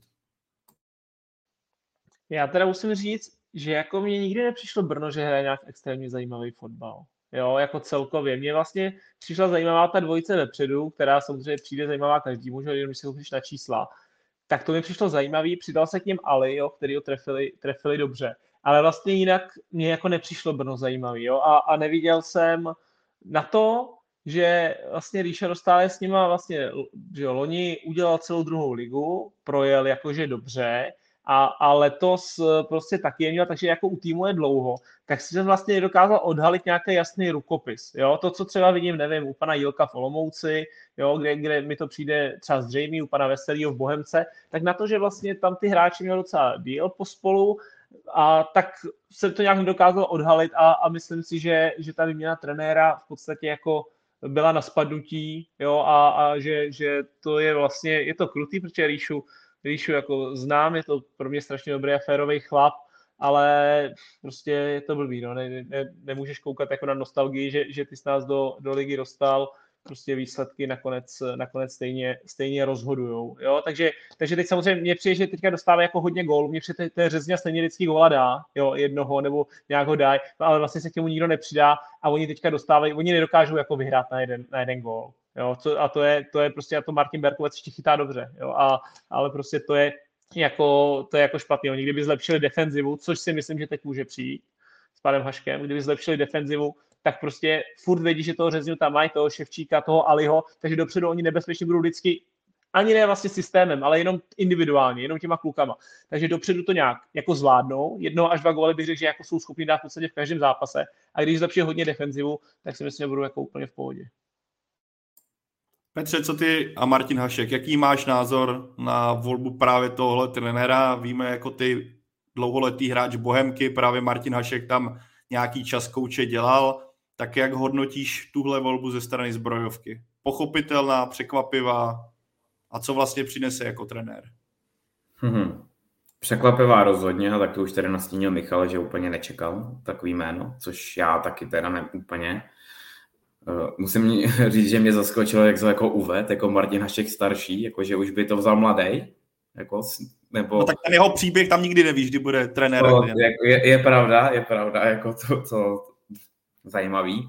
Já teda musím říct, že jako mě nikdy nepřišlo Brno, že hraje nějak extrémně zajímavý fotbal. Jo, jako celkově. Mně vlastně přišla zajímavá ta dvojice vepředu, která samozřejmě přijde zajímavá každému, že jenom když se koukneš na čísla. Tak to mi přišlo zajímavý, přidal se k něm Ali, jo, který ho trefili, trefili dobře. Ale vlastně jinak mě jako nepřišlo Brno zajímavý, jo, a, a neviděl jsem na to, že vlastně Ríša Dostálek s nima vlastně, že jo, loni udělal celou druhou ligu, projel jakože dobře, A, a letos prostě taky je měl, takže jako u týmu je dlouho, tak si vlastně nedokázal odhalit nějaký jasný rukopis. Jo? To, co třeba vidím, nevím, u pana Jilka v Olomouci, jo? Kde, kde mi to přijde třeba zřejmý, u pana Veselýho v Bohemce, tak na to, že vlastně tam ty hráči měli docela díl pospolu, a tak jsem to nějak nedokázal odhalit a, a myslím si, že, že ta výměna trenéra v podstatě jako byla na spadnutí, jo? A, a že, že to je vlastně, je to krutý, protože Ríšu Ríšu jako znám, je to pro mě strašně dobrý a férový chlap, ale prostě je to blbý, no. ne, ne, nemůžeš koukat jako na nostalgii, že, že ty jsi nás do, do ligy dostal, prostě výsledky nakonec, nakonec stejně, stejně rozhodujou, jo, takže, takže teď samozřejmě mě přijde, že teďka dostává jako hodně gólů, mě přijde, ten Řezňa stejně vždycky góla dá, jo, jednoho, nebo nějak ho dají, no, ale vlastně se k němu nikdo nepřidá a oni teďka dostávají, oni nedokážou jako vyhrát na jeden, na jeden gól. Jo, co, a to je, to je prostě, a to Martin Berkovec ještě chytá dobře, jo, a, ale prostě to je jako, to je jako špatný. Oni kdyby zlepšili defenzivu, což si myslím, že teď může přijít s panem Haškem, kdyby zlepšili defenzivu, tak prostě furt vědí, že toho Řezňu tam mají, toho Ševčíka, toho Aliho, takže dopředu oni nebezpečně budou vždycky, ani ne vlastně systémem, ale jenom individuálně, jenom těma klukama. Takže dopředu to nějak jako zvládnou. Jedno až dva góly bych řekl, že jako jsou schopni dát v podstatě v každém zápase. A když zlepší hodně defenzivu, tak si myslím, že budou jako úplně v pohodě.
Petře, co ty a Martin Hašek, jaký máš názor na volbu právě tohohle trenéra? Víme, jako ty dlouholetý hráč Bohemky, právě Martin Hašek tam nějaký čas kouče dělal, tak jak hodnotíš tuhle volbu ze strany Zbrojovky? Pochopitelná, překvapivá a co vlastně přinese jako trenér?
Hmm. Překvapivá rozhodně, tak to už tady nastínil Michal, že úplně nečekal takový jméno, což já taky teda ne úplně. Uh, musím říct, že mě zaskočilo, jak to jako uved, jako Martin Hašek starší, jako že už by to vzal mladej, jako, nebo...
No tak ten jeho příběh tam nikdy nevíš, kdy bude trenér.
To, je, je, je pravda, je pravda, jako to, to zajímavý,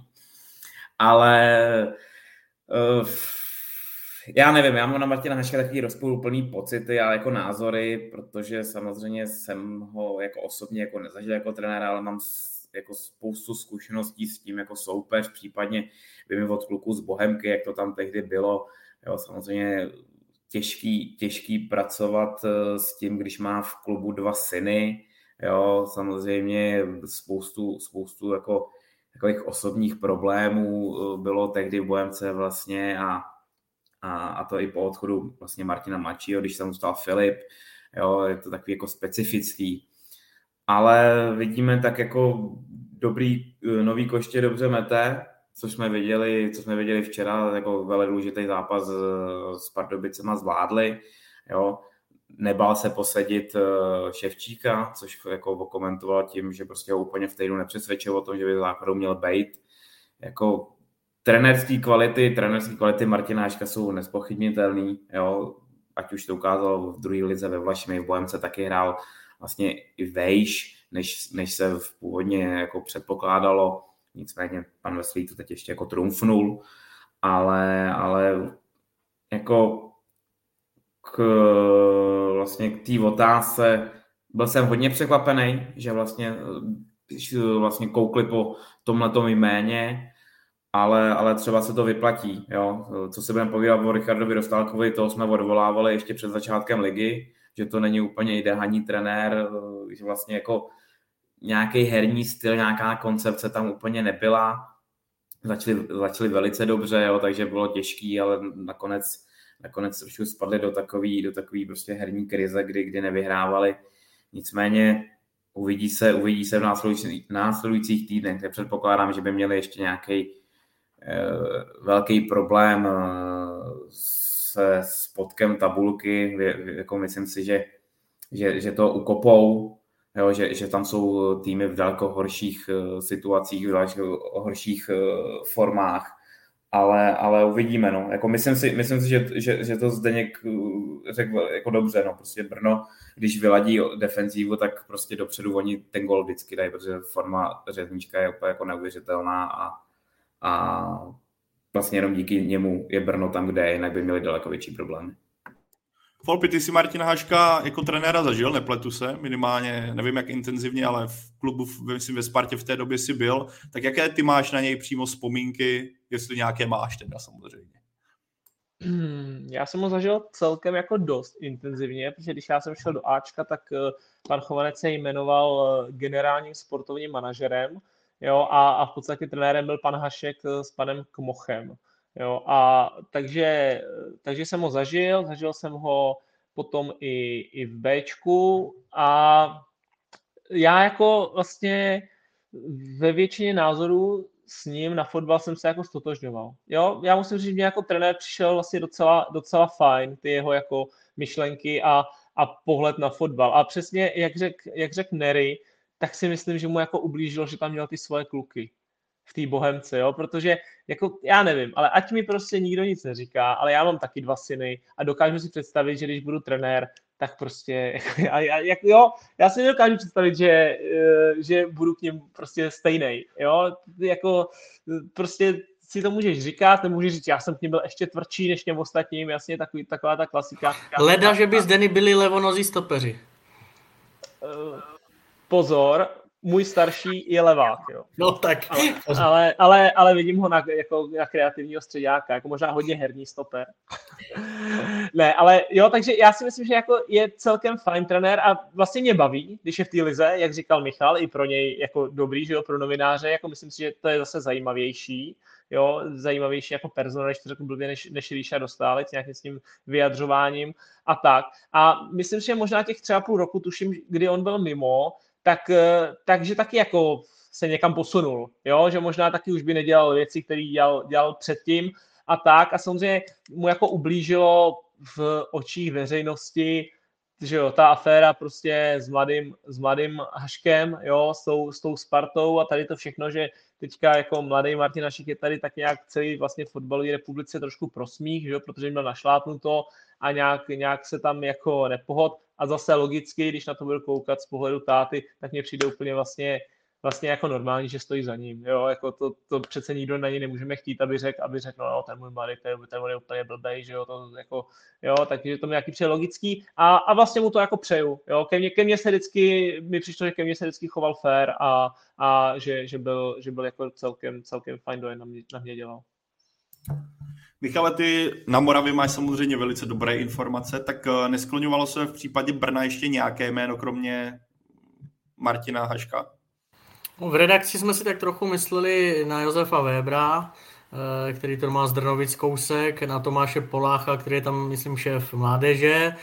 ale uh, já nevím, já mám na Martina Haška takový rozporuplný pocity a jako názory, protože samozřejmě jsem ho jako osobně jako nezažil jako trenéra, ale mám jako spoustu zkušeností s tím jako soupeř, případně vím od kluků z Bohemky, jak to tam tehdy bylo. Jo, samozřejmě těžký, těžký pracovat s tím, když má v klubu dva syny. Jo, samozřejmě spoustu, spoustu jako takových osobních problémů bylo tehdy v Bohemce vlastně a, a, a to i po odchodu vlastně Martina mladšího, když tam zůstal Filip. Jo, je to takový jako specifický. Ale vidíme tak jako dobrý nový Koště dobře mete, což jsme viděli, co jsme viděli včera, jako velmi důležitý zápas s Pardubicema zvládli. Jo. nebál se posadit Ševčíka, což jako okomentoval tím, že prostě ho úplně v týdnu nepřesvědčil o tom, že by základou měl bejt. Jako trenérský kvality, trenérský kvality Martina Haška jsou nezpochybnitelný, jo, ať už to ukázal v druhé lize ve Vlašimi, v Bohemce taky hrál vlastně i vejš, než, než se v původně jako předpokládalo. Nicméně pan Veselý to teď ještě jako trumfnul, ale, ale jako k, vlastně k té otázce byl jsem hodně překvapený, že vlastně, vlastně koukli po tomhletom jméně, ale, ale třeba se to vyplatí. Jo? Co se budeme povídat o Richardovi Dostálkovi, toho jsme odvolávali ještě před začátkem ligy, že to není úplně ideální trenér, že vlastně jako nějaký herní styl, nějaká koncepce tam úplně nebyla. Začali, začali velice dobře, jo, takže bylo těžký, ale nakonec, nakonec trošku spadli do takový, do takový prostě herní krize, kdy, kdy nevyhrávali. Nicméně uvidí se, uvidí se v následujících, následujících týdnech. Já předpokládám, že by měli ještě nějaký eh, velký problém eh, se spodkem tabulky. Jako myslím si, že, že, že to ukopou. Jo, že, že tam jsou týmy v daleko horších uh, situacích, v daleko horších uh, formách, ale, ale uvidíme. No. Jako myslím si, myslím si že, že, že to Zdeněk uh, řekl jako dobře. No. Prostě Brno, když vyladí defenzívu, tak prostě dopředu oni ten gol vždycky dají, protože forma Řeznička je úplně jako neuvěřitelná a, a vlastně jenom díky němu je Brno tam, kde je, jinak by měli daleko větší problémy.
Volpi, ty si Martina Haška jako trenéra zažil, nepletu se, minimálně, nevím jak intenzivně, ale v klubu, myslím ve Spartě v té době si byl, tak jaké ty máš na něj přímo vzpomínky, jestli nějaké máš teda samozřejmě?
Hmm, já jsem ho zažil celkem jako dost intenzivně, protože když já jsem šel do Ačka, tak pan Chovanec se jmenoval generálním sportovním manažerem, jo, a, a v podstatě trenérem byl pan Hašek s panem Kmochem. Jo, a takže, takže jsem ho zažil, zažil jsem ho potom i, i v Bčku a já jako vlastně ve většině názorů s ním na fotbal jsem se jako stotožňoval. Jo, já musím říct, že mě jako trenér přišel vlastně docela, docela fajn, ty jeho jako myšlenky a, a pohled na fotbal. A přesně, jak řekl jak řek Nery, tak si myslím, že mu jako ublížilo, že tam měl ty svoje kluky v té Bohemce, jo, protože jako já nevím, ale ať mi prostě nikdo nic neříká, ale já mám taky dva syny a dokážu si představit, že když budu trenér, tak prostě, já, já, jak, jo, já si nedokážu představit, že, že budu k něm prostě stejnej, jo, jako prostě si to můžeš říkat, nemůžeš říct, já jsem k něm byl ještě tvrdší než těm ostatním, jasně, takový, taková ta klasika.
Leda, že by z Denny byli levonozí stopeři.
Pozor, můj starší je levák, jo.
No tak.
Ale, ale, ale, ale vidím ho na, jako, na kreativního středáka, jako možná hodně herní stoper. Ne, ale jo, takže já si myslím, že jako je celkem fajn trenér a vlastně mě baví, když je v té lize, jak říkal Michal, i pro něj jako dobrý, že jo, pro novináře, jako myslím si, že to je zase zajímavější, jo, zajímavější jako personál, než to řeknu blbě, než, než Ríša Dostálec, nějakým s tím vyjadřováním a tak. A myslím si, že možná těch třeba půl roku, tuším, kdy on byl mimo, tak, takže taky jako se někam posunul, jo? Že možná taky už by nedělal věci, které dělal, dělal předtím a tak. A samozřejmě mu jako ublížilo v očích veřejnosti, že jo, ta aféra prostě s mladým, s mladým Haškem, jo, s tou, s tou Spartou a tady to všechno, že teďka jako mladý Martin Hašek je tady tak nějak celý vlastně v fotbalové republice trošku prosmích, že jo, protože měl našlápnuto a nějak, nějak se tam jako nepohod. A zase logicky, když na to budu koukat z pohledu táty, tak mně přijde úplně vlastně, vlastně jako normální, že stojí za ním. Jo, jako to, to přece nikdo na něj nemůžeme chtít, aby řekl, aby řekl, no, ten můj mladý, ten, ten je úplně blbej, že jo, to jako, jo, takže to mi nějaký přijde logický a, a vlastně mu to jako přeju, jo, ke mně, ke mně se vždycky, mi přišlo, že ke mně se vždycky choval fair a, a že, že, byl, že byl jako celkem, celkem fajn dojem na mě, na mě dělal.
Michale, ty na Moravě máš samozřejmě velice dobré informace, tak neskloňovalo se v případě Brna ještě nějaké jméno, kromě Martina Haška?
V redakci jsme si tak trochu mysleli na Josefa Webera, který to má z Drnovic kousek, na Tomáše Polácha, který je tam, myslím, šéf mládeže,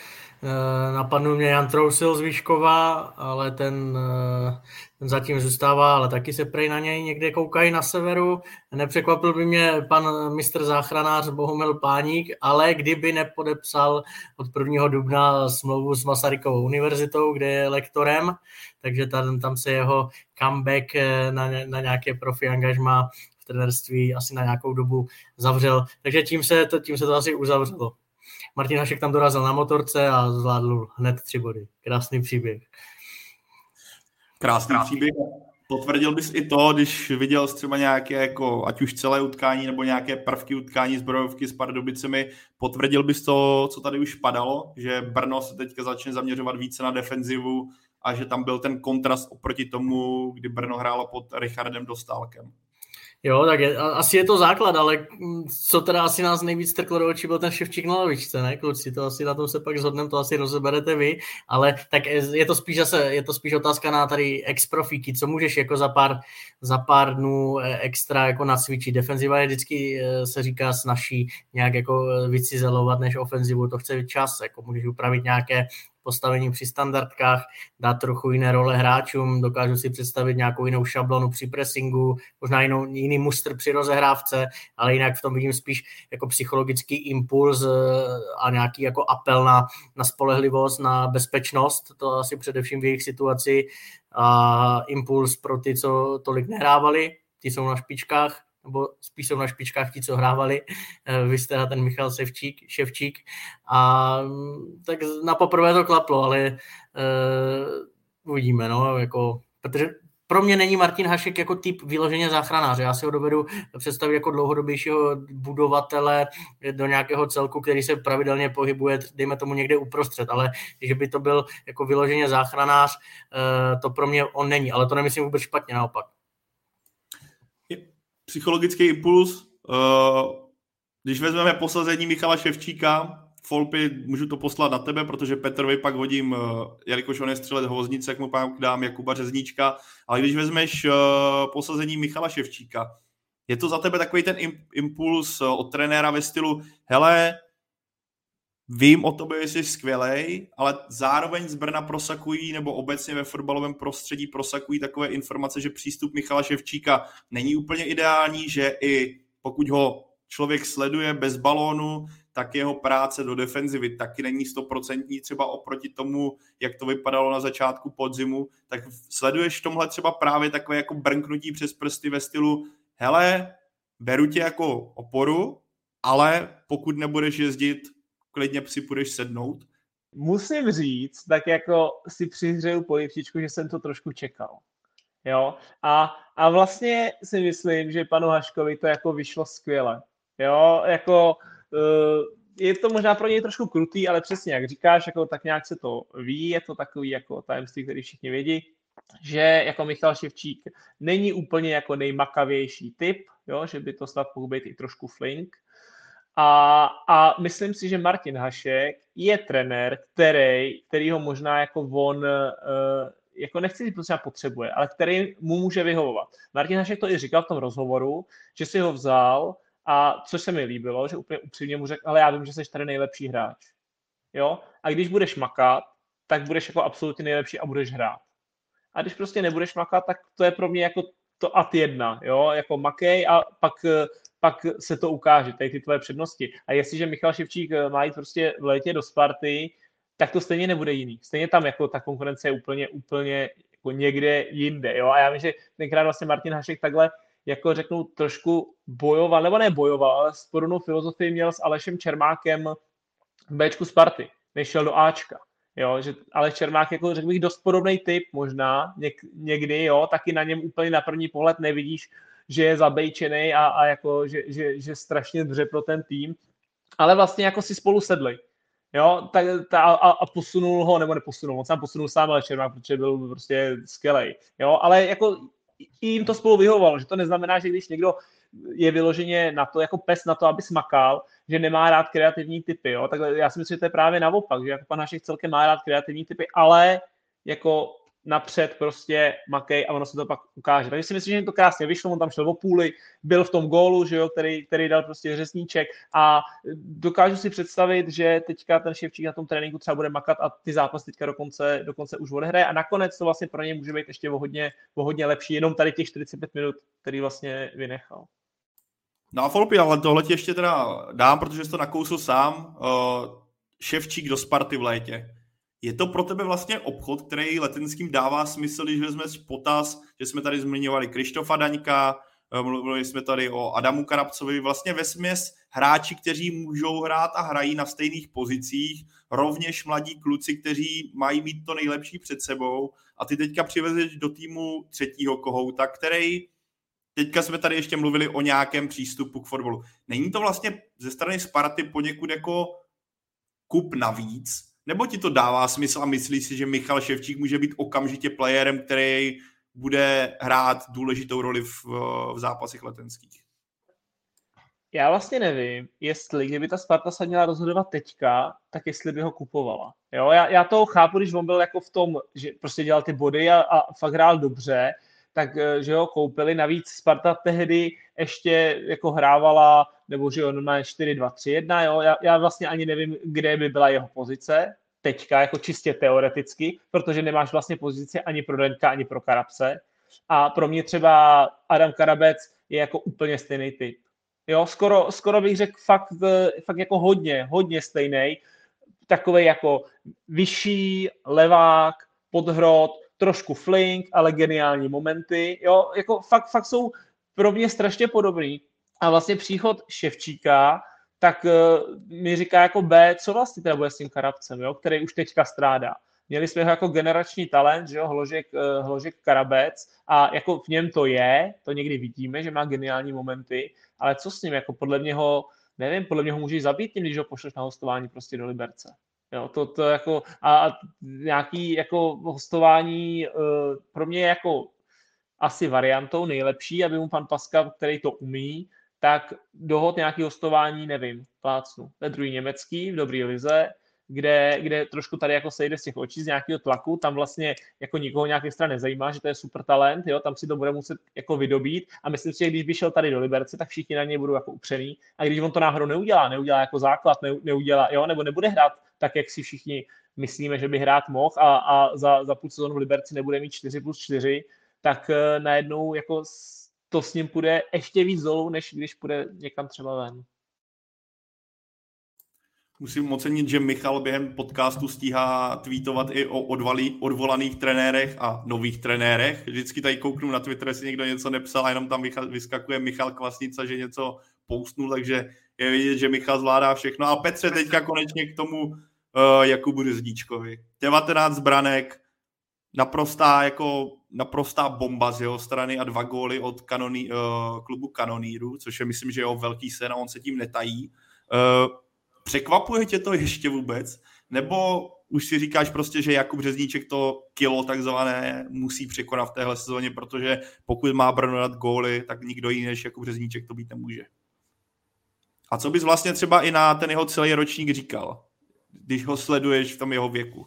Napadnul mě Jan Trousil z Výškova, ale ten, ten zatím zůstává, ale taky se prej na něj někde koukají na severu. Nepřekvapil by mě pan mistr záchranář Bohumil Páník, ale kdyby nepodepsal od prvního dubna smlouvu s Masarykovou univerzitou, kde je lektorem, takže tam, tam se jeho comeback na, na nějaké profi angažmá v trenérství asi na nějakou dobu zavřel. Takže tím se to, tím se to asi uzavřelo. Martin Hašek tam dorazil na motorce a zvládl hned tři body. Krásný příběh.
Krásný příběh. Potvrdil bys i to, když viděl třeba nějaké, jako, ať už celé utkání, nebo nějaké prvky utkání zbrojovky s Pardubicemi, potvrdil bys to, co tady už padalo, že Brno se teďka začne zaměřovat více na defenzivu a že tam byl ten kontrast oproti tomu, kdy Brno hrálo pod Richardem Dostálkem.
Jo, tak je, asi je to základ, ale co teda asi nás nejvíc trklo do očí, byl ten Ševčík na lavičce, ne, kluci, to asi na tom se pak shodneme, to asi rozeberete vy, ale tak je to spíš zase, je to spíš otázka na tady ex-profíky, co můžeš jako za pár, za pár dnů extra jako nacvičit. Defenziva je vždycky, se říká, snaží nějak jako vycizelovat než ofenzivu, to chce čas, jako můžeš upravit nějaké postavení při standardkách, dát trochu jiné role hráčům, dokážu si představit nějakou jinou šablonu při pressingu, možná jinou, jiný mustr při rozehrávce, ale jinak v tom vidím spíš jako psychologický impuls a nějaký jako apel na, na spolehlivost, na bezpečnost, to asi především v jejich situaci, a impuls pro ty, co tolik nehrávali, ty jsou na špičkách, nebo spíš jsou na špičkách ti, co hrávali, vy jste ten Michal Ševčík, Ševčík a tak na poprvé to klaplo, ale uh, uvidíme, no, jako, protože pro mě není Martin Hašek jako typ vyloženě záchranáře, já si ho dovedu představit jako dlouhodobějšího budovatele do nějakého celku, který se pravidelně pohybuje, dejme tomu někde uprostřed, ale že by to byl jako vyloženě záchranář, uh, to pro mě on není, ale to nemyslím vůbec špatně, naopak.
Psychologický impuls, když vezmeme posazení Michala Ševčíka, Folpy, můžu to poslat na tebe, protože Petrovi pak hodím, jelikož on je střelec Hvoznice, jak mu pak dám Jakuba Řezníčka, ale když vezmeš posazení Michala Ševčíka, je to za tebe takový ten impuls od trenéra ve stylu, hele, vím o tobě, že jsi skvělej, ale zároveň z Brna prosakují, nebo obecně ve fotbalovém prostředí prosakují takové informace, že přístup Michala Ševčíka není úplně ideální, že i pokud ho člověk sleduje bez balónu, tak jeho práce do defenzivy taky není stoprocentní, třeba oproti tomu, jak to vypadalo na začátku podzimu, tak sleduješ v tomhle třeba právě takové jako brnknutí přes prsty ve stylu, hele, beru tě jako oporu, ale pokud nebudeš jezdit, klidně si půjdeš sednout.
Musím říct, tak jako si přihřeju polivčičku, že jsem to trošku čekal. Jo? A, a vlastně si myslím, že panu Haškovi to jako vyšlo skvěle. Jo? Jako, uh, je to možná pro něj trošku krutý, ale přesně jak říkáš, jako, tak nějak se to ví, je to takový jako tajemství, který všichni vědí, že jako Michal Ševčík není úplně jako nejmakavější typ, jo? Že by to snad mohl být i trošku flink. A, a myslím si, že Martin Hašek je trenér, který, který ho možná jako on, uh, jako nechci říct, že potřebuje, ale který mu může vyhovovat. Martin Hašek to i říkal v tom rozhovoru, že si ho vzal a což se mi líbilo, že úplně upřímně mu řekl, ale já vím, že jsi tady nejlepší hráč. Jo? A když budeš makat, tak budeš jako absolutně nejlepší a budeš hrát. A když prostě nebudeš makat, tak to je pro mě jako to ad jedna, jo? Jako makej a pak pak se to ukáže, tady ty tvoje přednosti. A jestliže Michal Ševčík má jít prostě v létě do Sparty, tak to stejně nebude jiný. Stejně tam jako ta konkurence je úplně, úplně jako někde jinde. Jo? A já vím, že tenkrát vlastně Martin Hašek takhle, jako řeknu, trošku bojoval, nebo ne bojoval, ale s podobnou filozofii měl s Alešem Čermákem v Bčku Sparty, než šel do Ačka. Jo? Že Aleš Čermák, jako řekl bych, dost podobný typ možná, něk, někdy, jo? Taky na něm úplně na první pohled nevidíš, že je zabejčenej a, a jako, že, že, že strašně dře pro ten tým, ale vlastně jako si spolu sedli. Jo, tak, ta, a, a posunul ho, nebo neposunul, on sám posunul sám, ale Čermák, protože byl prostě skvělej. Jo, ale jako jim to spolu vyhovovalo, že to neznamená, že když někdo je vyloženě na to, jako pes na to, aby smakal, že nemá rád kreativní typy, jo, tak já si myslím, že to je právě naopak, že jako pan Hašek celkem má rád kreativní typy, ale jako napřed prostě makej a ono se to pak ukáže. Takže si myslím, že jim to krásně vyšlo, on tam šel o půli, byl v tom gólu, že jo, který, který dal prostě Řezníček a dokážu si představit, že teďka ten Ševčík na tom tréninku třeba bude makat a ty zápasy teďka dokonce, dokonce už odehraje a nakonec to vlastně pro něj může být ještě o hodně, o hodně lepší, jenom tady těch čtyřicet pět minut, který vlastně vynechal.
No a Folpi, ale tohle ti ještě teda dám, protože jsi to nakousl sám. Uh, Ševčík do Sparty v létě. Je to pro tebe vlastně obchod, který Letenským dává smysl, když vezme potaz, že jsme tady zmiňovali Krištofa Daňka, mluvili jsme tady o Adamu Karabcovi, vlastně vesměs hráči, kteří můžou hrát a hrají na stejných pozicích, rovněž mladí kluci, kteří mají mít to nejlepší před sebou a ty teďka přivezeš do týmu třetího kohouta, který teďka jsme tady ještě mluvili o nějakém přístupu k fotbalu. Není to vlastně ze strany Sparty poněkud jako kup navíc? Nebo ti to dává smysl a myslíš si, že Michal Ševčík může být okamžitě playerem, který bude hrát důležitou roli v, v zápasech letenských?
Já vlastně nevím, jestli, kdyby ta Sparta se měla rozhodovat teďka, tak jestli by ho kupovala. Jo? Já, já to chápu, když on byl jako v tom, že prostě dělal ty body a, a fakt hrál dobře, tak že ho koupili. Navíc Sparta tehdy ještě jako hrávala, nebo že jo, normálně čtyři dva tři jedna, jo. Já, já vlastně ani nevím, kde by byla jeho pozice, teďka jako čistě teoreticky, protože nemáš vlastně pozici ani pro Daňka, ani pro Karabce. A pro mě třeba Adam Karabec je jako úplně stejný typ. Jo, skoro, skoro bych řekl fakt, fakt jako hodně, hodně stejný. Takovej jako vyšší, levák, podhrot, trošku flink, ale geniální momenty. Jo, jako fakt, fakt jsou pro mě strašně podobný. A vlastně příchod Ševčíka, tak uh, mi říká jako B, co vlastně teda bude s tím Karabcem, jo, který už teďka strádá. Měli jsme ho jako generační talent, že jo, Hložek, uh, Hložek Karabec a jako v něm to je, to někdy vidíme, že má geniální momenty, ale co s ním, jako podle mě ho, nevím, podle mě ho můžeš zabít tím, když ho pošleš na hostování prostě do Liberce. Jo, to, to jako, a, a nějaký jako hostování uh, pro mě je jako asi variantou nejlepší, aby mu pan Paska, který to umí, tak dohod nějaký hostování, nevím, plácnu. To je druhý německý, v dobrý lize, kde, kde trošku tady jako sejde z těch očí, z nějakého tlaku, tam vlastně jako nikoho nějak extra nezajímá, že to je super talent, jo, tam si to bude muset jako vydobít a myslím si, že když by šel tady do Liberce, tak všichni na něj budou jako upřený a když on to náhodou neudělá, neudělá jako základ, ne, neudělá, jo, nebo nebude hrát tak, jak si všichni myslíme, že by hrát mohl a, a za, za půl sezónu v Liberci nebude mít čtyři plus čtyři, tak uh, najednou jako to s ním půjde ještě víc dolů, než když půjde někam třeba ven.
Musím ocenit, že Michal během podcastu stíhá tweetovat i o odvalí, odvolaných trenérech a nových trenérech. Vždycky tady kouknu na Twitter, jestli někdo něco nepsal a jenom tam vyskakuje Michal Kvasnica, že něco postnul, takže je vidět, že Michal zvládá všechno. A Petře, teďka konečně k tomu uh, Jakubu Řezníčkovi. devatenáct branek, naprostá, jako, naprostá bomba z jeho strany a dva góly od kanoní, uh, klubu Kanonýrů, což je, myslím, že jeho velký sen a on se tím netají. Uh, Překvapuje tě to ještě vůbec? Nebo už si říkáš prostě, že Jakub Řezníček to kilo takzvané musí překonat v téhle sezóně, protože pokud má Brno dát góly, tak nikdo jiný než Jakub Řezníček to být nemůže. A co bys vlastně třeba i na ten jeho celý ročník říkal, když ho sleduješ v tom jeho věku?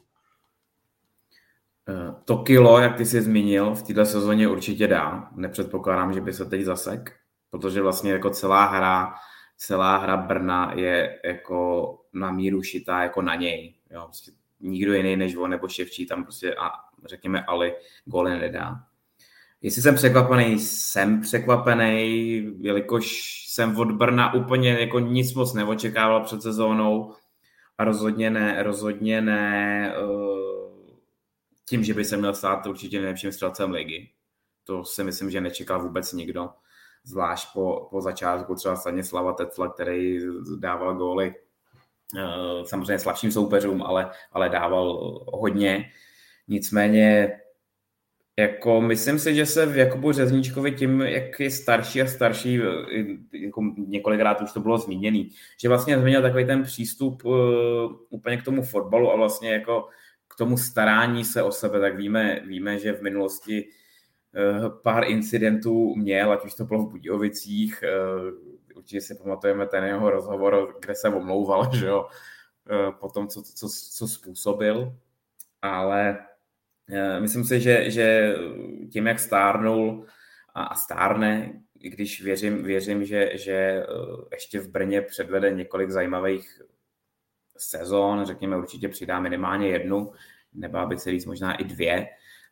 To kilo, jak ty jsi zmínil, v této sezóně určitě dá. Nepředpokládám, že by se teď zasek, protože vlastně jako celá hra celá hra Brna je jako na míru šitá jako na něj. Jo, prostě nikdo jiný než on nebo Ševčí tam prostě a řekněme Ali góly nedá. Jestli jsem překvapený, jsem překvapený, jelikož jsem od Brna úplně jako nic moc neočekával před sezónou a rozhodně ne, rozhodně ne tím, že by se měl stát určitě nejlepším střelcem ligy. To si myslím, že nečekal vůbec nikdo. Zvlášť po, po začátku třeba Stanislava Tecla, který dával góly samozřejmě slabším soupeřům, ale, ale dával hodně. Nicméně jako myslím si, že se v Jakubu Řezníčkovi tím, jak je starší a starší, jako několikrát už to bylo zmíněný, že vlastně změnil takový ten přístup uh, úplně k tomu fotbalu a vlastně jako k tomu starání se o sebe, tak víme, víme že v minulosti pár incidentů měl, ať už to bylo v Budějovicích, určitě si pamatujeme ten jeho rozhovor, kde se omlouval, že jo, po tom, co, co, co způsobil, ale Myslím si, že, že tím, jak stárnul a, a stárne, i když věřím, věřím že, že ještě v Brně předvede několik zajímavých sezon, řekněme určitě přidá minimálně jednu, nebo bych se říct možná i dvě,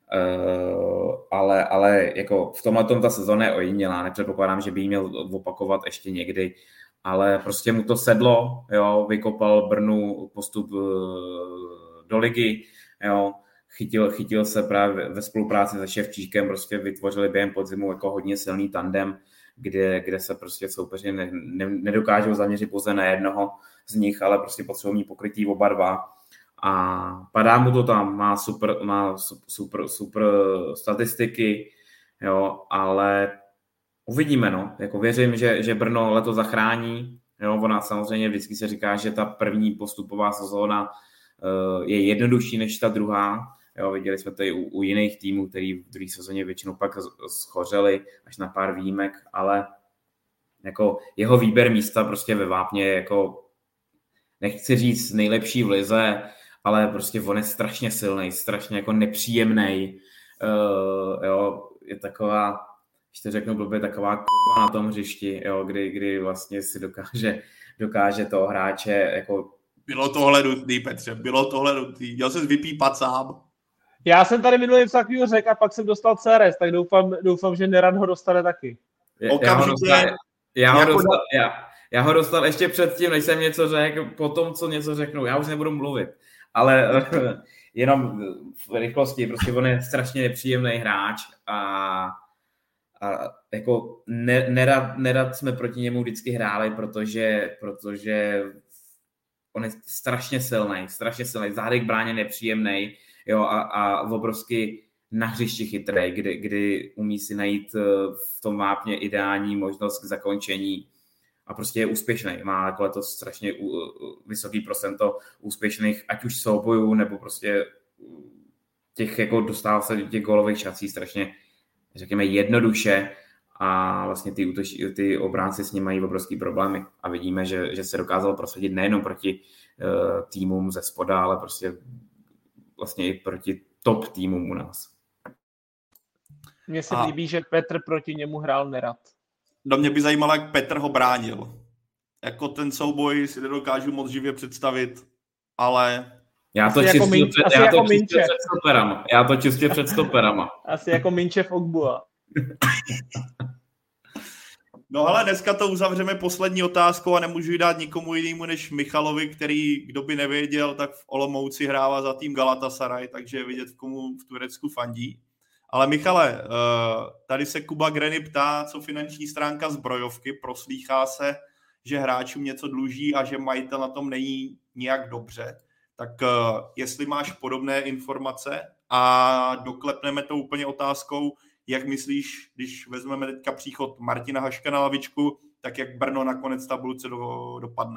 uh, ale, ale jako v tomhle tom ta sezóna je ojedinělá, nepředpokládám, že by ji měl opakovat ještě někdy, ale prostě mu to sedlo, jo, vykopal Brnu postup uh, do ligy, jo, chytil, chytil se právě ve spolupráci se Ševčíkem, prostě vytvořili během podzimu jako hodně silný tandem, kde, kde se prostě soupeři ne, ne, nedokážou zaměřit pouze na jednoho z nich, ale prostě potřebují mít pokrytí oba dva. A padá mu to tam, má super, má super, super statistiky, jo, ale uvidíme, no. Jako věřím, že, že Brno letos zachrání. Jo, ona samozřejmě vždycky se říká, že ta první postupová sezóna uh, je jednodušší než ta druhá. Jo, viděli jsme to i u, u jiných týmů, který v druhé sezóně většinou pak schořeli až na pár výjimek, ale jako jeho výběr místa prostě ve Vápně jako, nechci říct nejlepší v lize, ale prostě on je strašně silný, strašně jako nepříjemný. Uh, jo, je taková, když to řeknu blbě, taková kurva na tom hřišti, jo, kdy, kdy vlastně si dokáže, dokáže toho hráče jako...
Bylo tohle nutný, Petře, bylo tohle nutný. Měl ses vypípat sám.
Já jsem tady minulý něco takového řekl a pak jsem dostal C R S, tak doufám, doufám, že Nerad ho dostane taky.
Okamžitě.
Já ho dostal, já ho dostal, já, já ho dostal ještě předtím, než jsem něco řekl, potom, co něco řeknu. Já už nebudu mluvit, ale jenom v rychlosti. Prostě on je strašně nepříjemný hráč a, a jako ne, nerad, nerad jsme proti němu vždycky hráli, protože, protože on je strašně silný, strašně silný. Zády k bráně nepříjemný, jo, a, a obrovsky na hřišti chytrý, kdy, kdy umí si najít v tom Vápně ideální možnost k zakončení a prostě je úspěšný. Má jako letos strašně vysoký procento úspěšných, ať už soubojů, nebo prostě těch, jako dostává se do těch gólových šancí strašně, řekněme, jednoduše a vlastně ty, útoč, ty obránci s ním mají obrovský problémy a vidíme, že, že se dokázal prosadit nejenom proti uh, týmům ze spoda, ale prostě vlastně i proti top týmům u nás.
Mně se
a...
líbí, že Petr proti němu hrál nerad.
Do mě by zajímalo, jak Petr ho bránil. Jako ten souboj si nedokážu moc živě představit, ale...
Já to čistě jako min, před, já jako to čistě před stoperama. Já to čistě před stoperama.
Asi jako Minčev Ogbua.
No ale dneska to uzavřeme poslední otázkou a nemůžu ji dát nikomu jinému než Michalovi, který, kdo by nevěděl, tak v Olomouci hrává za tým Galatasaray, takže je vidět, komu v Turecku fandí. Ale Michale, tady se Kuba Greny ptá, co finanční stránka zbrojovky, proslýchá se, že hráčům něco dluží a že majitel na tom není nijak dobře. Tak jestli máš podobné informace a doklepneme to úplně otázkou, jak myslíš, když vezmeme teďka příchod Martina Haška na lavičku, tak jak Brno nakonec tabulce do, dopadne?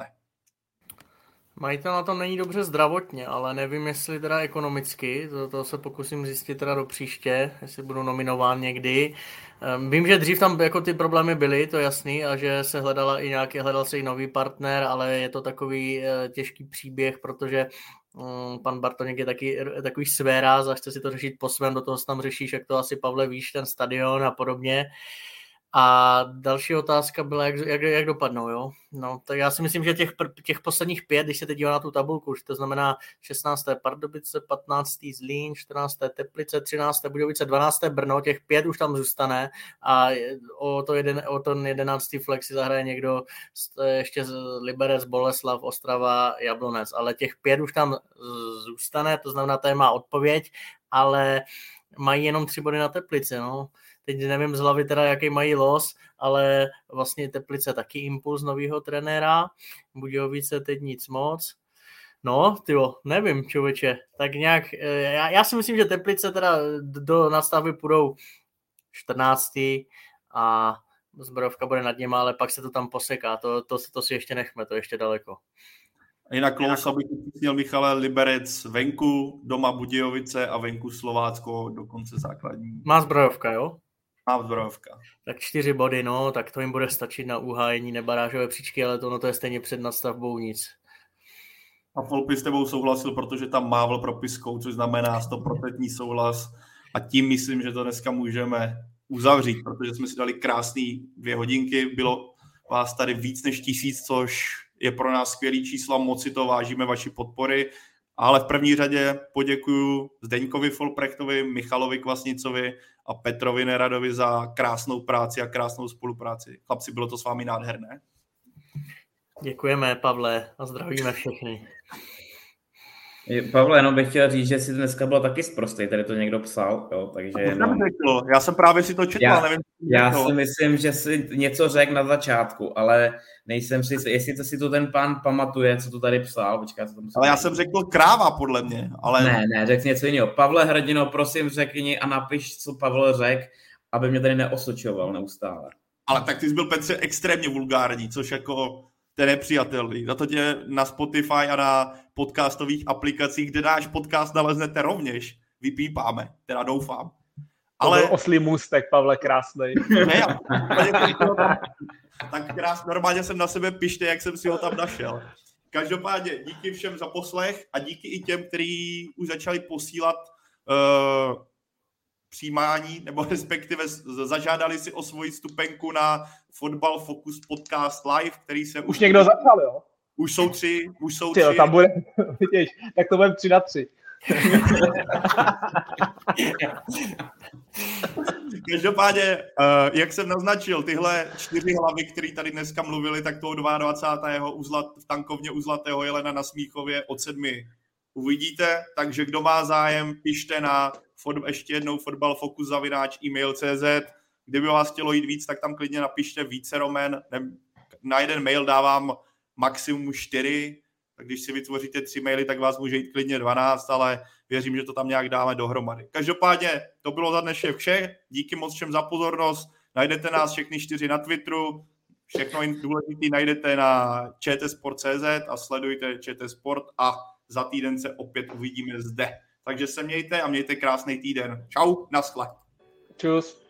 Majitel na tom není dobře zdravotně, ale nevím, jestli teda ekonomicky, to, to se pokusím zjistit teda do příště, jestli budu nominován někdy. Vím, že dřív tam jako ty problémy byly, to je jasný, a že se hledala i nějaký, hledal se i nový partner, ale je to takový těžký příběh, protože um, pan Bartoněk je taky, takový svéráz a chce si to řešit po svém, do toho se tam řešíš, jak to asi, Pavle, víš, ten stadion a podobně. A další otázka byla, jak, jak, jak dopadnou, jo? No, tak já si myslím, že těch, těch posledních pět, když se teď dívá na tu tabulku, to znamená šestnácté Pardubice, patnácté Zlín, čtrnácté Teplice, třinácté Budějovice, dvanácté Brno, těch pět už tam zůstane a o to, jeden, o to jedenáctý flex si zahraje někdo ještě z Liberec, Boleslav, Ostrava, Jablonec, ale těch pět už tam zůstane, to znamená, to je má odpověď, ale mají jenom tři body na Teplice, no. Teď nevím z hlavy teda, jaký mají los, ale vlastně Teplice taky impuls novýho trenéra, Budějovice teď nic moc. No, tyjo, nevím, člověče, tak nějak, já, já si myslím, že Teplice teda do nastavby půjdou čtrnáctý a zbrojovka bude nad něma, ale pak se to tam poseká, to, to, to si ještě nechme, to ještě daleko.
Jinak los, abych upřísnil, Michale, Liberec venku, doma Budějovice a venku Slovácko do konce základní.
Má zbrojovka, jo?
Má zbrojovka.
Tak čtyři body, no, tak to jim bude stačit na uhájení nebarážové příčky, ale to, no, to je stejně před nadstavbou nic.
A Folpy s tebou souhlasil, protože tam mávl propiskou, což znamená sto procent souhlas. A tím myslím, že to dneska můžeme uzavřít, protože jsme si dali krásný dvě hodinky. Bylo vás tady víc než tisíc, což je pro nás skvělý číslo, moc si to vážíme, vaši podpory. Ale v první řadě poděkuju Zdeňkovi Folprechtovi, Michalovi Kvasnicovi a Petrovi Neradovi za krásnou práci a krásnou spolupráci. Chlapci, bylo to s vámi nádherné.
Děkujeme, Pavle, a zdravíme všechny.
Pavle, jenom bych chtěl říct, že si dneska bylo taky sprostej, tady to někdo psal, jo, takže...
No. Já jsem právě si to četl,
já,
nevím.
Já si myslím, že si něco řekl na začátku, ale nejsem si, jestli to si to ten pán pamatuje, co to tady psal, počkej, co to musím...
Ale já jsem řekl kráva, podle mě, ale...
Ne, ne, řekni něco jiného. Pavle Hrdino, prosím, řekni a napiš, co Pavel řekl, aby mě tady neosočoval neustále.
Ale tak ty jsi byl, Petře, extrémně vulgární, což jako... To je nepřijatelný. Za to tě na Spotify a na podcastových aplikacích, kde náš podcast naleznete rovněž, vypípáme. Teda doufám.
Ale... To byl oslý můstek, Pavle, krásnej.
Ne, já, tak krásně, normálně jsem na sebe pište, jak jsem si ho tam našel. Každopádně díky všem za poslech a díky i těm, kteří už začali posílat uh, přijímání, nebo respektive zažádali si o svoji stupenku na Fotbal Focus Podcast Live, který se...
Už někdo začal, jo?
Už jsou tři, už jsou
Tyjo,
tři.
Tam bude, vidíš, tak to budeme tři na tři.
Každopádně, uh, jak jsem naznačil, tyhle čtyři hlavy, které tady dneska mluvili, tak toho dvacátého druhého v tankovně u Zlatého Jelena na Smíchově od sedmi uvidíte, takže kdo má zájem, pište na fot, ještě jednou fotbalfocus zavináč e-mail tečka cé zet. Kdyby vás chtělo jít víc, tak tam klidně napište více romen. Na jeden mail dávám maximum čtyři, tak když si vytvoříte tři maily, tak vás může jít klidně dvanáct, ale věřím, že to tam nějak dáme dohromady. Každopádně to bylo za dnešek vše. Díky moc všem za pozornost. Najdete nás všechny čtyři na Twitteru. Všechno důležité najdete na čtsport tečka cé zet a sledujte ČT Sport a za týden se opět uvidíme zde. Takže se mějte a mějte krásný týden. Čau, naschle.
Čus.